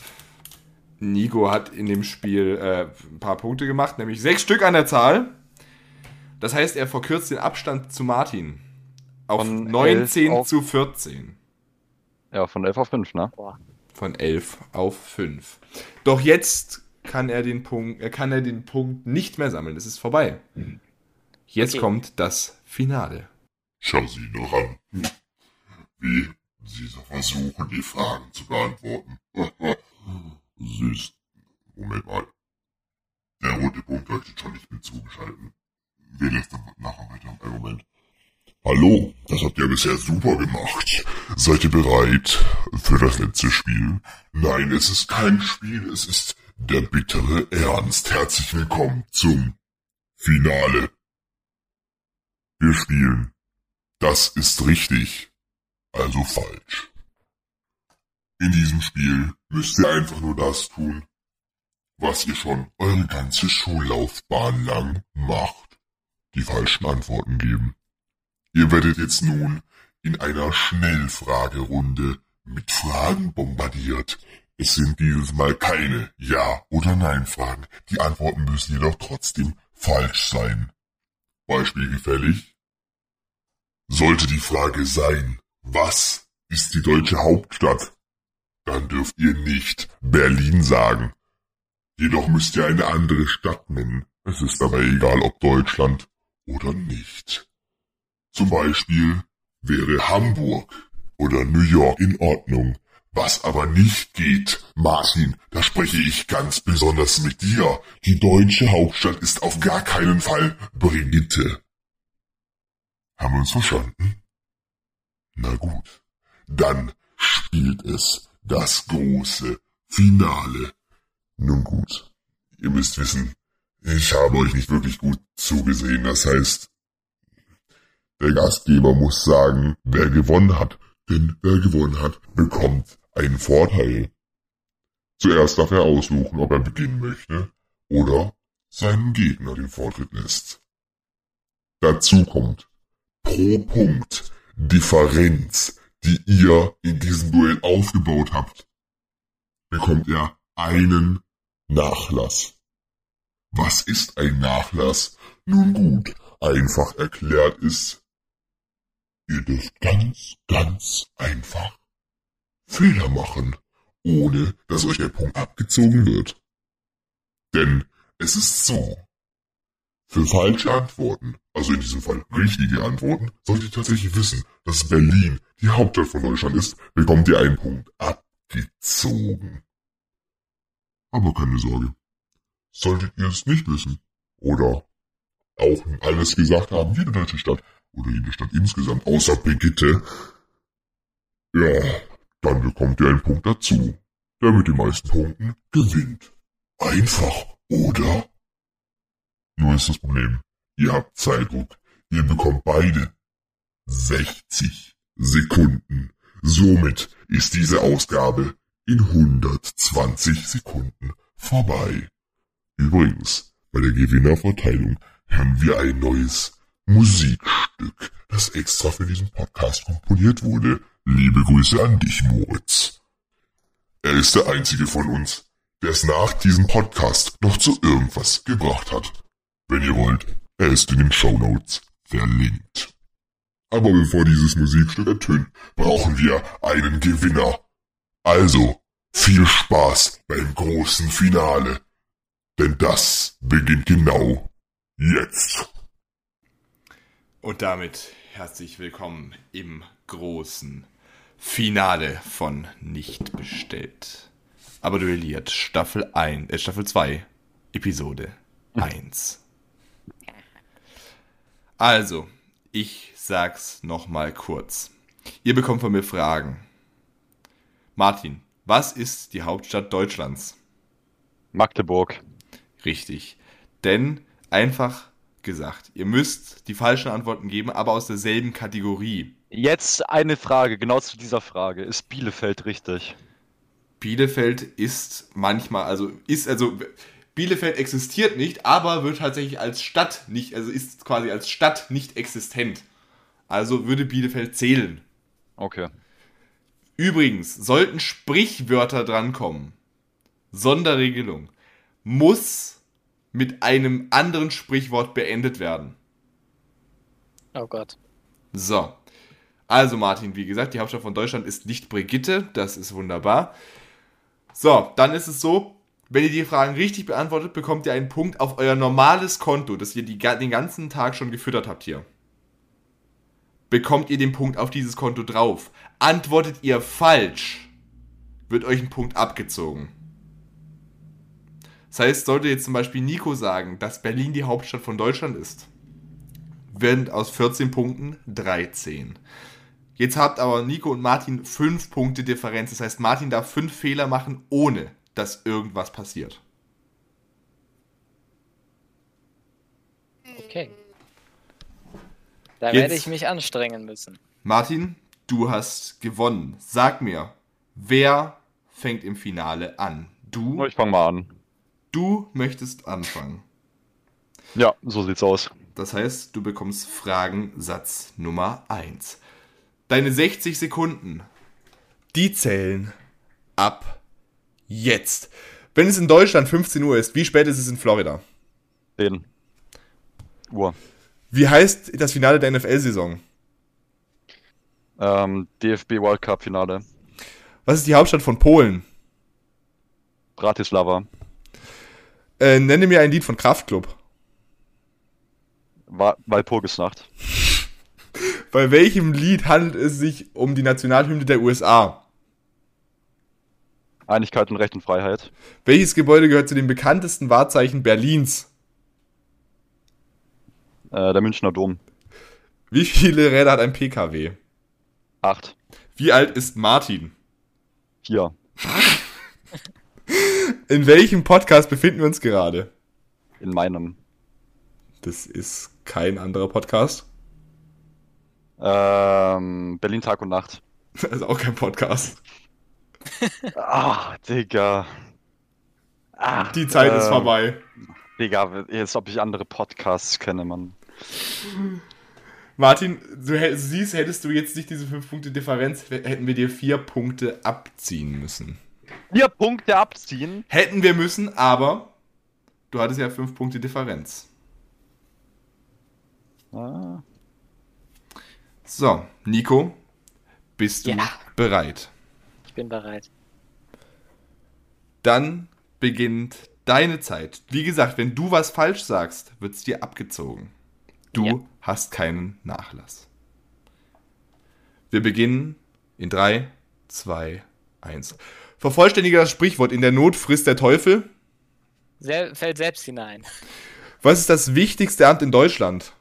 Nico hat in dem Spiel ein paar Punkte gemacht, nämlich 6 Stück an der Zahl. Das heißt, er verkürzt den Abstand zu Martin auf Von 19 11 zu 14. Ja, von 11 auf 5, ne? Von 11 auf 5. Doch jetzt kann er den Punkt nicht mehr sammeln. Es ist vorbei. Jetzt Okay. kommt das Finale. Schau sie nur an. Wie sie so versuchen, die Fragen zu beantworten. Süß. Moment mal. Der rote Punkt leuchtet schon nicht mit zugeschalten. Wer lässt dann nachher weiter? Einen Moment. Hallo, das habt ihr bisher super gemacht. Seid ihr bereit für das letzte Spiel? Nein, es ist kein Spiel, es ist der bittere Ernst. Herzlich willkommen zum Finale. Wir spielen. Das ist richtig. Also falsch. In diesem Spiel müsst ihr einfach nur das tun, was ihr schon eure ganze Schullaufbahn lang macht. Die falschen Antworten geben. Ihr werdet jetzt nun in einer Schnellfragerunde mit Fragen bombardiert. Es sind dieses Mal keine Ja- oder Nein-Fragen. Die Antworten müssen jedoch trotzdem falsch sein. Beispiel gefällig? Sollte die Frage sein, was ist die deutsche Hauptstadt? Dann dürft ihr nicht Berlin sagen. Jedoch müsst ihr eine andere Stadt nennen. Es ist aber egal, ob Deutschland oder nicht. Zum Beispiel wäre Hamburg oder New York in Ordnung. Was aber nicht geht, Martin, da spreche ich ganz besonders mit dir. Die deutsche Hauptstadt ist auf gar keinen Fall Brigitte. Haben wir uns verstanden? Na gut, dann spielt es das große Finale. Nun gut, ihr müsst wissen, ich habe euch nicht wirklich gut zugesehen, das heißt, der Gastgeber muss sagen, wer gewonnen hat, denn wer gewonnen hat, bekommt einen Vorteil. Zuerst darf er aussuchen, ob er beginnen möchte oder seinen Gegner den Vortritt lässt. Dazu kommt pro Punkt Differenz, die ihr in diesem Duell aufgebaut habt, bekommt er einen Nachlass. Was ist ein Nachlass? Nun gut, einfach erklärt ist, ihr dürft ganz einfach Fehler machen, ohne dass euch der Punkt abgezogen wird. Denn Es ist so. Für falsche Antworten, also in diesem Fall richtige Antworten, solltet ihr tatsächlich wissen, dass Berlin die Hauptstadt von Deutschland ist, bekommt ihr einen Punkt abgezogen. Aber keine Sorge. Solltet ihr es nicht wissen, oder auch alles gesagt haben, jede deutsche Stadt, oder jede Stadt insgesamt, außer Brigitte, ja, dann bekommt ihr einen Punkt dazu. Der mit den meisten Punkten gewinnt. Einfach, oder? Nur ist das Problem, ihr habt Zeitdruck. Ihr bekommt beide 60 Sekunden. Somit ist diese Ausgabe in 120 Sekunden vorbei. Übrigens, bei der Gewinnerverteilung haben wir ein neues Musikstück, das extra für diesen Podcast komponiert wurde. Liebe Grüße an dich, Moritz. Er ist der einzige von uns, der es nach diesem Podcast noch zu irgendwas gebracht hat. Wenn ihr wollt, er ist in den Shownotes verlinkt. Aber bevor dieses Musikstück ertönt, brauchen wir einen Gewinner. Also, viel Spaß beim großen Finale. Denn das beginnt genau jetzt. Und damit herzlich willkommen im großen Finale von Nicht bestellt. Aber duelliert Staffel 2, Episode 1. Also, ich sag's nochmal kurz. Ihr bekommt von mir Fragen. Martin, was ist die Hauptstadt Deutschlands? Magdeburg. Richtig. Denn, einfach gesagt, ihr müsst die falschen Antworten geben, aber aus derselben Kategorie. Jetzt eine Frage, genau zu dieser Frage. Ist Bielefeld richtig? Bielefeld ist manchmal, Bielefeld existiert nicht, aber wird tatsächlich als Stadt nicht, also ist quasi als Stadt nicht existent. Also würde Bielefeld zählen. Okay. Übrigens, sollten Sprichwörter drankommen, Sonderregelung, muss mit einem anderen Sprichwort beendet werden. Oh Gott. So. Also Martin, wie gesagt, die Hauptstadt von Deutschland ist nicht Brigitte, das ist wunderbar. So, dann ist es so, wenn ihr die Fragen richtig beantwortet, bekommt ihr einen Punkt auf euer normales Konto, das ihr den ganzen Tag schon gefüttert habt hier. Bekommt ihr den Punkt auf dieses Konto drauf. Antwortet ihr falsch, wird euch ein Punkt abgezogen. Das heißt, sollte jetzt zum Beispiel Nico sagen, dass Berlin die Hauptstadt von Deutschland ist, werden aus 14 Punkten 13. Jetzt habt aber Nico und Martin 5 Punkte Differenz. Das heißt, Martin darf 5 Fehler machen, ohne dass irgendwas passiert. Okay. Da Jetzt- werde ich mich anstrengen müssen. Martin, du hast gewonnen. Sag mir, wer fängt im Finale an? Ich fange mal an. Du möchtest anfangen. Ja, so sieht's aus. Das heißt, du bekommst Fragensatz Nummer 1. Deine 60 Sekunden, die zählen ab jetzt. Wenn es in Deutschland 15 Uhr ist, wie spät ist es in Florida? 10 Uhr. Wie heißt das Finale der NFL-Saison? DFB World Cup Finale. Was ist die Hauptstadt von Polen? Bratislava. Nenne mir ein Lied von Kraftklub. Walpurgisnacht. Bei welchem Lied handelt es sich um die Nationalhymne der USA? Einigkeit und Recht und Freiheit. Welches Gebäude gehört zu den bekanntesten Wahrzeichen Berlins? Der Münchner Dom. Wie viele Räder hat ein PKW? 8. Wie alt ist Martin? 4. In welchem Podcast befinden wir uns gerade? In meinem. Das ist kein anderer Podcast. Berlin Tag und Nacht. Das ist auch kein Podcast. Digga. Die Zeit ist vorbei. Digga, jetzt ob ich andere Podcasts kenne, Mann. Martin, du siehst, hättest du jetzt nicht diese 5 Punkte Differenz, hätten wir dir 4 Punkte abziehen müssen. 4 Punkte abziehen? Hätten wir müssen, aber du hattest ja 5 Punkte Differenz. Ah. So, Nico, bist du Ja. bereit? Ich bin bereit. Dann beginnt deine Zeit. Wie gesagt, wenn du was falsch sagst, wird es dir abgezogen. Du hast keinen Nachlass. Wir beginnen in 3, 2, 1. Vervollständige das Sprichwort, in der Not frisst der Teufel. Fällt selbst hinein. Was ist das wichtigste Amt in Deutschland?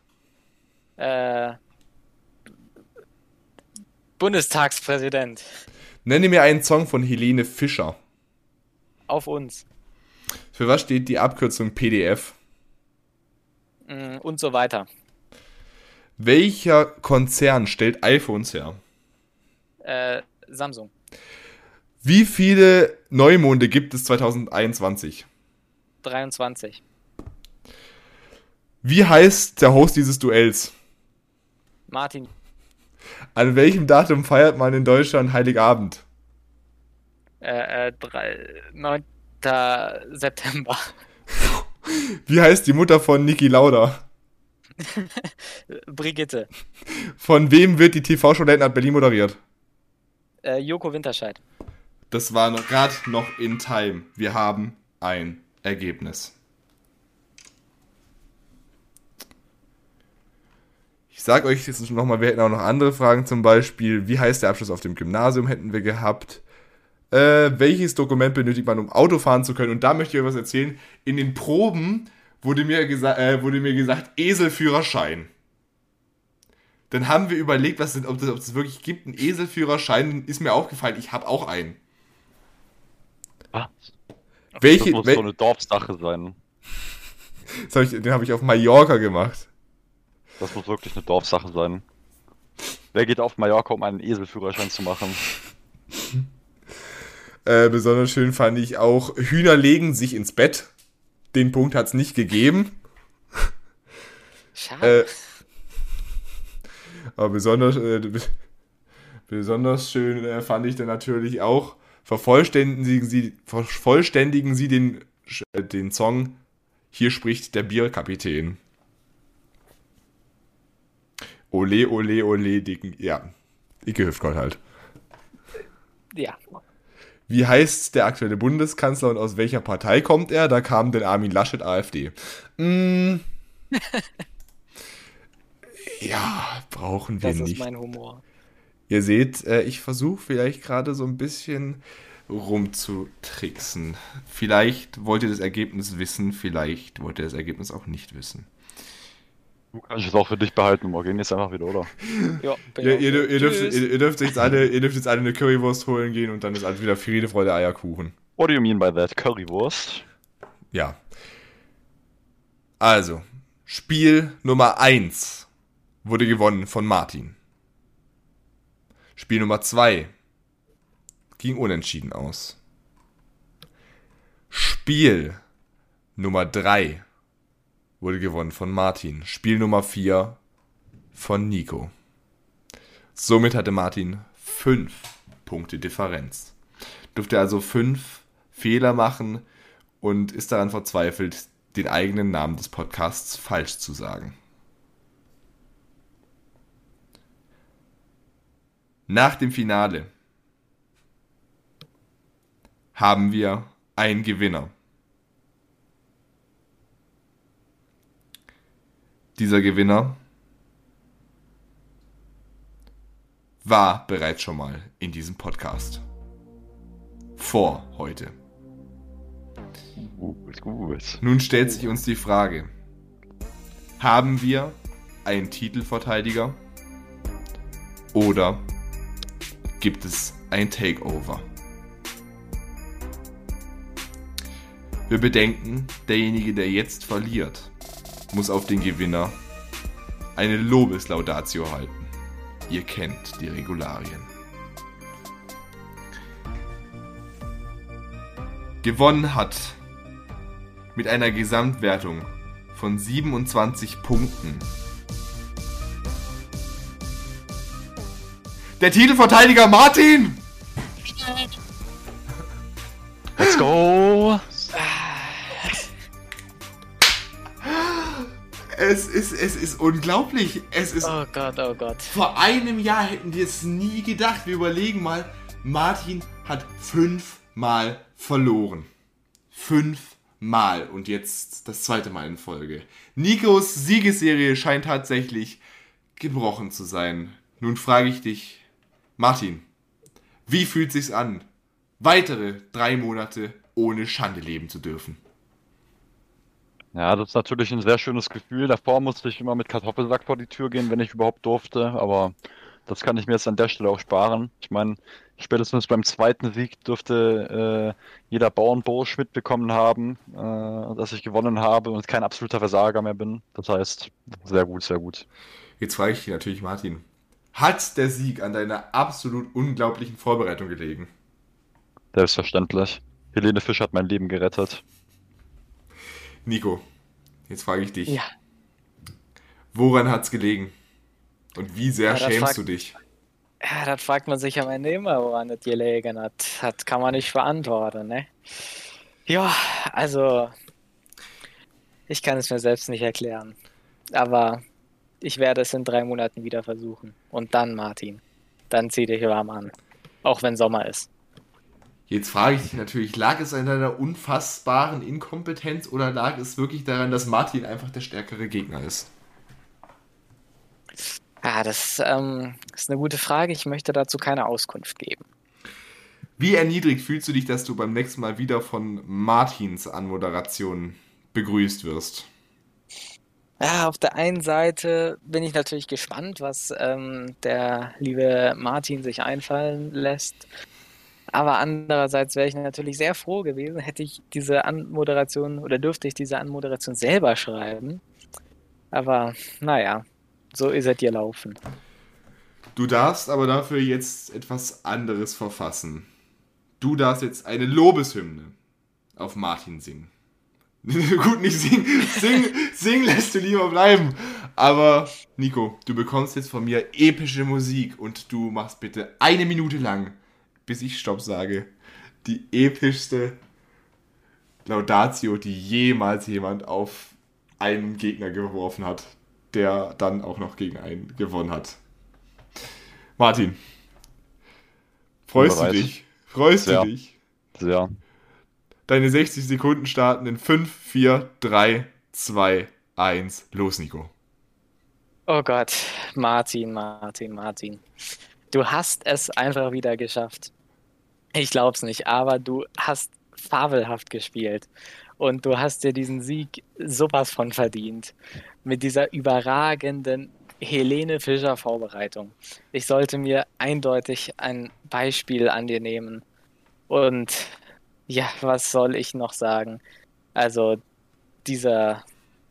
Bundestagspräsident. Nenne mir einen Song von Helene Fischer. Auf uns. Für was steht die Abkürzung PDF? Und so weiter. Welcher Konzern stellt iPhones her? Samsung. Wie viele Neumonde gibt es 2021? 23. Wie heißt der Host dieses Duells? Martin. An welchem Datum feiert man in Deutschland Heiligabend? 9. September. Wie heißt die Mutter von Niki Lauda? Brigitte. Von wem wird die TV-Show Late Night Berlin moderiert? Joko Winterscheid. Das war gerade noch in Time. Wir haben ein Ergebnis. Ich sag euch jetzt nochmal, wir hätten auch noch andere Fragen, zum Beispiel, wie heißt der Abschluss auf dem Gymnasium, hätten wir gehabt. Welches Dokument benötigt man, um Auto fahren zu können? Und da möchte ich euch was erzählen. In den Proben wurde mir gesagt, Eselführerschein. Dann haben wir überlegt, ob das wirklich gibt. Einen Eselführerschein, ist mir aufgefallen, ich habe auch einen. Was? Welche, Das muss so eine Dorfsache sein. Den habe ich auf Mallorca gemacht. Das muss wirklich eine Dorfsache sein. Wer geht auf Mallorca, um einen Eselführerschein zu machen? Besonders schön fand ich auch, Hühner legen sich ins Bett. Den Punkt hat es nicht gegeben. Schade. Aber besonders schön fand ich dann natürlich auch, vervollständigen Sie den Song Hier spricht der Bierkapitän. Ole, ole, ole, dicken. Ja, Icke Hüftgold halt. Ja. Wie heißt der aktuelle Bundeskanzler und aus welcher Partei kommt er? Da kam denn Armin Laschet, AfD. Ja, brauchen wir nicht. Das ist mein Humor. Ihr seht, ich versuche vielleicht gerade so ein bisschen rumzutricksen. Vielleicht wollt ihr das Ergebnis wissen, vielleicht wollt ihr das Ergebnis auch nicht wissen. Du kannst es auch für dich behalten, wir gehen jetzt einfach wieder, oder? Ja, Ihr dürft jetzt alle eine Currywurst holen gehen und dann ist alles wieder Friede, Freude, Eierkuchen. What do you mean by that? Currywurst? Ja. Also, Spiel Nummer 1 wurde gewonnen von Martin. Spiel Nummer 2 ging unentschieden aus. Spiel Nummer 3 wurde gewonnen von Martin. Spiel Nummer 4 von Nico. Somit hatte Martin 5 Punkte Differenz. Durfte also 5 Fehler machen und ist daran verzweifelt, den eigenen Namen des Podcasts falsch zu sagen. Nach dem Finale haben wir einen Gewinner. Dieser Gewinner war bereits schon mal in diesem Podcast. Vor heute. Gut. Nun stellt sich uns die Frage, haben wir einen Titelverteidiger oder gibt es ein Takeover? Wir bedenken, derjenige, der jetzt verliert, muss auf den Gewinner eine Lobeslaudatio halten. Ihr kennt die Regularien. Gewonnen hat mit einer Gesamtwertung von 27 Punkten der Titelverteidiger Martin! Let's go! Es ist unglaublich. Oh Gott, oh Gott. Vor einem Jahr hätten wir es nie gedacht. Wir überlegen mal, Martin hat 5 Mal verloren. 5 Mal und jetzt das zweite Mal in Folge. Nikos Siegesserie scheint tatsächlich gebrochen zu sein. Nun frage ich dich, Martin, wie fühlt sich's an, weitere 3 Monate ohne Schande leben zu dürfen? Ja, das ist natürlich ein sehr schönes Gefühl. Davor musste ich immer mit Kartoffelsack vor die Tür gehen, wenn ich überhaupt durfte. Aber das kann ich mir jetzt an der Stelle auch sparen. Ich meine, spätestens beim zweiten Sieg dürfte jeder Bauernbursch mitbekommen haben, dass ich gewonnen habe und kein absoluter Versager mehr bin. Das heißt, sehr gut, sehr gut. Jetzt frage ich dich natürlich, Martin, hat der Sieg an deiner absolut unglaublichen Vorbereitung gelegen? Selbstverständlich. Helene Fisch hat mein Leben gerettet. Nico, jetzt frage ich dich, Ja, woran hat's gelegen? Und wie sehr das schämst fragt- du dich? ja, das fragt man sich am Ende immer, woran das gelegen hat. Das kann man nicht beantworten, ne? Ja, also, ich kann es mir selbst nicht erklären. Aber ich werde es in 3 Monaten wieder versuchen. Und dann, Martin, dann zieh dich warm an. Auch wenn Sommer ist. Jetzt frage ich dich natürlich, lag es an deiner unfassbaren Inkompetenz oder lag es wirklich daran, dass Martin einfach der stärkere Gegner ist? Ja, das ist eine gute Frage. Ich möchte dazu keine Auskunft geben. Wie erniedrigt fühlst du dich, dass du beim nächsten Mal wieder von Martins Anmoderation begrüßt wirst? Ja, auf der einen Seite bin ich natürlich gespannt, was der liebe Martin sich einfallen lässt. Aber andererseits wäre ich natürlich sehr froh gewesen, hätte ich diese Anmoderation oder dürfte ich diese Anmoderation selber schreiben. Aber naja, so ist es dir laufen. Du darfst aber dafür jetzt etwas anderes verfassen. Du darfst jetzt eine Lobeshymne auf Martin singen. Gut, nicht singen. Singen lässt du lieber bleiben. Aber, Nico, du bekommst jetzt von mir epische Musik und du machst bitte 1 Minute lang, bis ich Stopp sage, die epischste Laudatio, die jemals jemand auf einen Gegner geworfen hat, der dann auch noch gegen einen gewonnen hat. Martin, freust du Bereit. dich? Freust Sehr. du dich? Sehr. Deine 60 Sekunden starten in 5, 4, 3, 2, 1. Los, Nico. Oh Gott, Martin. Du hast es einfach wieder geschafft. Ich glaub's nicht, aber du hast fabelhaft gespielt. Und du hast dir diesen Sieg sowas von verdient. Mit dieser überragenden Helene Fischer Vorbereitung. Ich sollte mir eindeutig ein Beispiel an dir nehmen. Und ja, was soll ich noch sagen? Also, diese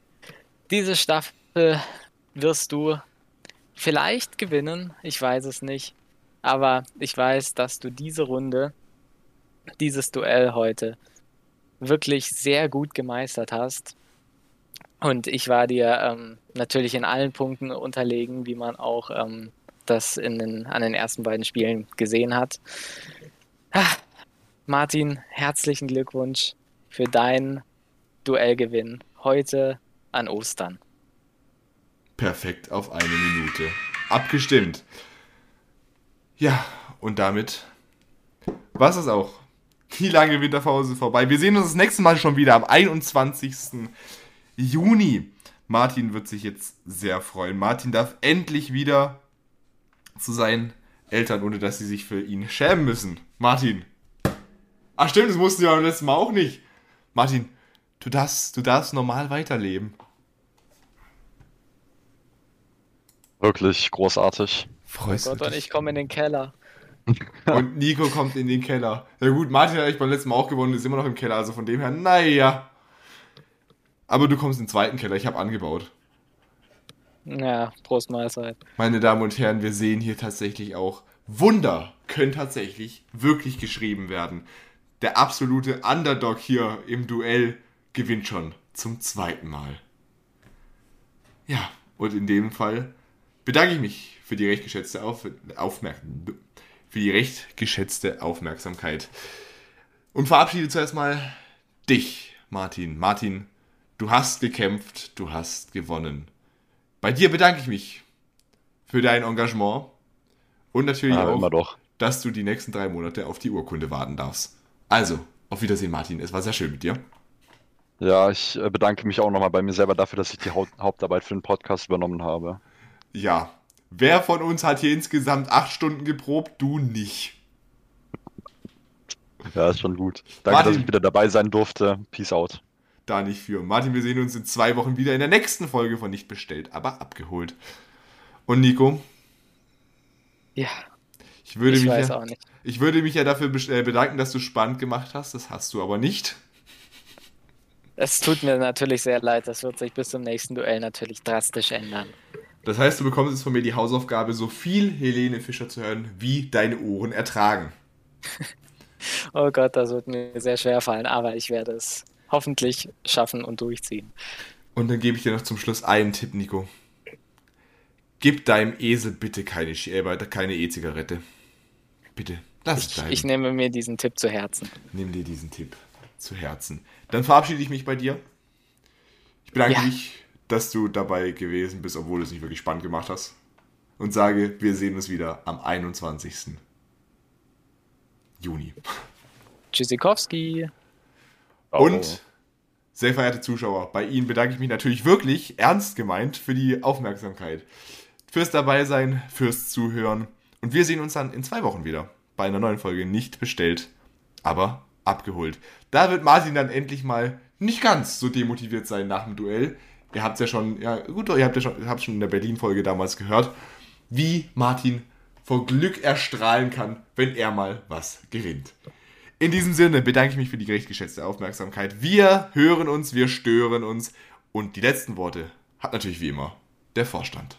Staffel wirst du vielleicht gewinnen, ich weiß es nicht. Aber ich weiß, dass du diese Runde, dieses Duell heute wirklich sehr gut gemeistert hast. Und ich war dir natürlich in allen Punkten unterlegen, wie man auch das an den ersten beiden Spielen gesehen hat. Martin, herzlichen Glückwunsch für deinen Duellgewinn heute an Ostern. Perfekt auf 1 Minute. Abgestimmt. Ja, und damit war es auch. Die lange Winterpause vorbei. Wir sehen uns das nächste Mal schon wieder am 21. Juni. Martin wird sich jetzt sehr freuen. Martin darf endlich wieder zu seinen Eltern, ohne dass sie sich für ihn schämen müssen. Martin. Ach stimmt, das mussten wir beim letzten Mal auch nicht. Martin, du darfst normal weiterleben. Wirklich großartig. Freust Oh du Gott, und dich? ich komme in den Keller. Und Nico kommt in den Keller. Ja gut, Martin hat eigentlich beim letzten Mal auch gewonnen, ist immer noch im Keller, also von dem her, naja. Aber du kommst in den zweiten Keller, ich habe angebaut. Ja, Prost Mahlzeit. Meine Damen und Herren, wir sehen hier tatsächlich auch, Wunder können tatsächlich wirklich geschrieben werden. Der absolute Underdog hier im Duell gewinnt schon zum 2. Mal. Ja, und in dem Fall bedanke ich mich für die recht geschätzte Aufmerksamkeit. Und verabschiede zuerst mal dich, Martin. Martin, du hast gekämpft, du hast gewonnen. Bei dir bedanke ich mich für dein Engagement und natürlich Ja, auch, immer doch. dass du die nächsten 3 Monate auf die Urkunde warten darfst. Also, auf Wiedersehen, Martin. Es war sehr schön mit dir. Ja, ich bedanke mich auch nochmal bei mir selber dafür, dass ich die Hauptarbeit für den Podcast übernommen habe. Ja. Wer von uns hat hier insgesamt 8 Stunden geprobt? Du nicht. Ja, ist schon gut. Danke, dass Martin. ich wieder dabei sein durfte. Peace out. Da nicht für. Martin, wir sehen uns in 2 Wochen wieder in der nächsten Folge von Nicht bestellt, aber abgeholt. Und Nico, Ja, ich würde ich weiß mich auch nicht. ich würde mich ja dafür bedanken, dass du spannend gemacht hast. Das hast du aber nicht. Es tut mir natürlich sehr leid, das wird sich bis zum nächsten Duell natürlich drastisch ändern. Das heißt, du bekommst jetzt von mir die Hausaufgabe, so viel Helene Fischer zu hören, wie deine Ohren ertragen. Oh Gott, das wird mir sehr schwer fallen, aber ich werde es hoffentlich schaffen und durchziehen. Und dann gebe ich dir noch zum Schluss einen Tipp, Nico. Gib deinem Esel bitte keine E-Zigarette. Bitte, lass es bleiben. Ich nehme mir diesen Tipp zu Herzen. Nimm dir diesen Tipp zu Herzen. Dann verabschiede ich mich bei dir. Ich bedanke Ja. mich, dass du dabei gewesen bist, obwohl du es nicht wirklich spannend gemacht hast. Und sage, wir sehen uns wieder am 21. Juni. Tschüssikowski. Und, sehr verehrte Zuschauer, bei Ihnen bedanke ich mich natürlich wirklich ernst gemeint für die Aufmerksamkeit, fürs Dabeisein, fürs Zuhören. Und wir sehen uns dann in 2 Wochen wieder bei einer neuen Folge Nicht bestellt, aber abgeholt. Da wird Martin dann endlich mal nicht ganz so demotiviert sein nach dem Duell. Ihr habt es ja schon, habt schon in der Berlin-Folge damals gehört, wie Martin vor Glück erstrahlen kann, wenn er mal was gewinnt. In diesem Sinne bedanke ich mich für die gerecht geschätzte Aufmerksamkeit. Wir hören uns, wir stören uns. Und die letzten Worte hat natürlich wie immer der Vorstand.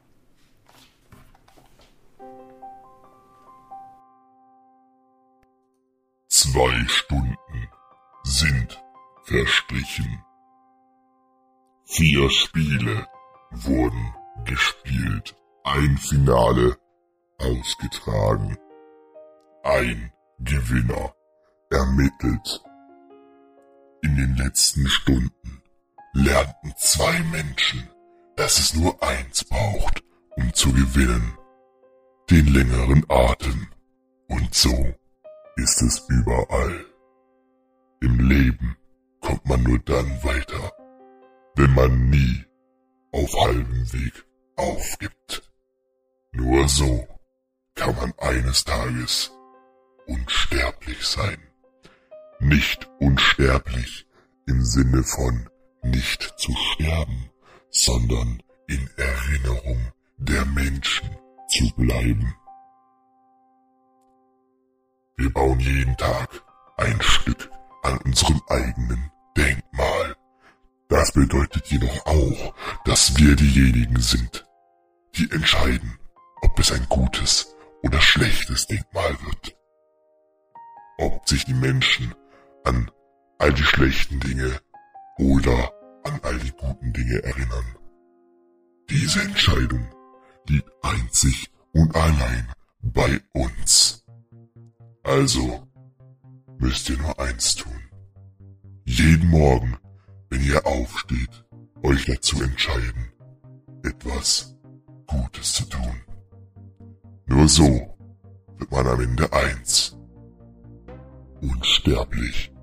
Zwei Stunden sind verstrichen. 4 Spiele wurden gespielt. Ein Finale ausgetragen. Ein Gewinner ermittelt. In den letzten Stunden lernten 2 Menschen, dass es nur eins braucht, um zu gewinnen. Den längeren Atem. Und so ist es überall. Im Leben kommt man nur dann weiter, wenn man nie auf halbem Weg aufgibt. Nur so kann man eines Tages unsterblich sein. Nicht unsterblich im Sinne von nicht zu sterben, sondern in Erinnerung der Menschen zu bleiben. Wir bauen jeden Tag ein Stück an unserem eigenen Denkmal. Das bedeutet jedoch auch, dass wir diejenigen sind, die entscheiden, ob es ein gutes oder schlechtes Denkmal wird. Ob sich die Menschen an all die schlechten Dinge oder an all die guten Dinge erinnern. Diese Entscheidung liegt einzig und allein bei uns. Also müsst ihr nur eins tun. Jeden Morgen, wenn ihr aufsteht, euch dazu entscheiden, etwas Gutes zu tun. Nur so wird man am Ende eins. Unsterblich.